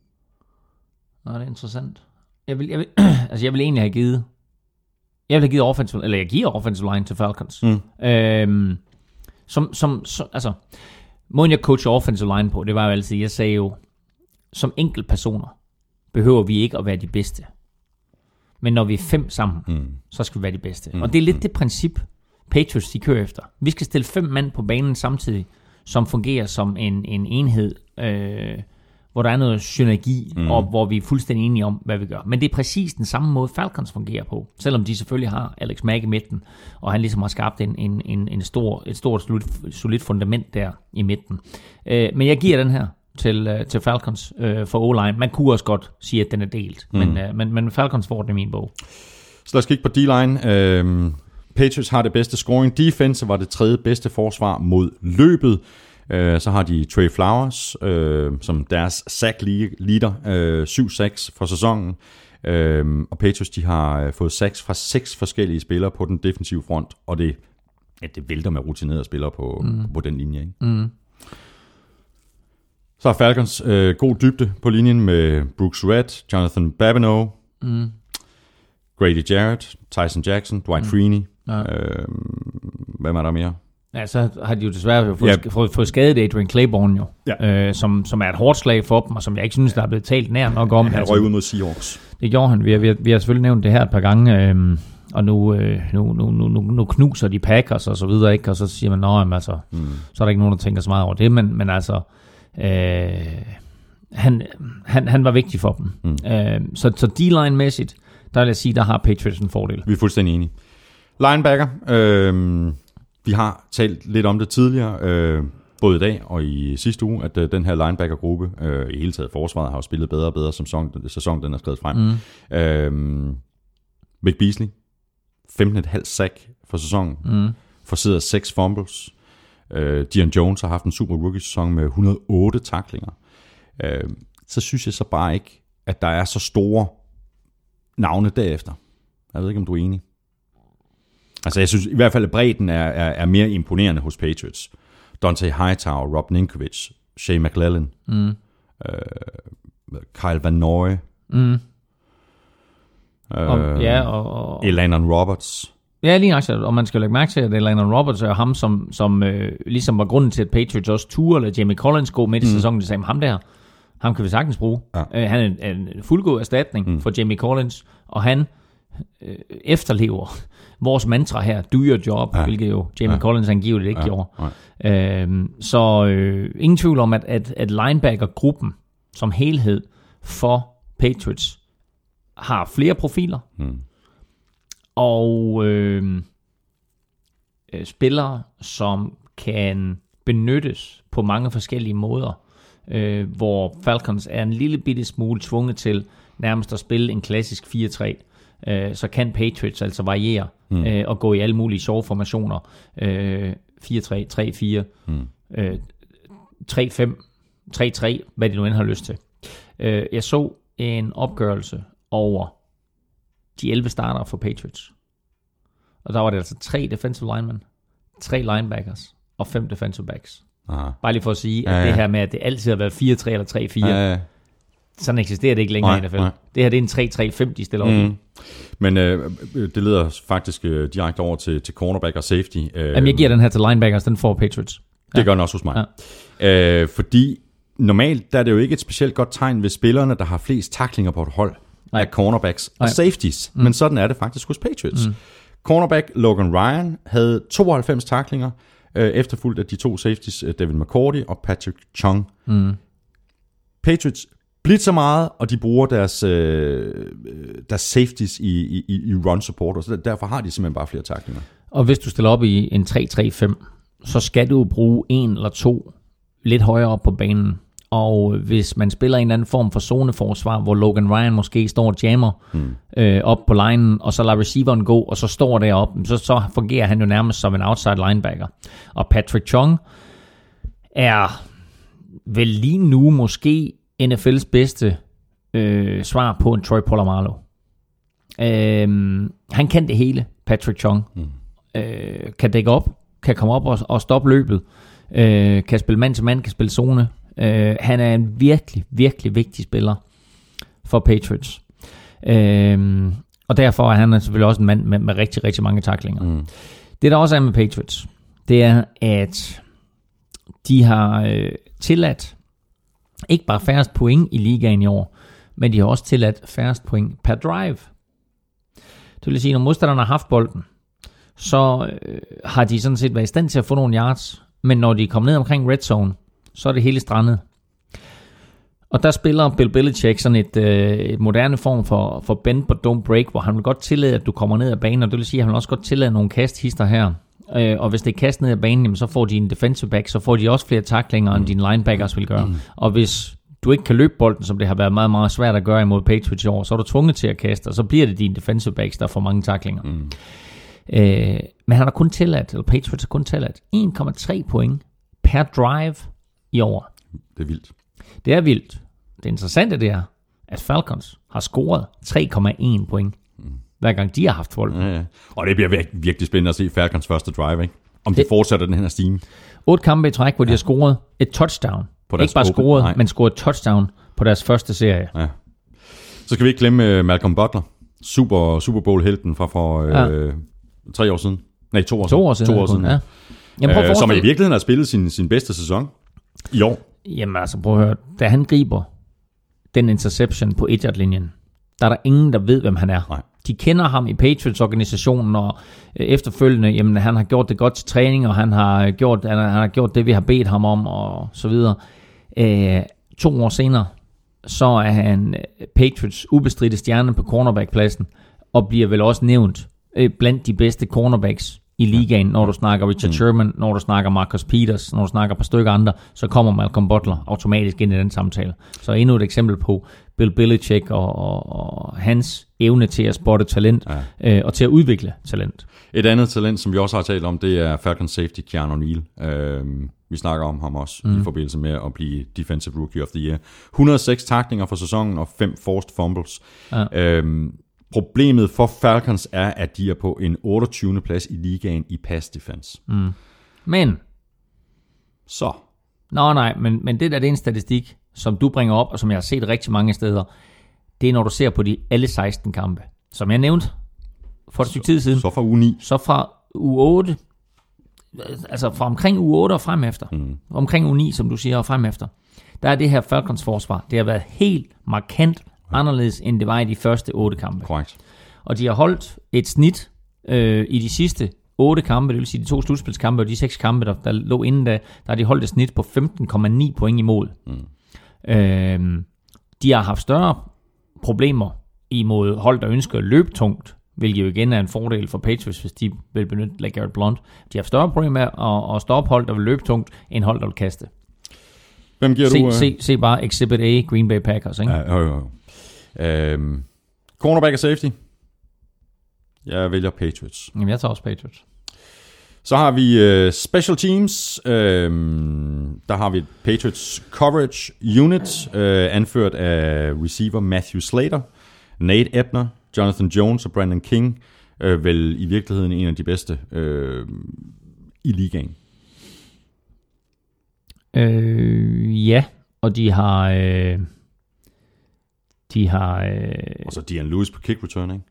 Nå, det er interessant. Jeg vil, jeg vil, altså jeg vil egentlig have givet, jeg vil have givet offensive, eller jeg giver offensive line til Falcons. Mm. Øhm, som, som, som, altså, måden jeg coacher offensive line på, det var jo altid, jeg sagde jo, som enkelt personer, behøver vi ikke at være de bedste. Men når vi er fem sammen, mm. så skal vi være de bedste. Mm. Og det er lidt mm. det princip, Patriots de kører efter. Vi skal stille fem mand på banen samtidig, som fungerer som en, en enhed, øh, hvor der er noget synergi, mm. og hvor vi er fuldstændig enige om, hvad vi gør. Men det er præcis den samme måde, Falcons fungerer på. Selvom de selvfølgelig har Alex Mack i midten, og han ligesom har skabt en, en, en, en stor, et stort, solidt fundament der i midten. Øh, men jeg giver den her til, til Falcons øh, for O-line. Man kunne også godt sige, at den er delt, mm. men, øh, men, men Falcons får den i min bog. Så lad os kigge på D-line. Øh, Patriots har det bedste scoring defense, var det tredje bedste forsvar mod løbet. Øh, så har de Trey Flowers øh, som deres sack leader, øh, syv sacks for sæsonen. Øh, og Patriots de har fået sacks fra seks forskellige spillere på den defensive front, og det, ja, det vælter med rutinerede spillere på, mm. på den linje. Ikke? Mm. Så har Falcons øh, god dybde på linjen med Brooks Red, Jonathan Babineau, mm. Grady Jarrett, Tyson Jackson, Dwight mm. Freeney. Ja. Øh, hvem er der mere? Ja, så har de jo desværre fået, Ja. ja. fået, fået skadet Adrian Claiborne jo, Ja. øh, som, som er et hårdt slag for dem, og som jeg ikke synes, der er blevet talt nær nok om. Han røg ud mod Seahawks. Det gjorde han. Vi har, vi, har, vi har selvfølgelig nævnt det her et par gange, øh, og nu, øh, nu, nu, nu, nu, nu knuser de Packers og så videre, ikke? Og så siger man, nå, jamen, altså, mm. så er der ikke nogen, der tænker så meget over det, men, men altså, øh, han, han, han var vigtig for dem. Mm. Øh, så, så D-line-mæssigt, der vil jeg sige, der har Patriots en fordel. Vi er fuldstændig enige. Linebacker, øh, vi har talt lidt om det tidligere, øh, både i dag og i sidste uge, at øh, den her linebacker-gruppe, øh, i hele taget forsvaret, har jo spillet bedre og bedre, som sæson, sæson den er skrevet frem. Mm. Øh, Vic Beasley, femten komma fem sack for sæsonen, mm. forsidder seks fumbles. Øh, Dion Jones har haft en super rookie-sæson med et hundrede og otte tacklinger. Øh, så synes jeg så bare ikke, at der er så store navne derefter. Jeg ved ikke, om du er enig. Altså, jeg synes i hvert fald, at bredden er, er, er mere imponerende hos Patriots. Dante Hightower, Rob Ninkovich, Shea McClellan, mm. øh, Kyle Van Noy, Mm. øh, Og, ja, og, og, Elandon Roberts. ja, lige nok, og man skal lægge mærke til, at Elandon Roberts er ham, som, som øh, ligesom var grunden til, at Patriots også turde, eller Jamie Collins gå midt i mm. sæsonen, de sagde, ham der, ham kan vi sagtens bruge. Ja. Øh, han er en, en fuldgod erstatning mm. for Jamie Collins, og han øh, efterlever vores mantra her, do your job, ja. Hvilket jo Jamie ja. Collins angiveligt ikke ja. gjorde. Ja. Øh, så øh, ingen tvivl om, at, at, at linebacker-gruppen som helhed for Patriots har flere profiler, mm. og øh, øh, spillere, som kan benyttes på mange forskellige måder, øh, hvor Falcons er en lille bitte smule tvunget til nærmest at spille en klassisk fire tre, øh, så kan Patriots altså variere mm. øh, og gå i alle mulige sjove formationer, øh, fire tre, tre fire, mm. øh, tre fem, tre tre, hvad de nu end har lyst til. Øh, jeg så en opgørelse over de elleve starter for Patriots. Og der var det altså tre defensive linemen, tre linebackers og fem defensive backs. Aha. Bare lige for at sige, at ja, ja. det her med, at det altid har været fire tre eller tre fire, ja, ja. sådan eksisterer det ikke længere nej, i N F L. Nej. Det her det er en tre tre fem, de stiller mm. op i. Men øh, det leder faktisk øh, direkte over til, til cornerback og safety. Øh, Jamen, jeg giver den her til linebackers, den får Patriots. Det ja. gør den også hos mig. Ja. Øh, fordi normalt der er det jo ikke et specielt godt tegn ved spillerne, der har flest tacklinger på et hold, nej. af cornerbacks og nej. safeties. Mm. Men sådan er det faktisk hos Patriots. Mm. Cornerback Logan Ryan havde tooghalvfems tacklinger, øh, efterfulgt af de to safeties, David McCourty og Patrick Chung. Mm. Patriots blitzer meget, og de bruger deres, øh, deres safeties i, i, i run support, og så derfor har de simpelthen bare flere tacklinger. Og hvis du stiller op i en tre tre fem, så skal du bruge en eller to lidt højere op på banen. Og hvis man spiller en eller anden form for zoneforsvar, hvor Logan Ryan måske står og jammer mm. øh, op på linen, og så lader receiveren gå, og så står deroppe, så, så fungerer han jo nærmest som en outside linebacker. Og Patrick Chung er vel lige nu måske N F L's bedste øh, svar på en Troy Polamalu. Øh, han kan det hele, Patrick Chung. Mm. Øh, kan dække op, kan komme op og, og stoppe løbet, øh, kan spille mand til mand, kan spille zone. Uh, han er en virkelig, virkelig vigtig spiller for Patriots. Uh, og derfor er han selvfølgelig også en mand med, med rigtig, rigtig mange tacklinger. Mm. Det der også er med Patriots, det er, at de har uh, tilladt ikke bare færrest point i ligaen i år, men de har også tilladt færrest point per drive. Det vil sige, når modstanderne har haft bolden, så uh, har de sådan set været i stand til at få nogle yards, men når de er kommet ned omkring red zone, så er det hele strandet. Og der spiller Bill Belichick sådan et, øh, et moderne form for, for bend but don't break, hvor han vil godt tillade, at du kommer ned ad banen, og det vil sige, at han vil også godt tillade nogle kasthister her. Øh, og hvis det er kast ned ad banen, jamen, så får de en defensive back, så får de også flere tacklinger, end dine linebackers vil gøre. Mm. Og hvis du ikke kan løbe bolden, som det har været meget, meget svært at gøre imod Patriots i år, så er du tvunget til at kaste, og så bliver det dine defensive backs, der får mange tacklinger. Mm. Øh, men han har kun tilladt, eller Patriots har kun tilladt en komma tre point per drive i år. Det er vildt. Det er vildt. Det interessante det er, at Falcons har scoret tre komma en point, mm. hver gang de har haft bold. Ja, ja. Og det bliver virkelig, virkelig spændende at se Falcons første drive, ikke? Om det, de fortsætter den her stigning. Otte kampe i træk, hvor ja. de har scoret et touchdown. På ikke bare open, scoret, nej. men scoret et touchdown på deres første serie. Ja. Så skal vi ikke glemme Malcolm Butler. Super, Super Bowl-helten fra for ja. øh, tre år siden. Nej, to år to siden. År siden, to år siden. Ja. Jamen, øh, som i virkeligheden har spillet sin, sin bedste sæson i år. Jamen altså, prøv at høre. Da han griber den interception på et-yard-linjen, der er der ingen, der ved, hvem han er. Nej. De kender ham i Patriots-organisationen, og efterfølgende, jamen, han har gjort det godt til træning, og han har gjort, han har, han har gjort det, vi har bedt ham om, og så videre. Øh, to år senere, så er han Patriots ubestridte stjerne på cornerback-pladsen, og bliver vel også nævnt øh, blandt de bedste cornerbacks i ligaen, når du snakker Richard Sherman, når du snakker Marcus Peters, når du snakker et par stykker andre, så kommer Malcolm Butler automatisk ind i den samtale. Så endnu et eksempel på Bill Belichick og, og, og hans evne til at spotte talent, ja. øh, og til at udvikle talent. Et andet talent, som vi også har talt om, det er Falcons safety Keanu Neal. Øh, vi snakker om ham også mm. i forbindelse med at blive Defensive Rookie of the Year. et hundrede og seks tacklinger for sæsonen og fem forced fumbles. Ja. Øh, Problemet for Falcons er, at de er på en otteogtyvende plads i ligaen i pass defense. Mm. Men så. Nå nej, men, men det der det er en statistik, som du bringer op, og som jeg har set rigtig mange steder. Det er, når du ser på de alle seksten kampe. Som jeg nævnte for et stykke tid siden. Så fra uge ni. Så fra uge otte, altså fra omkring uge otte og frem efter. Mm. Omkring uge ni, som du siger, og frem efter. Der er det her Falcons forsvar. Det har været helt markant anderledes, end det var i de første otte kampe. Korrekt. Og de har holdt et snit øh, i de sidste otte kampe, det vil sige de to slutspilskampe og de seks kampe, der, der lå inden da, der har de holdt et snit på femten komma ni point imod. Mm. Øh, de har haft større problemer imod hold, der ønsker at løbe tungt, hvilket jo igen er en fordel for Patriots, hvis de vil benytte LeGarrette Blount. De har haft større problemer med at, at stoppe hold, der vil løbe tungt, end hold, der vil kaste. Hvem giver se, du? Uh... Se, se bare Exhibit A, Green Bay Packers, ikke? Ja, jo, jo. Øhm, cornerback og safety. Jeg vælger Patriots. Jamen, jeg tager også Patriots. Så har vi uh, special teams. Øhm, der har vi Patriots coverage unit, uh, anført af receiver Matthew Slater, Nate Ebner, Jonathan Jones og Brandon King. Uh, vel i virkeligheden en af de bedste uh, i ligaen. Øh, ja, og de har... Øh De har... Øh, og så Dion Lewis på kick return, ikke?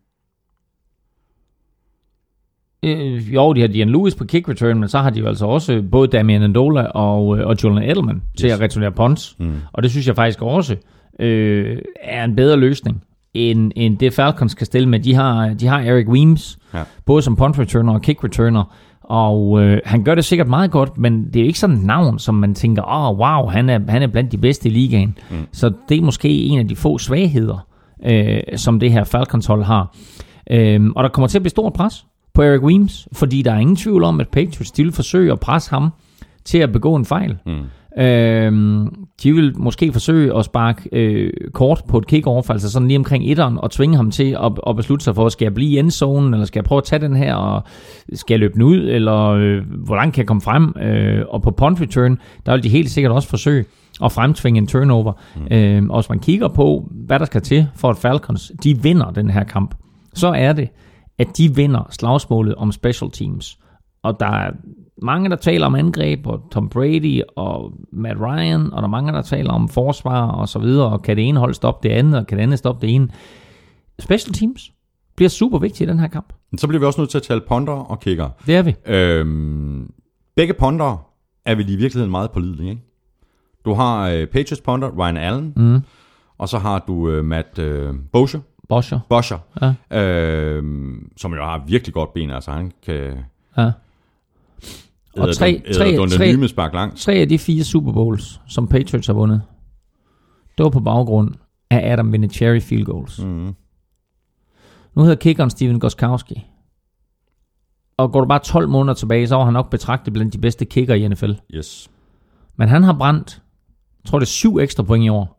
Øh, jo, de har Dion Lewis på kick return, men så har de jo altså også både Damian Ndola og, og Julian Edelman yes. til at returnere punts. Mm. Og det synes jeg faktisk også øh, er en bedre løsning, end, end det Falcons kan stille med. De har, de har Eric Weems, ja. både som punt returner og kick returner, og øh, han gør det sikkert meget godt, men det er jo ikke sådan et navn, som man tænker, åh, oh, wow, han er, han er blandt de bedste i ligaen. Mm. Så det er måske en af de få svagheder, øh, som det her Falcons-hold har. Øh, og der kommer til at blive stort pres på Eric Weems, fordi der er ingen tvivl om, at Patriots de vil forsøge at presse ham til at begå en fejl. Mm. Øh, de vil måske forsøge at sparke øh, kort på et kick-off, altså sådan lige omkring etteren, og tvinge ham til at, at beslutte sig for, skal jeg blive i endzonen, eller skal jeg prøve at tage den her, og skal jeg løbe den ud, eller øh, hvor langt kan jeg komme frem? Øh, og på punt return, der vil de helt sikkert også forsøge at fremtvinge en turnover. Mm. Øh, og hvis man kigger på, hvad der skal til for at Falcons, de vinder den her kamp, så er det, at de vinder slagsmålet om special teams. Og der er mange, der taler om angreb, og Tom Brady og Matt Ryan, og der er mange, der taler om forsvar og så videre, og kan det ene hold stoppe det andet, og kan det andet stoppe det ene. Special teams bliver super vigtigt i den her kamp. Så bliver vi også nødt til at tale punter og kicker. Det er vi. Øhm, begge punter er vel i virkeligheden meget pålidelige, ikke? Du har uh, Patriots punter, Ryan Allen, mm. og så har du uh, Matt uh, Bosher. Bosher. Bosher. Ja. Øhm, som jo har virkelig godt ben, altså han kan... Ja. Og tre, tre, tre, langt. tre af de fire Super Bowls, som Patriots har vundet, det var på baggrund af Adam Vinatieri field goals. Mm. Nu hedder kickeren Steven Gostkowski. Og går du bare tolv måneder tilbage, så var han nok betragtet blandt de bedste kicker i N F L. Yes. Men han har brændt, jeg tror det er syv ekstra point i år.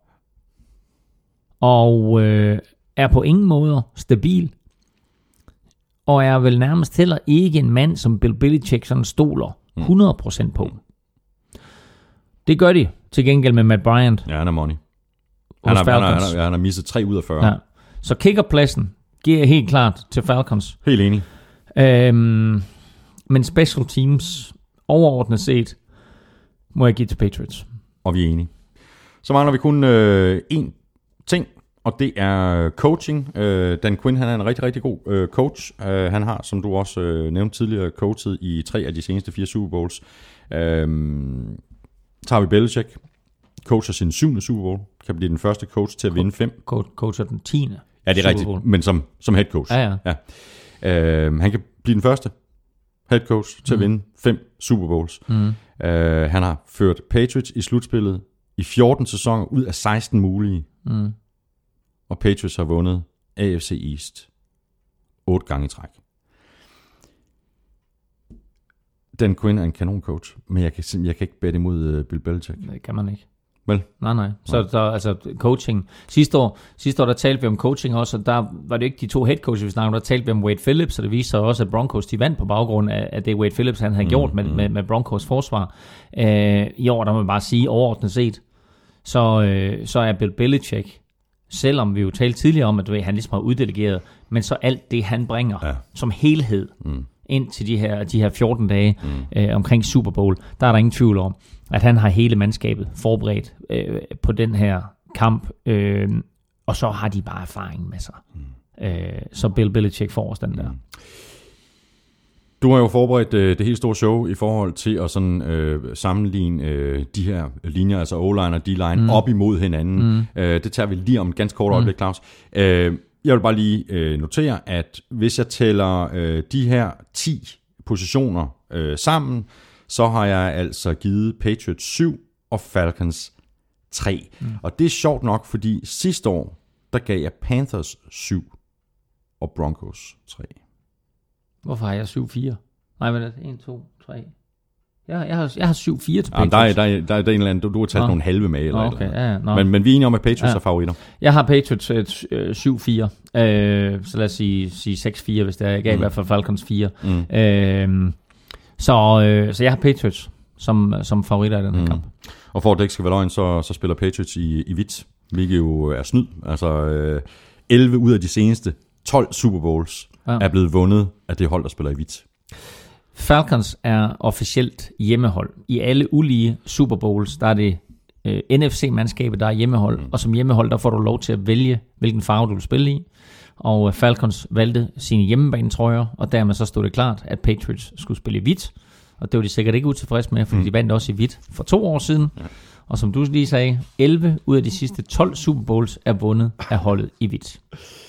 Og øh, er på ingen måde stabil. Og er vel nærmest heller ikke en mand, som Bill Belichick sådan stoler hundrede procent på. Det gør de til gengæld med Matt Bryant. Ja, han er money. Han har, han, har, han, har, han har misset tre ud af fyrre. Ja. Så kickerpladsen giver jeg helt klart til Falcons. Helt enig. Øhm, men special teams, overordnet set, må jeg give til Patriots. Og vi er enige. Så mangler vi kun øh, én ting, og det er coaching. Øh, Dan Quinn, han er en rigtig, rigtig god øh, coach. Øh, han har, som du også øh, nævnte tidligere, coachet i tre af de seneste fire Super Bowls. Øh, tager vi Belichick, coacher sin syvende Super Bowl, kan blive den første coach til at vinde fem. Co- coacher den tiende Ja, det er rigtigt, men som, som head coach. Ja, ja. ja. Øh, han kan blive den første head coach til mm. at vinde fem Super Bowls. Mm. Øh, han har ført Patriots i slutspillet i fjorten sæsoner ud af seksten mulige. Mm. Og Patriots har vundet A F C East otte gange i træk. Dan Quinn er en kanoncoach, men jeg kan, jeg kan ikke bette imod Bill Belichick. Det kan man ikke. Vel? Nej, nej. Så der, altså coaching. Sidste år, sidste år, der talte vi om coaching også, og der var det ikke de to head coaches, vi snakkede om, der talte vi om Wade Phillips, og det viste sig også, at Broncos, de vandt på baggrund af, af det Wade Phillips, han havde mm, gjort med, mm. med, med Broncos forsvar. Øh, I år, der må man bare sige, overordnet set, så, øh, så er Bill Belichick, selvom vi jo talte tidligere om, at ved, han ligesom har uddelegeret, men så alt det, han bringer ja. som helhed, mm. ind til de her, de her fjorten dage mm. øh, omkring Super Bowl, der er der ingen tvivl om, at han har hele mandskabet forberedt øh, på den her kamp, øh, og så har de bare erfaring med sig. Mm. Øh, så Bill Belichick får os den der. Mm. Du har jo forberedt øh, det helt store show i forhold til at sådan, øh, sammenligne øh, de her linjer, altså O-line og D-line, mm. op imod hinanden. Mm. Øh, det tager vi lige om ganske kort øjeblik, Claus. Øh, Jeg vil bare lige øh, notere, at hvis jeg tæller øh, de her ti positioner øh, sammen, så har jeg altså givet Patriots syv og Falcons tre. Mm. Og det er sjovt nok, fordi sidste år, der gav jeg Panthers syv og Broncos tre. Hvorfor har jeg syv fire? Nej, men en, to, tre... Jeg, jeg, har, jeg har syv fire til Patriots. Ja, der, er, der, er, der er en eller anden, du, du har taget oh. nogle halve med. Eller okay, eller ja, no. men, men vi er enige om, at Patriots ja. er favoritter. Jeg har Patriots øh, syv fire. Øh, så lad os sige, sige seks fire, hvis det er. Jeg gav mm. i hvert fald Falcons fire. Mm. Øh, så, øh, så jeg har Patriots som, som favoritter i den her mm. kamp. Og for at det ikke skal være løgn, så, så spiller Patriots i, i hvidt, hvilket jo er snyd. Altså øh, elleve ud af de seneste tolv Super Bowls ja. er blevet vundet af det hold, der spiller i hvidt. Falcons er officielt hjemmehold. I alle ulige Super Bowls, der er det øh, N F C-mandskabet, der er hjemmehold, mm. og som hjemmehold, der får du lov til at vælge, hvilken farve du vil spille i. Og øh, Falcons valgte sine hjemmebanetrøjer, og dermed så stod det klart, at Patriots skulle spille i hvidt. Og det var de sikkert ikke utilfredse med, fordi mm. de vandt også i hvidt for to år siden. Ja. Og som du lige sagde, elleve ud af de sidste tolv Super Bowls er vundet af holdet i hvidt.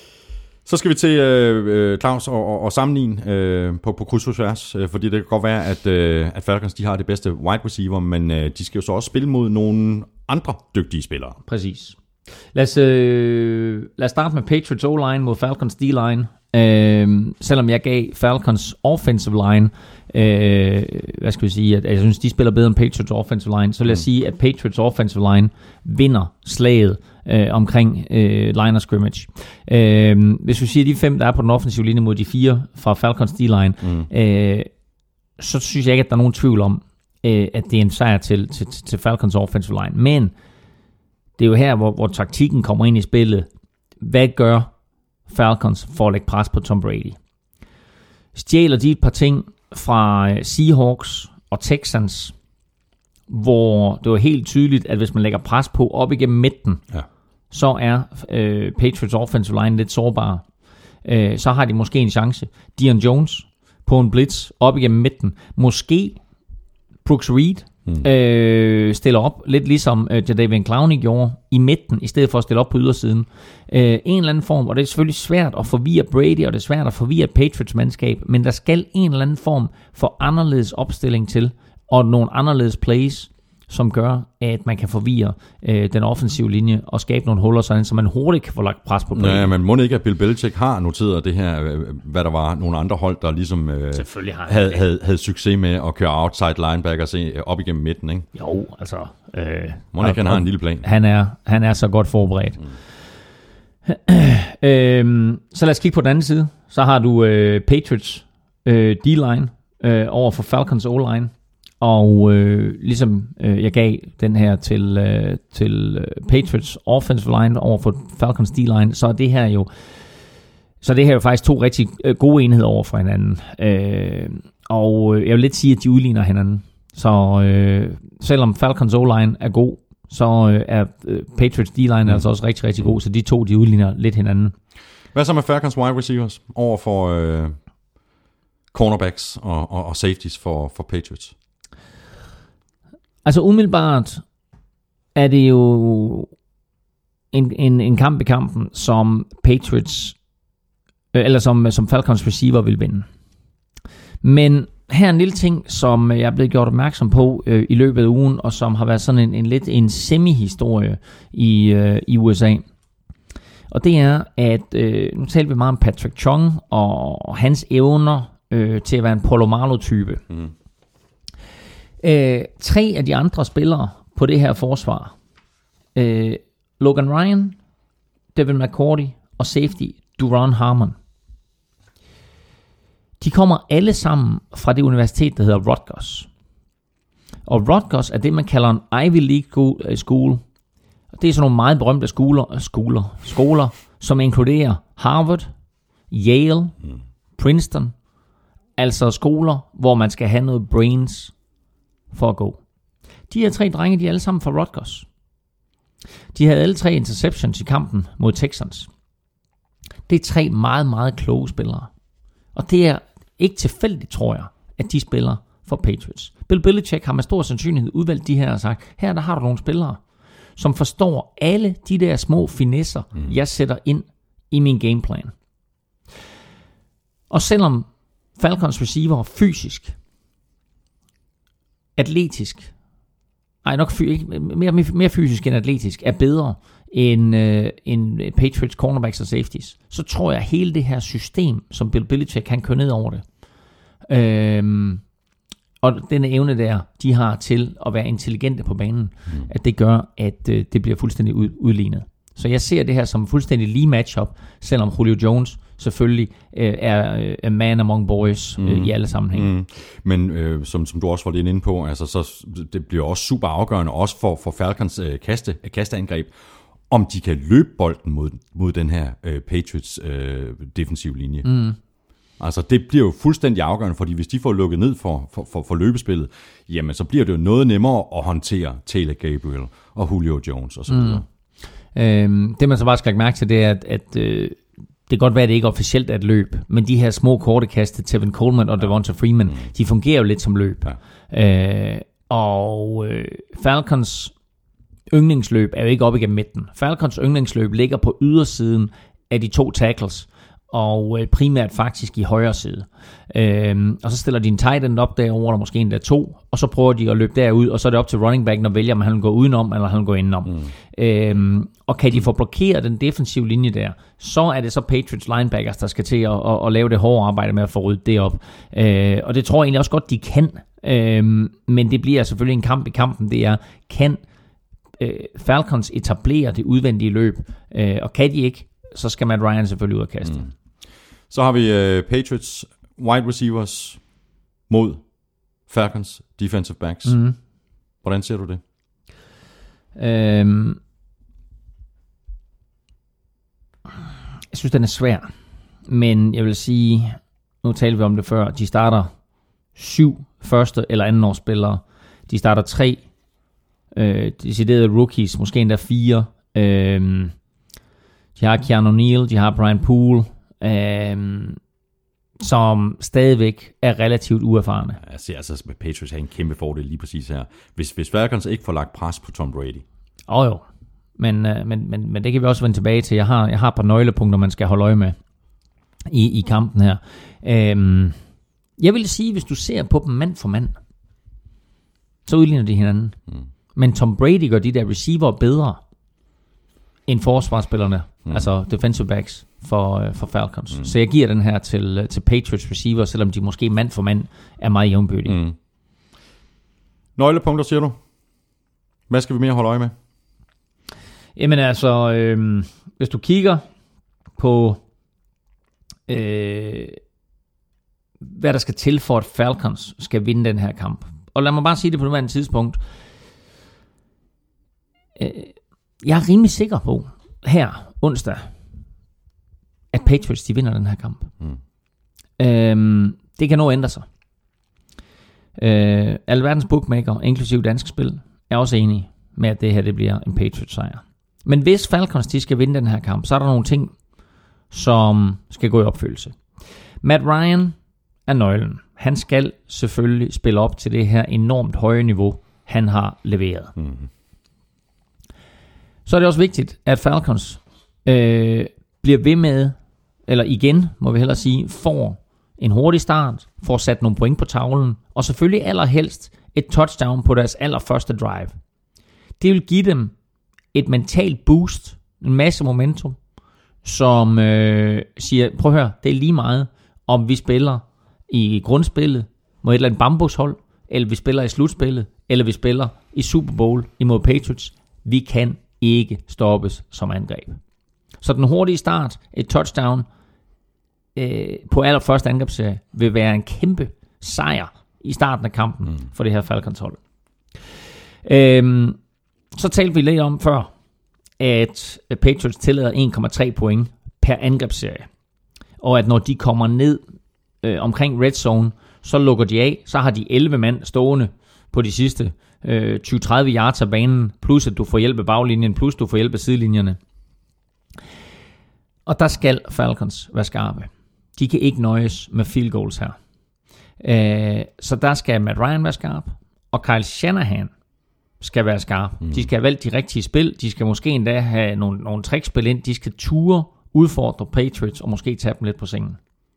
Så skal vi til øh, Claus og, og, og sammenligne øh, på, på kryds og tværs, øh, fordi det kan godt være, at, øh, at Falcons de har det bedste wide receiver, men øh, de skal jo så også spille mod nogle andre dygtige spillere. Præcis. Lad os, øh, lad os starte med Patriots O-line mod Falcons D-line. Øh, selvom jeg gav Falcons offensive line, øh, hvad skal vi sige, at, at jeg synes, de spiller bedre end Patriots offensive line, så lad os mm. sige, at Patriots offensive line vinder slaget øh, omkring øh, line of scrimmage. Øh, hvis vi siger, de fem, der er på den offensive linje mod de fire fra Falcons D-line, mm. øh, så synes jeg ikke, at der er nogen tvivl om, øh, at det er en sejr til, til, til Falcons offensive line. Men det er jo her, hvor, hvor taktikken kommer ind i spillet. Hvad gør Falcons for at lægge pres på Tom Brady? Stjæler de et par ting fra Seahawks og Texans, hvor det var helt tydeligt, at hvis man lægger pres på op igennem midten, ja. så er øh, Patriots offensive line lidt sårbar. Øh, så har de måske en chance. Dion Jones på en blitz op igennem midten. Måske Brooks Reed mm. øh, stiller op, lidt ligesom øh, Jadeveon Clowney gjorde, i midten, i stedet for at stille op på ydersiden. Øh, en eller anden form, og det er selvfølgelig svært at forvirre Brady, og det er svært at forvirre Patriots-mandskab, men der skal en eller anden form for anderledes opstilling til, og nogle anderledes plays, som gør, at man kan forvirre øh, den offensive linje og skabe nogle huller, sådan, så man hurtigt kan få lagt pres på Brady. Nej, men må ikke, at Bill Belichick har noteret det her, hvad der var nogle andre hold, der ligesom øh, havde, havde, havde succes med at køre outside linebackers op igennem midten, ikke? Jo, altså... Øh, må ikke, han har en lille plan. Han er, han er så godt forberedt. Mm. øhm, så lad os kigge på den anden side. Så har du øh, Patriots øh, D-line øh, over for Falcons O-line. Og øh, ligesom øh, jeg gav den her til, øh, til øh, Patriots offensive line over for Falcons D-line, så er det her jo så er det her jo faktisk to rigtig øh, gode enheder over for hinanden. Øh, og jeg vil lidt sige, at de udligner hinanden. Så øh, selvom Falcons O-line er god, så øh, er øh, Patriots D-line mm. altså også rigtig, rigtig god, så de to, de udligner lidt hinanden. Hvad så med Falcons wide receivers over for øh, cornerbacks og, og, og safeties for, for Patriots? Altså umiddelbart er det jo en, en, en kamp i kampen, som Patriots, øh, eller som, som Falcons receiver vil vinde. Men her er en lille ting, som jeg er blevet gjort opmærksom på øh, i løbet af ugen, og som har været sådan en, en lidt en semi-historie i, øh, i U S A. Og det er, at øh, nu taler vi meget om Patrick Chung og hans evner øh, til at være en Polamalu-type. Mm. Øh, tre af de andre spillere på det her forsvar, øh, Logan Ryan, Devin McCourty og safety Duron Harmon, de kommer alle sammen fra det universitet, der hedder Rutgers. Og Rutgers er det, man kalder en Ivy League school. Det er sådan nogle meget berømte skoler, skoler, skoler som inkluderer Harvard, Yale, mm. Princeton. Altså skoler, hvor man skal have noget brains for at gå. De her tre drenge, de er alle sammen fra Rutgers. De havde alle tre interceptions i kampen mod Texans. Det er tre meget, meget kloge spillere. Og det er ikke tilfældigt, tror jeg, at de spiller for Patriots. Bill Belichick har med stor sandsynlighed udvalgt de her og sagt, her der har du nogle spillere, som forstår alle de der små finesser, mm. jeg sætter ind i min gameplan. Og selvom Falcons receiver fysisk, atletisk, nej nok fy, ikke, mere, mere fysisk end atletisk, er bedre end, øh, end Patriots cornerbacks og safeties, så tror jeg, at hele det her system, som Bill Belichick kan køre ned over det, øhm, og den evne der, de har til at være intelligente på banen, mm. at det gør, at øh, det bliver fuldstændig ud, udlignet. Så jeg ser det her som fuldstændig lige matchup, selvom Julio Jones selvfølgelig øh, er øh, man among boys øh, mm. i alle sammenhænge. Mm. Men øh, som, som du også var lidt inde på, altså, så det bliver også super afgørende, også for, for Falcons øh, kaste, kasteangreb, om de kan løbe bolden mod, mod den her øh, Patriots øh, defensive linje. Mm. Altså det bliver jo fuldstændig afgørende, fordi hvis de får lukket ned for, for, for, for løbespillet, jamen så bliver det jo noget nemmere at håndtere Taylor Gabriel og Julio Jones osv. Mm. Øhm, det man så bare skal mærke til, det er, at, at øh, det kan godt være, at det ikke officielt er et løb, men de her små korte kast til Tevin Coleman og ja. Devonta Freeman, mm. de fungerer jo lidt som løb. Ja. Øh, og øh, Falcons yndlingsløb er jo ikke op igennem midten. Falcons yndlingsløb ligger på ydersiden af de to tackles, og øh, primært faktisk i højre side. Øhm, og så stiller de en tight end op derovre, eller måske en der to, og så prøver de at løbe derud, og så er det op til running backen at vælge, om han vil gå udenom, eller han vil gå indenom. Mm. Øhm, og kan de få blokeret den defensive linje der, så er det så Patriots linebackers, der skal til at, at, at lave det hårde arbejde med at få ryddet det op. Øh, og det tror jeg egentlig også godt, de kan. Øhm, men det bliver selvfølgelig en kamp i kampen, det er, kan øh, Falcons etablere det udvendige løb, øh, og kan de ikke, så skal Matt Ryan selvfølgelig ud og kaste. Mm. Så har vi uh, Patriots wide receivers mod Falcons defensive backs. Mm. Hvordan ser du det? Øhm, jeg synes, den er svær. Men jeg vil sige, nu talte vi om det før, de starter syv første eller anden års spillere. De starter tre øh, deciderede rookies, måske endda fire. Øh, de har Keanu Neal, de har Brian Poole, øh, som stadigvæk er relativt uerfarne. Jeg ser altså, at Patriots har en kæmpe fordel lige præcis her. Hvis, hvis Falcons ikke får lagt pres på Tom Brady. Åh oh, jo, men, men, men, men det kan vi også vende tilbage til. Jeg har, jeg har et par nøglepunkter, man skal holde øje med i, i kampen her. Øhm, jeg vil sige, hvis du ser på dem mand for mand, så udligner de hinanden. Mm. Men Tom Brady gør de der receiver bedre end forsvarsspillerne, mm. altså defensive backs for, for Falcons. Mm. Så jeg giver den her til, til Patriots receiver, selvom de måske mand for mand er meget jævnbyrdige. Mm. Nøglepunkter, siger du? Hvad skal vi mere holde øje med? Jamen altså, øh, hvis du kigger på øh, hvad der skal til for, at Falcons skal vinde den her kamp. Og lad mig bare sige det på nuværende tidspunkt. Øh, jeg er rimelig sikker på, her onsdag, at Patriots, de vinder den her kamp. Mm. Øh, det kan nå ændre sig. Øh, alle verdens bookmaker, inklusive dansk spil, er også enige. med, at det her det bliver en Patriots-sejr. Men hvis Falcons de skal vinde den her kamp, så er der nogle ting, som skal gå i opfyldelse. Matt Ryan er nøglen. Han skal selvfølgelig spille op til det her enormt høje niveau, han har leveret. Mm-hmm. Så er det også vigtigt, at Falcons øh, bliver ved med, eller igen, må vi hellere sige, får en hurtig start, får sat nogle point på tavlen, og selvfølgelig allerhelst et touchdown på deres allerførste drive. Det vil give dem et mentalt boost, en masse momentum, som øh, siger, prøv at høre, det er lige meget, om vi spiller i grundspillet mod et eller andet bambushold, eller vi spiller i slutspillet, eller vi spiller i Super Bowl imod Patriots. Vi kan ikke stoppes som angreb. Så den hurtige start, et touchdown øh, på allerførste angrebsserie, vil være en kæmpe sejr i starten af kampen mm. for det her Falcons hold. Øhm, så talte vi lidt om før, at Patriots tillader en komma tre point per angrebsserie. Og at når de kommer ned øh, omkring red zone, så lukker de af. Så har de elleve mand stående på de sidste øh, tyve til tredive yards af banen, plus at du får hjælp af baglinjen, plus du får hjælp af sidelinjerne. Og der skal Falcons være skarpe. De kan ikke nøjes med field goals her. Øh, så der skal Matt Ryan være skarp, og Kyle Shanahan skal være skarp. Mm. De skal have valgt de rigtige spil. De skal måske endda have nogle, nogle trickspil ind. De skal ture, udfordre Patriots og måske tage dem lidt på sengen.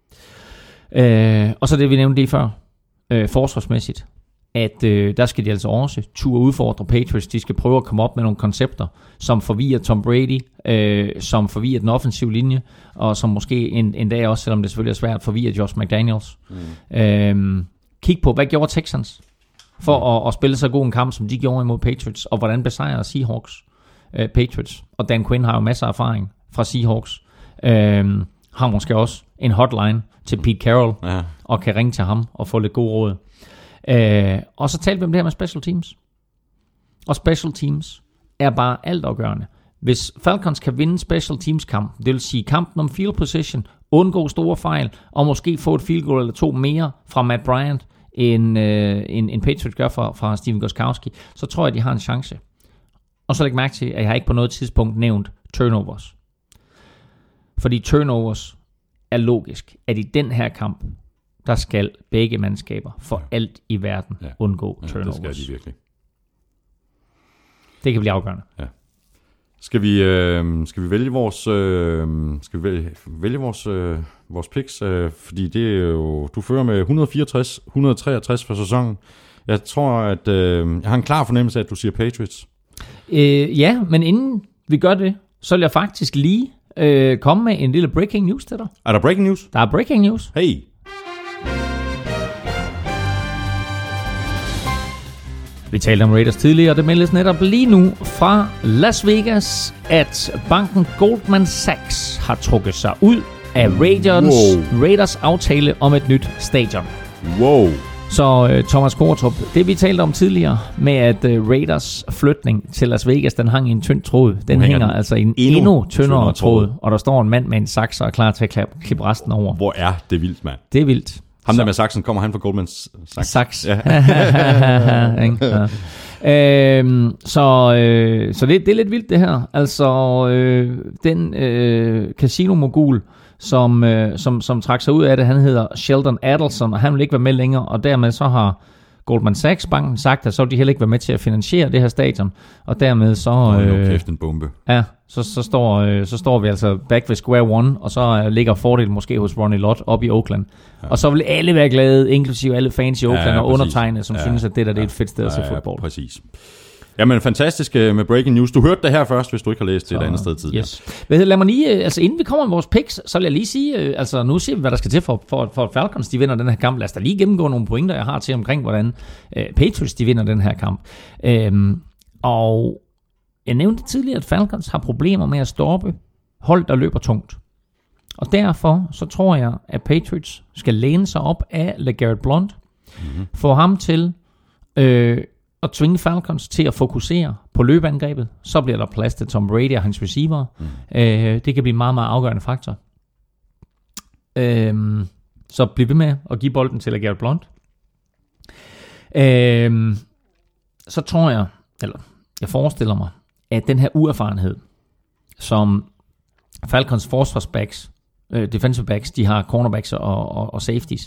Øh, og så det, vi nævnte lige før, øh, forsvarsmæssigt, at øh, der skal de altså også ture udfordre Patriots. De skal prøve at komme op med nogle koncepter, som forvirrer Tom Brady, øh, som forvirrer den offensive linje, og som måske en, en dag også, selvom det selvfølgelig er svært, forvirrer Josh McDaniels. Mm. Øh, kig på, hvad gjorde Texans for at, at spille så god en kamp, som de gjorde imod Patriots, og hvordan besejrer Seahawks øh, Patriots. Og Dan Quinn har jo masser af erfaring fra Seahawks. Øh, har måske også en hotline til Pete Carroll, ja. Og kan ringe til ham og få lidt god råd. Øh, og så talte vi om det her med special teams. Og special teams er bare altafgørende. Hvis Falcons kan vinde special teams kamp, det vil sige kampen om field position, undgå store fejl, og måske få et field goal eller to mere fra Matt Bryant, en, øh, en, en Patriot gør fra, fra Steven Gostkowski, så tror jeg, de har en chance. Og så læg mærke til, at jeg har ikke på noget tidspunkt nævnt turnovers. Fordi turnovers er logisk, at i den her kamp, der skal begge mandskaber for ja. alt i verden ja. undgå ja, turnovers. Det skal de virkelig. Det kan blive afgørende. Ja. Skal vi øh, skal vi vælge vores øh, skal vi vælge, vælge vores øh, vores picks, øh, fordi det er jo, du fører med et hundrede fireogtres et hundrede treogtres for sæsonen. Jeg tror at øh, jeg har en klar fornemmelse af, at du siger Patriots. Øh, ja, men inden vi gør det, så vil jeg faktisk lige øh, komme med en lille breaking news til dig. Er der breaking news? Der er breaking news. Hey. Vi talte om Raiders tidligere, og det meldes netop lige nu fra Las Vegas, at banken Goldman Sachs har trukket sig ud af Raiders, wow. Raiders aftale om et nyt stadion. Wow. Så uh, Thomas Kortrup, det vi talte om tidligere med, at uh, Raiders flytning til Las Vegas, den hang i en tynd tråd. Den hænger, hænger altså i en endnu, endnu tyndere, tyndere tråd, og der står en mand med en saks og er klar til at klippe, klippe resten over. Hvor er det vildt, mand. Det er vildt. Ham der med saksen, kommer han fra Goldman Sachs? Sachs. Ja. ja. øhm, så øh, så det, det er lidt vildt det her. Altså, øh, den øh, casino-mogul, som, øh, som, som trak sig ud af det, han hedder Sheldon Adelson, og han vil ikke være med længere, og dermed så har Goldman Sachs banken sagt, at så vil de heller ikke være med til at finansiere det her stadion, og dermed så øh, kæft en bombe. Ja, så så står øh, så står vi altså back ved square one, og så øh, ligger fordelen måske hos Ronnie Lott op i Oakland. Ja. Og så vil alle være glade, inklusive alle fans i Oakland, ja, og undertegnede, som ja, synes at det der det er et fedt sted at se ja, fodbold. Ja, præcis. Jamen fantastisk med breaking news. Du hørte det her først, hvis du ikke har læst det et andet sted tidligere. Yes. Lad mig lige, altså inden vi kommer med vores picks, så vil jeg lige sige, altså nu ser vi, hvad der skal til for, for, for Falcons, de vinder den her kamp. Lad os da lige gennemgå nogle pointer, jeg har til omkring, hvordan uh, Patriots, de vinder den her kamp. Um, og jeg nævnte tidligere, at Falcons har problemer med at stoppe hold, der løber tungt. Og derfor så tror jeg, at Patriots skal læne sig op af LeGarrette Blount, mm-hmm. få ham til øh, at tvinge Falcons til at fokusere på løbeangrebet. Så bliver der plads til Tom Brady og hans receiver. Mm. Øh, det kan blive en meget, meget afgørende faktor. Øh, så bliv ved med at give bolden til LeGarrette Blount. Øh, så tror jeg, eller jeg forestiller mig, at den her uerfarenhed, som Falcons forsvarsbacks, øh, defensive backs, de har cornerbacks og, og, og safeties,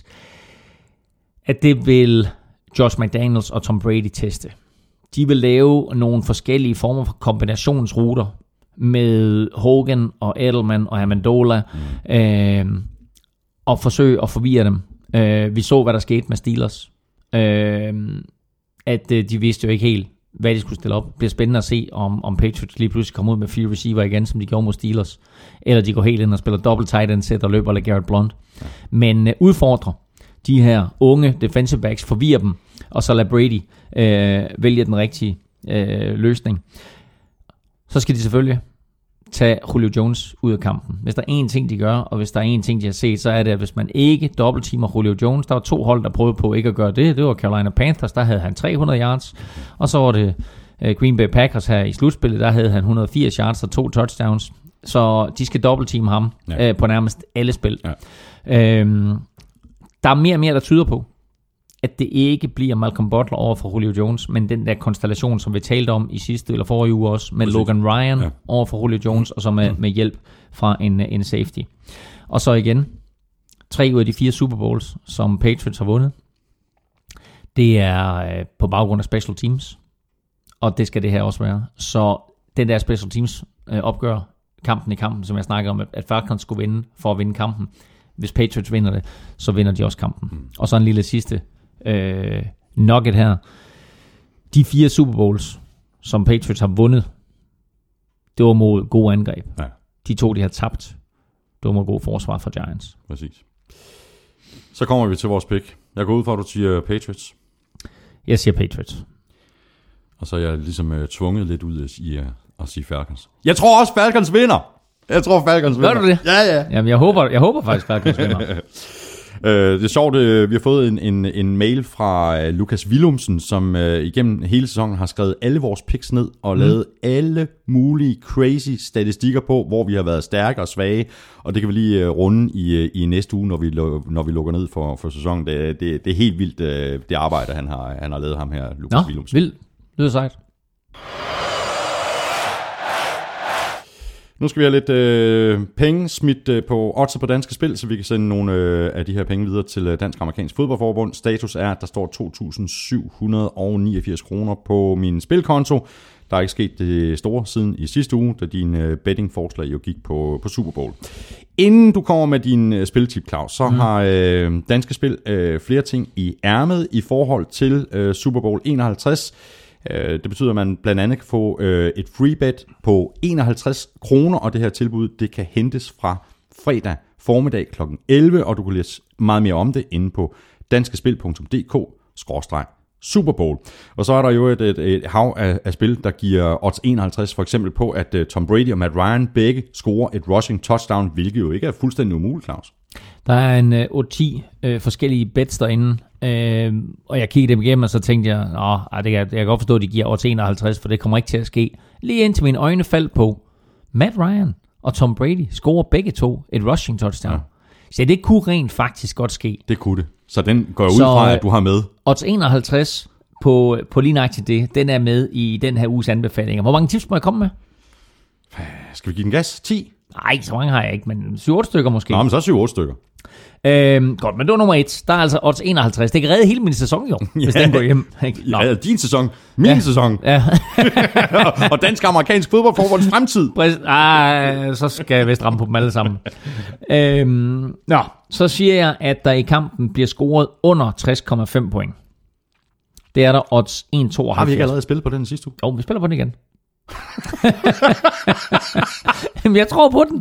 at det vil Josh McDaniels og Tom Brady teste. De vil lave nogle forskellige former for kombinationsruter med Hogan og Edelman og Amendola, mm. øh, og forsøge at forvirre dem. Øh, vi så, hvad der skete med Steelers. Øh, at øh, de vidste jo ikke helt, hvad de skulle stille op. Det bliver spændende at se, om, om Patriots lige pludselig kommer ud med fire receiver igen, som de gjorde mod Steelers. Eller de går helt ind og spiller double tight end set og løber eller Garrett Blount. Ja. Men øh, udfordrer de her unge defensive backs, forvirrer dem, og så lader Brady øh, vælge den rigtige øh, løsning. Så skal de selvfølgelig tage Julio Jones ud af kampen. Hvis der er én ting, de gør, og hvis der er én ting, de har set, så er det, at hvis man ikke dobbeltteamer Julio Jones, der var to hold, der prøvede på ikke at gøre det. Det var Carolina Panthers, der havde han tre hundrede yards, og så var det Green Bay Packers her i slutspillet, der havde han et hundrede og firs yards og to touchdowns. Så de skal dobbeltteame ham ja. øh, på nærmest alle spil. Ja. Øhm, der er mere og mere, der tyder på, at det ikke bliver Malcolm Butler over for Julio Jones, men den der konstellation, som vi talte om i sidste eller forrige uge også, med Præcis. Logan Ryan ja. over for Julio Jones, og så med, med hjælp fra en, en safety. Og så igen, tre ud af de fire Super Bowls, som Patriots har vundet, det er øh, på baggrund af special teams, og det skal det her også være. Så den der special teams øh, opgør kampen i kampen, som jeg snakker om, at Falcons skulle vinde for at vinde kampen. Hvis Patriots vinder det, så vinder de også kampen. Mm. Og så en lille sidste øh, nugget her. De fire Super Bowls, som Patriots har vundet, det var mod gode angreb. Ja. De to, de har tabt, det var mod god forsvar for Giants. Præcis. Så kommer vi til vores pick. Jeg går ud fra, at du siger Patriots. Jeg siger Patriots. Og så er jeg ligesom uh, tvunget lidt ud i uh, at sige Falcons. Jeg tror også, Falcons vinder! Jeg tror, Falcons vinder. Gør du det? Ja, ja. Jamen, jeg håber, jeg håber faktisk, Falcons vinder. uh, det er sjovt, uh, vi har fået en, en, en mail fra uh, Lukas Willumsen, som uh, igennem hele sæsonen har skrevet alle vores picks ned og mm. lavet alle mulige crazy statistikker på, hvor vi har været stærke og svage, og det kan vi lige uh, runde i, uh, i næste uge, når vi, når vi lukker ned for, for sæsonen. Det, det, det er helt vildt, uh, det arbejde, han har, han har lavet ham her, Lukas Nå, Willumsen. vildt. Lyder sejt. Nu skal vi have lidt øh, penge smidt øh, på odds på Danske Spil, så vi kan sende nogle øh, af de her penge videre til Dansk Amerikansk Fodboldforbund. Status er, at der står to tusind syv hundrede niogfirs kroner på min spilkonto. Der er ikke sket det store siden i sidste uge, da din øh, bettingforslag jo gik på, på Super Bowl. Inden du kommer med din øh, spiltip, Claus, så mm. har øh, Danske Spil øh, flere ting i ærmet i forhold til øh, Super Bowl enoghalvtreds. Det betyder, at man blandt andet kan få øh, et free bet på enoghalvtreds kroner, og det her tilbud, det kan hentes fra fredag formiddag klokken elleve, og du kan læse meget mere om det inde på danskespil punktum d k skråstreg Super Bowl. Og så er der jo et, et, et hav af, af spil, der giver odds enoghalvtreds, for eksempel på, at uh, Tom Brady og Matt Ryan begge scorer et rushing touchdown, hvilket jo ikke er fuldstændig umuligt, Claus. Der er en øh, otte ti øh, forskellige bets derinde, øh, og jeg kiggede dem igennem, og så tænkte jeg, Nå, det kan, jeg kan godt forstå, at de giver odds enoghalvtreds, for det kommer ikke til at ske. Lige indtil mine øjne faldt på, Matt Ryan og Tom Brady scorer begge to et rushing touchdown. Ja. Så det kunne rent faktisk godt ske. Det kunne det. Så den går ud fra, at du har med. Odds enoghalvtreds på, på lige nøjagtigt det, den er med i den her uges anbefalinger. Hvor mange tips må jeg komme med? Skal vi give den gas? ti? Nej, så mange har jeg ikke, men syv otte stykker måske. Nå, men så syv otte stykker. Øhm, godt, men det var nummer et. Der er altså odds enoghalvtreds. Det kan redde hele min sæson jo, ja, hvis den går hjem. Ja, din sæson. Min ja. sæson. Ja. Og dansk amerikansk fodboldforbunds fremtid. Præcis. Ah, så skal jeg vist ramme på dem alle sammen. øhm, nå, så siger jeg, at der i kampen bliver scoret under tres komma fem point. Det er der odds en komma tooghalvfjerds. Har vi ikke allerede spillet på den sidste uge? Jo, vi spiller på den igen. Men jeg tror på den.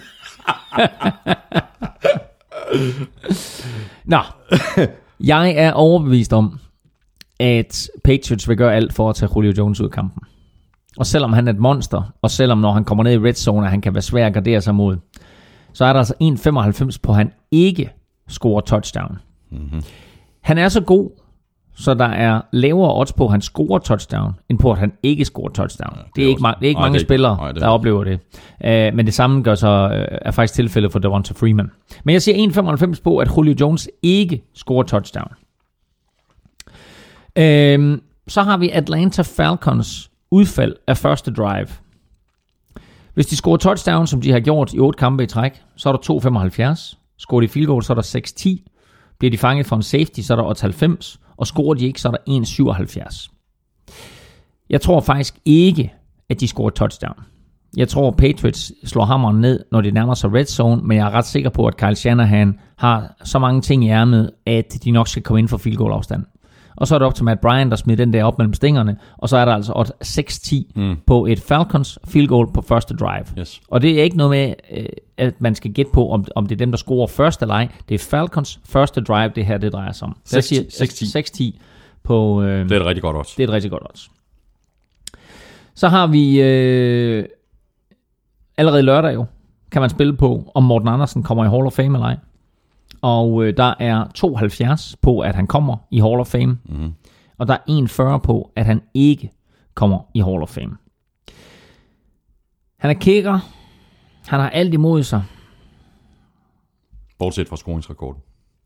Nå, jeg er overbevist om, at Patriots vil gøre alt for at tage Julio Jones ud af kampen. Og selvom han er et monster, og selvom når han kommer ned i red zone, han kan være svær at gardere sig mod, så er der altså en komma femoghalvfems på, at han ikke scorer touchdown. Mm-hmm. Han er så god, så der er lavere odds på, at han scorer touchdown, end på, at han ikke scorer touchdown. Ja, det, det er ikke, ma- det er ikke nej, mange det er spillere, nej, der oplever det. Uh, men det samme gør så, uh, er faktisk tilfældet for Devonta Freeman. Men jeg siger en komma femoghalvfems på, at Julio Jones ikke scorer touchdown. Uh, så har vi Atlanta Falcons udfald af første drive. Hvis de scorer touchdown, som de har gjort i otte kampe i træk, så er der to komma femoghalvfjerds. Scorer de field goal, så er der seks komma ti. Bliver de fanget for en safety, så er der otte komma halvfems. Og scorer de ikke, så er der en komma syvoghalvfjerds. Jeg tror faktisk ikke, at de scorer touchdown. Jeg tror, Patriots slår hammeren ned, når de nærmer sig red zone, men jeg er ret sikker på, at Kyle Shanahan har så mange ting i ærmet, at de nok skal komme ind for field goal afstand. Og så er det op til Matt Bryant, der smider den der op mellem stængerne, og så er der altså odds seks ti mm. på et Falcons field goal på første drive. Yes. Og det er ikke noget med, at man skal gætte på, om, om det er dem, der scorer første eller ej. Det er Falcons første drive, det her det drejer sig om. seks ti på... Øh, det er et rigtig godt odds. Det er et rigtig godt odds. Så har vi øh, allerede lørdag jo, kan man spille på, om Morten Andersen kommer i Hall of Fame eller ej. Og øh, der er tooghalvfjerds på, at han kommer i Hall of Fame. Mm. Og der er en komma fyrre på, at han ikke kommer i Hall of Fame. Han er kicker. Han har alt imod sig. Bortset fra scoringsrekorden.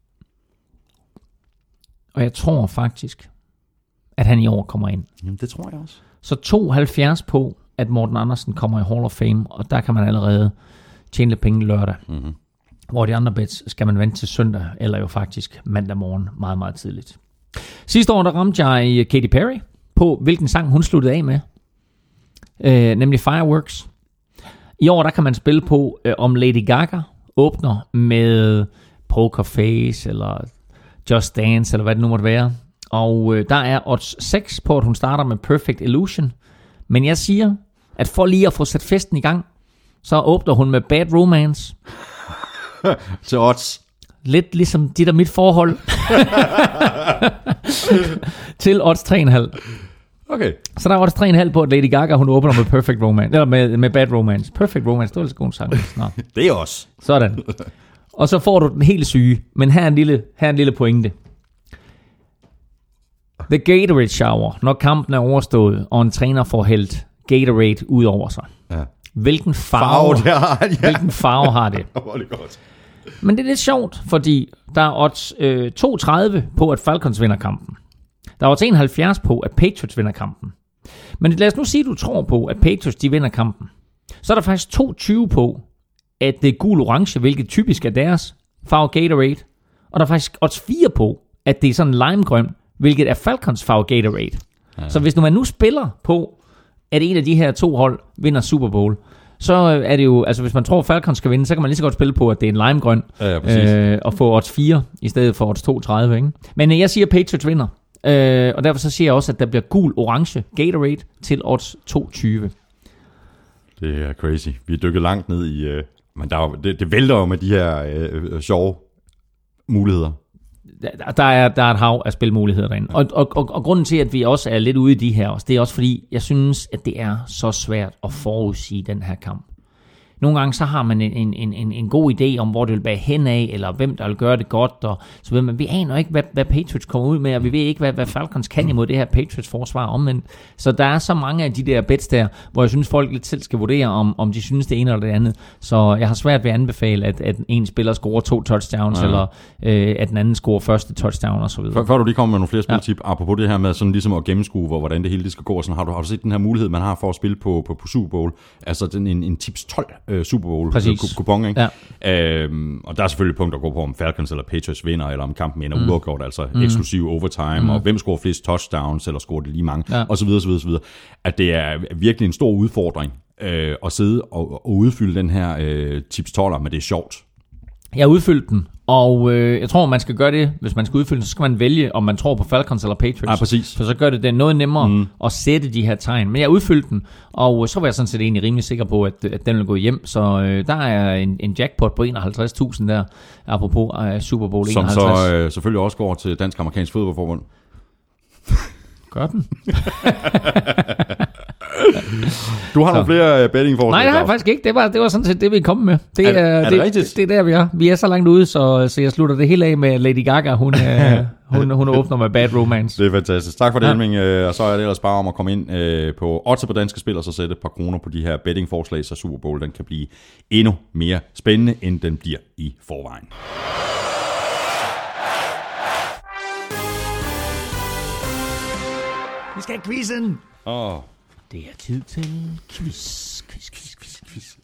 Og jeg tror faktisk, at han i år kommer ind. Jamen, det tror jeg også. Så tooghalvfjerds på, at Morten Andersen kommer i Hall of Fame. Og der kan man allerede tjene lidt penge lørdag. Mm-hmm. Hvor de andre bets skal man vente til søndag, eller jo faktisk mandag morgen meget, meget tidligt. Sidste år, der ramte jeg Katy Perry på, hvilken sang hun sluttede af med. Øh, nemlig Fireworks. I år, der kan man spille på, øh, om Lady Gaga åbner med Poker Face, eller Just Dance, eller hvad det nu måtte være. Og øh, der er odds seks på, at hun starter med Perfect Illusion. Men jeg siger, at for lige at få sat festen i gang, så åbner hun med Bad Romance. Til odds. Lidt ligesom dit og mit forhold. Til odds tre komma fem. Okay. Så der er odds tre komma fem på, at Lady Gaga, hun åbner med Perfect Romance. Eller med, med Bad Romance. Perfect Romance, det var lidt god sang. Nå. Det er også. Sådan. Og så får du den helt syge. Men her er en lille, her er en lille pointe. The Gatorade Shower, når kampen er overstået, og en træner får hældt Gatorade ud over sig. Ja. Hvilken farve, farve, har, ja. hvilken farve har det? Det var det godt. Men det er lidt sjovt, fordi der er odds øh, to komma tredive på, at Falcons vinder kampen. Der er odds enoghalvfjerds på, at Patriots vinder kampen. Men lad os nu sige, at du tror på, at Patriots de vinder kampen. Så er der faktisk to komma tyve på, at det er gul-orange, hvilket typisk er deres farve Gatorade. Og der er faktisk odds fire på, at det er sådan limegrøn, hvilket er Falcons farve Gatorade. Ja. Så hvis nu man nu spiller på, at en af de her to hold vinder Super Bowl, så er det jo, altså hvis man tror, Falcons skal vinde, så kan man lige så godt spille på, at det er en limegrøn, ja, ja, øh, og få odds fire, i stedet for odds to komma tredive, ikke? Men øh, jeg siger, Patriots vinder, øh, og derfor så siger jeg også, at der bliver gul-orange Gatorade til odds to komma tyve. Det er crazy. Vi er dykket langt ned i, øh, men der er, det, det vælter jo med de her øh, sjove muligheder. Der, der, er, der er et hav af spilmuligheder derinde. Og, og, og, og grunden til, at vi også er lidt ude i de her også, det er også fordi, jeg synes, at det er så svært at forudsige den her kamp. Nogle gange så har man en, en, en, en god idé om, hvor det vil være hen af, eller hvem der vil gøre det godt, og så ved man, vi aner ikke, hvad, hvad Patriots kommer ud med, og vi ved ikke, hvad, hvad Falcons kan imod det her Patriots-forsvar omvendt. Så der er så mange af de der bets der, hvor jeg synes, folk lidt selv skal vurdere, om, om de synes det ene eller det andet. Så jeg har svært ved at anbefale, at, at en spiller scorer to touchdowns, ja. eller øh, at den anden scorer første touchdown, og så videre. Før, før du lige kommer med nogle flere spiltip, ja. Apropos det her med sådan ligesom at gennemskue, hvor, hvordan det hele det skal gå, sådan, har, du, har du set den her mulighed, man har for at spille på, på, på Super Bowl? Altså den, en, en tips tolv øh, Super Bowl kupon, ikke? Ja. Øhm, og der er selvfølgelig punkter at gå på, om Falcons eller Patriots vinder, eller om kampen ender mm. uafgjort, altså mm. eksklusiv overtime, mm. og hvem scorer flest touchdowns, eller scorer det lige mange, ja. og så videre, så videre, så videre. At det er virkelig en stor udfordring øh, at sidde og, og udfylde den her øh, tips tolver, men det er sjovt. Jeg har udfyldt den, og øh, jeg tror, man skal gøre det, hvis man skal udfylde den, så skal man vælge, om man tror på Falcons eller Patriots. Ja, præcis. For så gør det det noget nemmere mm. at sætte de her tegn. Men jeg har udfyldt den, og så var jeg sådan set egentlig rimelig sikker på, at, at den vil gå hjem. Så øh, der er en, en jackpot på enoghalvtreds tusind der, apropos uh, Super Bowl enoghalvtreds. Som så øh, selvfølgelig også går til Dansk-Amerikansk Fodboldforbund. Gør den. Du har nogle flere bettingforslag? Nej, det har jeg faktisk ikke. Det var, det var sådan set det, vi kom med. Det er, er, er det, det rigtigt? Det, det er der, vi er. Vi er så langt ude, så, så jeg slutter det hele af med Lady Gaga. Hun, hun, hun åbner med Bad Romance. Det er fantastisk. Tak for det, Helming. Ja. Og så er det ellers bare om at komme ind på odds på danske spil, og så sætte et par kroner på de her bettingforslag, så Super Bowl den kan blive endnu mere spændende, end den bliver i forvejen. Vi skal have quizzen. Åh. Oh. Det er tid til quiz, quiz, quiz, quiz, quiz.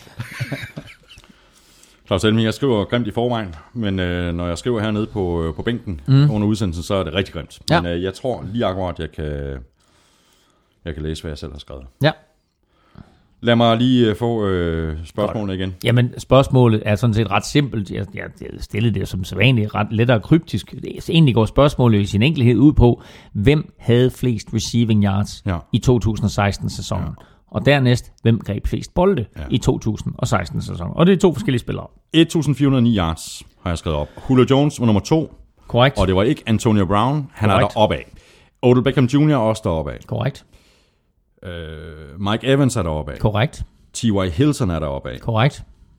Claus Elming, jeg skriver grimt i forvejen, men øh, når jeg skriver hernede på, øh, på bænken mm. under udsendelsen, så er det rigtig grimt. Ja. Men øh, jeg tror lige akkurat, jeg kan, jeg kan læse, hvad jeg selv har skrevet. Ja. Lad mig lige øh, få øh, spørgsmålene igen. Jamen, spørgsmålet er sådan set ret simpelt. Jeg, jeg, jeg stillede det som sædvanligt ret let og kryptisk. Egentlig går spørgsmålet i sin enkelhed ud på, hvem havde flest receiving yards Ja. i to tusind og seksten-sæsonen. Ja. Og dernæst, hvem greb flest bolde Ja. i to tusind og seksten-sæsonen. Og det er to forskellige spillere. et tusind fire hundrede og ni yards har jeg skrevet op. Julio Jones var nummer to, Korrekt. og det var ikke Antonio Brown. Han Korrekt. er der opad. Odell Beckham junior er også deroppe af. Korrekt. Øh, Mike Evans er deroppe af. Korrekt. T Y. Hilton er deroppe af. Korrekt.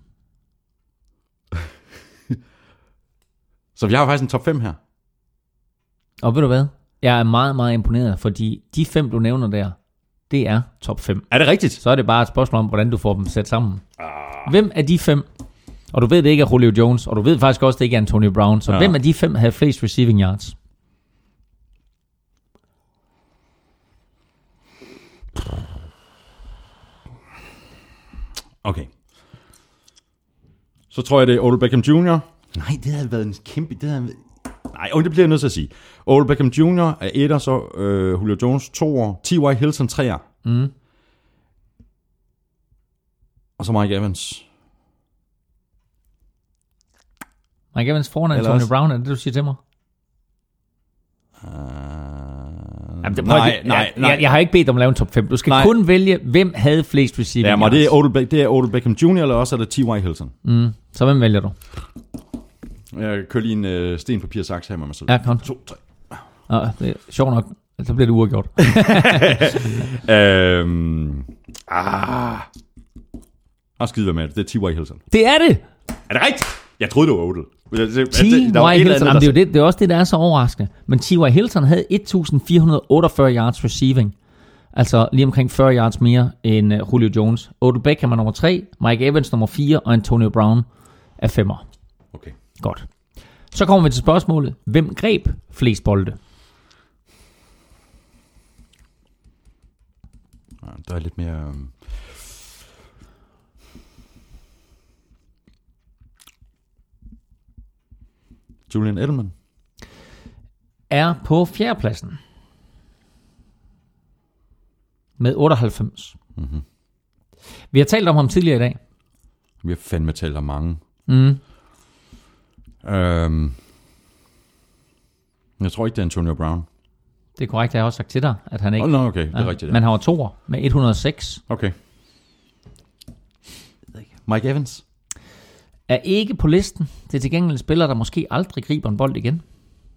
Så vi har faktisk en top fem her. Og ved du hvad? Jeg er meget, meget imponeret, fordi de fem, du nævner der, det er top fem. Er det rigtigt? Så er det bare et spørgsmål om, hvordan du får dem sat sammen. Ah. Hvem af de fem, og du ved det ikke er Julio Jones, og du ved faktisk også, det ikke er Antonio Brown, så ja. Hvem af de fem havde flest receiving yards? Okay. Så tror jeg, det er Odell Beckham junior Nej, det havde været en kæmpe... Det havde... Nej, oh, det bliver jeg nødt til at sige. Odell Beckham junior er etter, så øh, Julio Jones toer, T Y. Hilton treer. Mm. Og så Mike Evans. Mike Evans foran Antonio Ellers... Brown, er det, du siger til mig? Uh... Jamen, det, nej, jeg, nej, nej. Jeg, jeg har ikke bedt om at lave en top fem. Du skal nej. kun vælge, hvem havde flest receiving Ja, men yards. det er Odell, det er Odell Beckham junior, eller også er det T Y. Hilton. Mm. Så hvem vælger du? Jeg kører lige en øh, sten, papir, saks her med mig selv. Ja, kom. To, tre. Ah, det er sjovt nok. Så bliver det uafgjort. øhm, ah. Og skide med det. Det er T Y. Hilton. Det er det! Er det rigtigt? Jeg troede, det var Odell. T Y. Hilton. Jamen, det, er jo det, det er også det, der er så overraskende. Men T Y. Hilton havde et tusind fire hundrede og otteogfyrre yards receiving. Altså lige omkring fyrre yards mere end uh, Julio Jones. Odell Beckham er nummer tre, Mike Evans nummer fire, og Antonio Brown er femmer. Okay. Godt. Så kommer vi til spørgsmålet. Hvem greb flest bolde? Der er lidt mere... Um... Julian Edelman. Er på fjerdepladsen. Med otteoghalvfems. Mm-hmm. Vi har talt om ham tidligere i dag. Vi har fandme talt om mange. Mm. Øhm... Jeg tror ikke, det er Antonio Brown. Det er korrekt, jeg har også sagt til dig, at han ikke... Oh, no, okay, det er ja, rigtigt. Ja. Men han var toer med et hundrede og seks. Okay. Mike Evans. Er ikke på listen. Det er til gengæld en spiller, der måske aldrig griber en bold igen.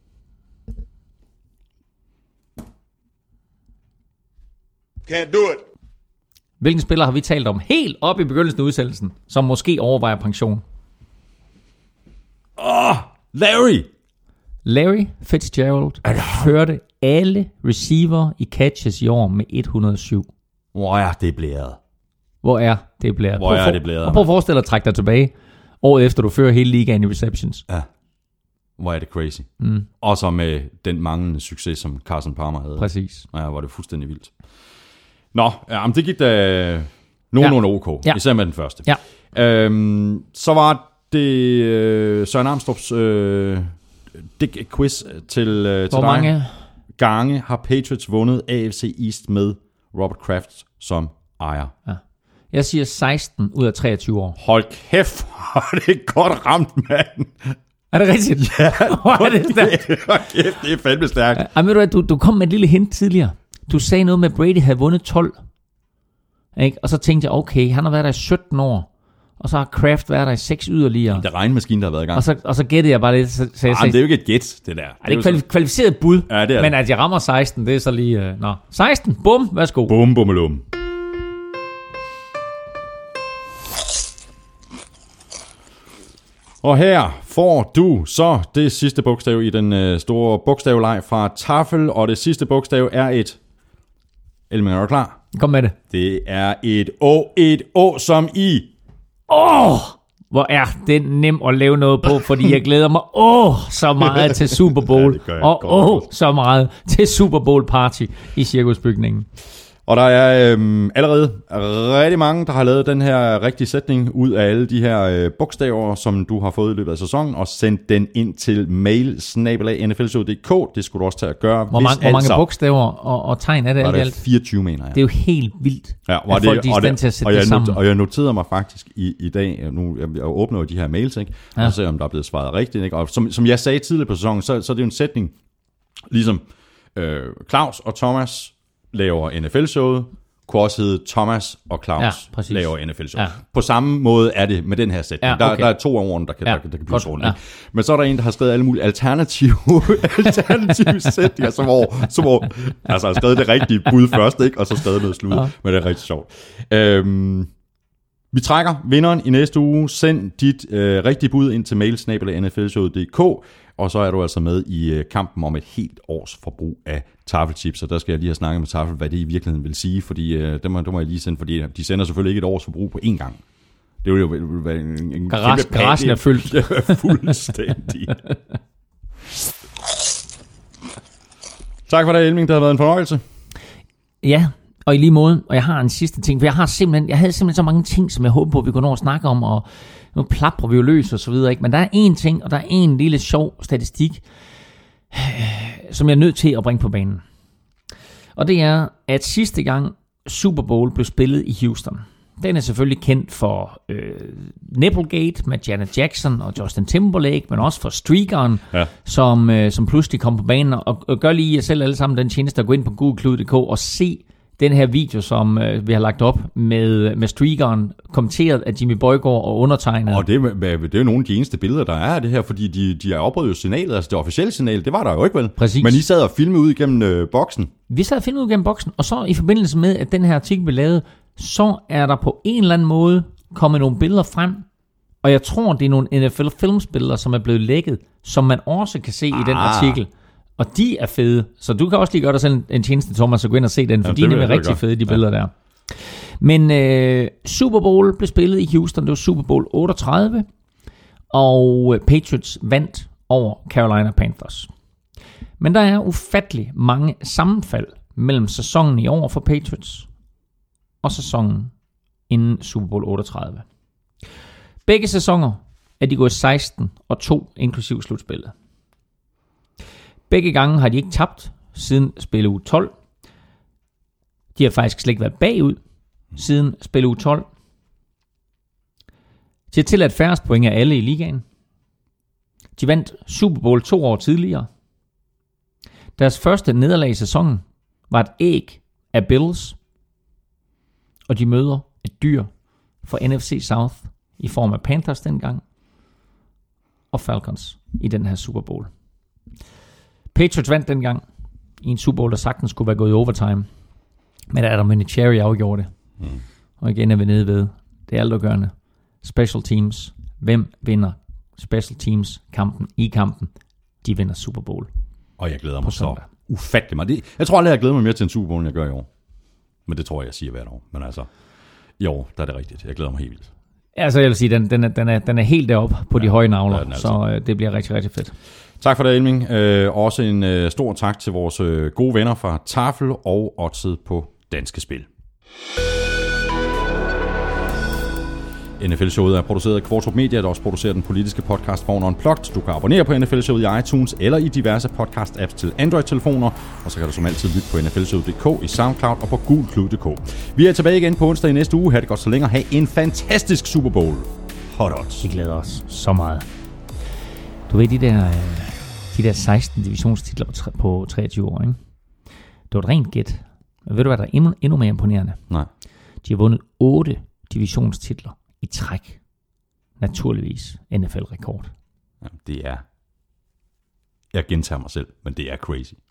Can't do it. Hvilken spiller har vi talt om helt op i begyndelsen af udsendelsen, som måske overvejer pension? Åh, oh, Larry! Larry Fitzgerald førte alle receiver i catches i år med et hundrede og syv. Hvor er det blæret? Hvor er det blæret? Hvor er det blæret? Og prøv at forestille dig at trække dig tilbage, året efter du fører hele ligaen i receptions. Ja. Hvor er det crazy. Mm. Og så med den manglende succes, som Carson Palmer havde. Præcis. Ja, hvor det fuldstændig vildt. Nå, ja, men det gik da nogenlunde ja. OK. Ja. Især med den første. Ja. Øhm, så var det øh, Søren Armstrongs øh, Dick Quiz til, øh, til Hvor mange dig. Gange har Patriots vundet A F C East med Robert Kraft som ejer? Ja. Jeg siger seksten ud af treogtyve år. Hold kæft, det er godt ramt, mand. Er det rigtigt? Ja, hvor er det stærkt. Hold kæft, det er fandme stærkt. Ja, ved du, du, du kom med et lille hint tidligere. Du sagde noget med, at Brady havde vundet tolv. Ikke? Og så tænkte jeg, okay, han har været der i sytten år. Og så har Kraft været der i seks yderligere. Det er regnmaskinen, der har været i gang. Og så, og så gættede jeg bare lidt. Så, så jeg Arh, det er jo ikke et gæt, det der. Er det er et kvalificeret bud? Ja, det er men det. at jeg rammer seksten, det er så lige... Uh, nå, seksten, bum, værsgo. Bum, bummelum. Og her får du så det sidste bogstav i den øh, store bogstavleg fra Tafel, og det sidste bogstav er et... Elming, er du klar? Kom med det. Det er et Å, et Å som i... Åh, oh, hvor er det nemt at lave noget på, fordi jeg glæder mig åh oh, så meget til Super Bowl, ja, og åh oh, så meget til Super Bowl party i Cirkusbygningen. Og der er øhm, allerede rigtig mange, der har lavet den her rigtige sætning ud af alle de her øh, bogstaver, som du har fået i løbet af sæsonen, og sendt den ind til mail snabel-a n f l show punktum d k. Det skulle du også tage at gøre. Hvor, mange, hvor mange bogstaver og, og tegn er det alt i alt? fireogtyve, mener jeg. Det er jo helt vildt, ja, at folk det, de er i stand til at sætte og det jeg sammen. Not, og jeg noterede mig faktisk i, i dag, nu jeg, jeg åbner jo de her mails, ikke? Ja. Og ser, om der er blevet svaret rigtigt. Ikke? Og som, som jeg sagde tidligere på sæsonen, så, så er det jo en sætning, ligesom øh, Claus og Thomas laver N F L-showet, kunne også hedde Thomas og Claus ja, laver N F L-showet. Ja. På samme måde er det med den her sætning. Ja, okay. der, der er to af ordene, der kan, ja, der, der kan blive rundt. Ja. Men så er der en, der har skrevet alle mulige alternative, alternative sætninger, som hvor, som hvor altså har skrevet det rigtige bud først, ikke? Og så skrevet noget slut. Ja. Men det er rigtig sjovt. Øhm, vi trækker vinderen i næste uge. Send dit øh, rigtige bud ind til mail snabel-a n f l show punktum d k. Og så er du altså med i øh, kampen om et helt års forbrug af taffelchips, og der skal jeg lige have snakket med Tafel, hvad det i virkeligheden vil sige, fordi øh, det, må, det må jeg lige sende, fordi de sender selvfølgelig ikke et års forbrug på én gang. Det vil jo være en, en Garage, kæmpe garagen er fyldt. Ja, fuldstændig. Tak for det, Elming. Det har været en fornøjelse. Ja, og i lige måde, og jeg har en sidste ting, for jeg har simpelthen, jeg havde simpelthen så mange ting, som jeg håber på, at vi kunne nå at snakke om, og nu plapper vi jo løs og så videre, ikke? Men der er én ting, og der er en lille sjov statistik, som jeg er nødt til at bringe på banen. Og det er, at sidste gang Super Bowl blev spillet i Houston, den er selvfølgelig kendt for øh, Nipplegate med Janet Jackson og Justin Timberlake, men også for streakeren, ja. som, øh, som pludselig kom på banen, og, og gør lige jer selv alle sammen den tjeneste at gå ind på google punktum d k og se den her video, som øh, vi har lagt op med, med streakeren, kommenteret af Jimmy Bøjgaard og undertegnet. Og det, det er jo nogle af de eneste billeder, der er af det her, fordi de, de har oprettet jo signalet, altså det officielle signal, det var der jo ikke vel? Præcis. Men I sad og filmede ud igennem øh, boksen. Vi sad og filmede ud igennem boksen, og så i forbindelse med, at den her artikel blev lavet, så er der på en eller anden måde kommet nogle billeder frem, og jeg tror, det er nogle N F L-filmsbilleder, som er blevet lækket, som man også kan se ah. i den artikel. Og de er fede, så du kan også lige gøre dig selv en tjeneste, Thomas, og gå ind og se den, for ja, de er nemlig rigtig fede, de billeder ja. der. Men øh, Super Bowl blev spillet i Houston, det var Super Bowl otteogtredive, og Patriots vandt over Carolina Panthers. Men der er ufattelig mange sammenfald mellem sæsonen i år for Patriots og sæsonen inden Super Bowl otteogtredive. Begge sæsoner er de gået seksten og to inklusiv slutspillet. Begge gange har de ikke tabt siden spilleuge tolv. De har faktisk slet ikke været bagud siden spilleuge tolv. De har tilladt færrest point af alle i ligaen. De vandt Super Bowl to år tidligere. Deres første nederlag i sæsonen var et æg af Bills, og de møder et dyr for N F C South i form af Panthers dengang og Falcons i den her Super Bowl. Patriots vandt dengang i en Super Bowl, der sagtens skulle være gået i overtime. Men der er der Vinatieri afgjorde det. Mm. Og igen er vi nede ved det er altafgørende. Special teams. Hvem vinder special teams kampen i kampen? De vinder Super Bowl. Og jeg glæder mig så ufattelig meget. Jeg tror aldrig, jeg glæder mig mere til en Super Bowl, end jeg gør i år. Men det tror jeg, jeg siger hvert år. Men altså, i år, der er det rigtigt. Jeg glæder mig helt vildt. Altså, jeg vil sige, den, den, er, den, er, den er helt deroppe på ja, de høje navler. Altså. Så øh, det bliver rigtig, rigtig fedt. Tak for det, Elming. Øh, også en øh, stor tak til vores øh, gode venner fra Tafel og Oddset på Danske Spil. N F L-showet er produceret af Kvartrup Media, der også producerer den politiske podcast Foran Unplugged. Du kan abonnere på N F L-showet i iTunes eller i diverse podcast-apps til Android-telefoner. Og så kan du som altid lytte på N F L showet punktum d k i SoundCloud og på google punktum d k. Vi er tilbage igen på onsdag i næste uge. Ha' det godt så længe og have en fantastisk Super Bowl. Hot odds. Vi glæder os så meget. Du ved, de der, de der seksten divisionstitler på, på treogtyve år, ikke? Det var et rent gæt. Men ved du hvad, der er endnu, endnu mere imponerende? Nej. De har vundet otte divisionstitler i træk. Naturligvis N F L-rekord. Ja, det er... Jeg gentager mig selv, men det er crazy.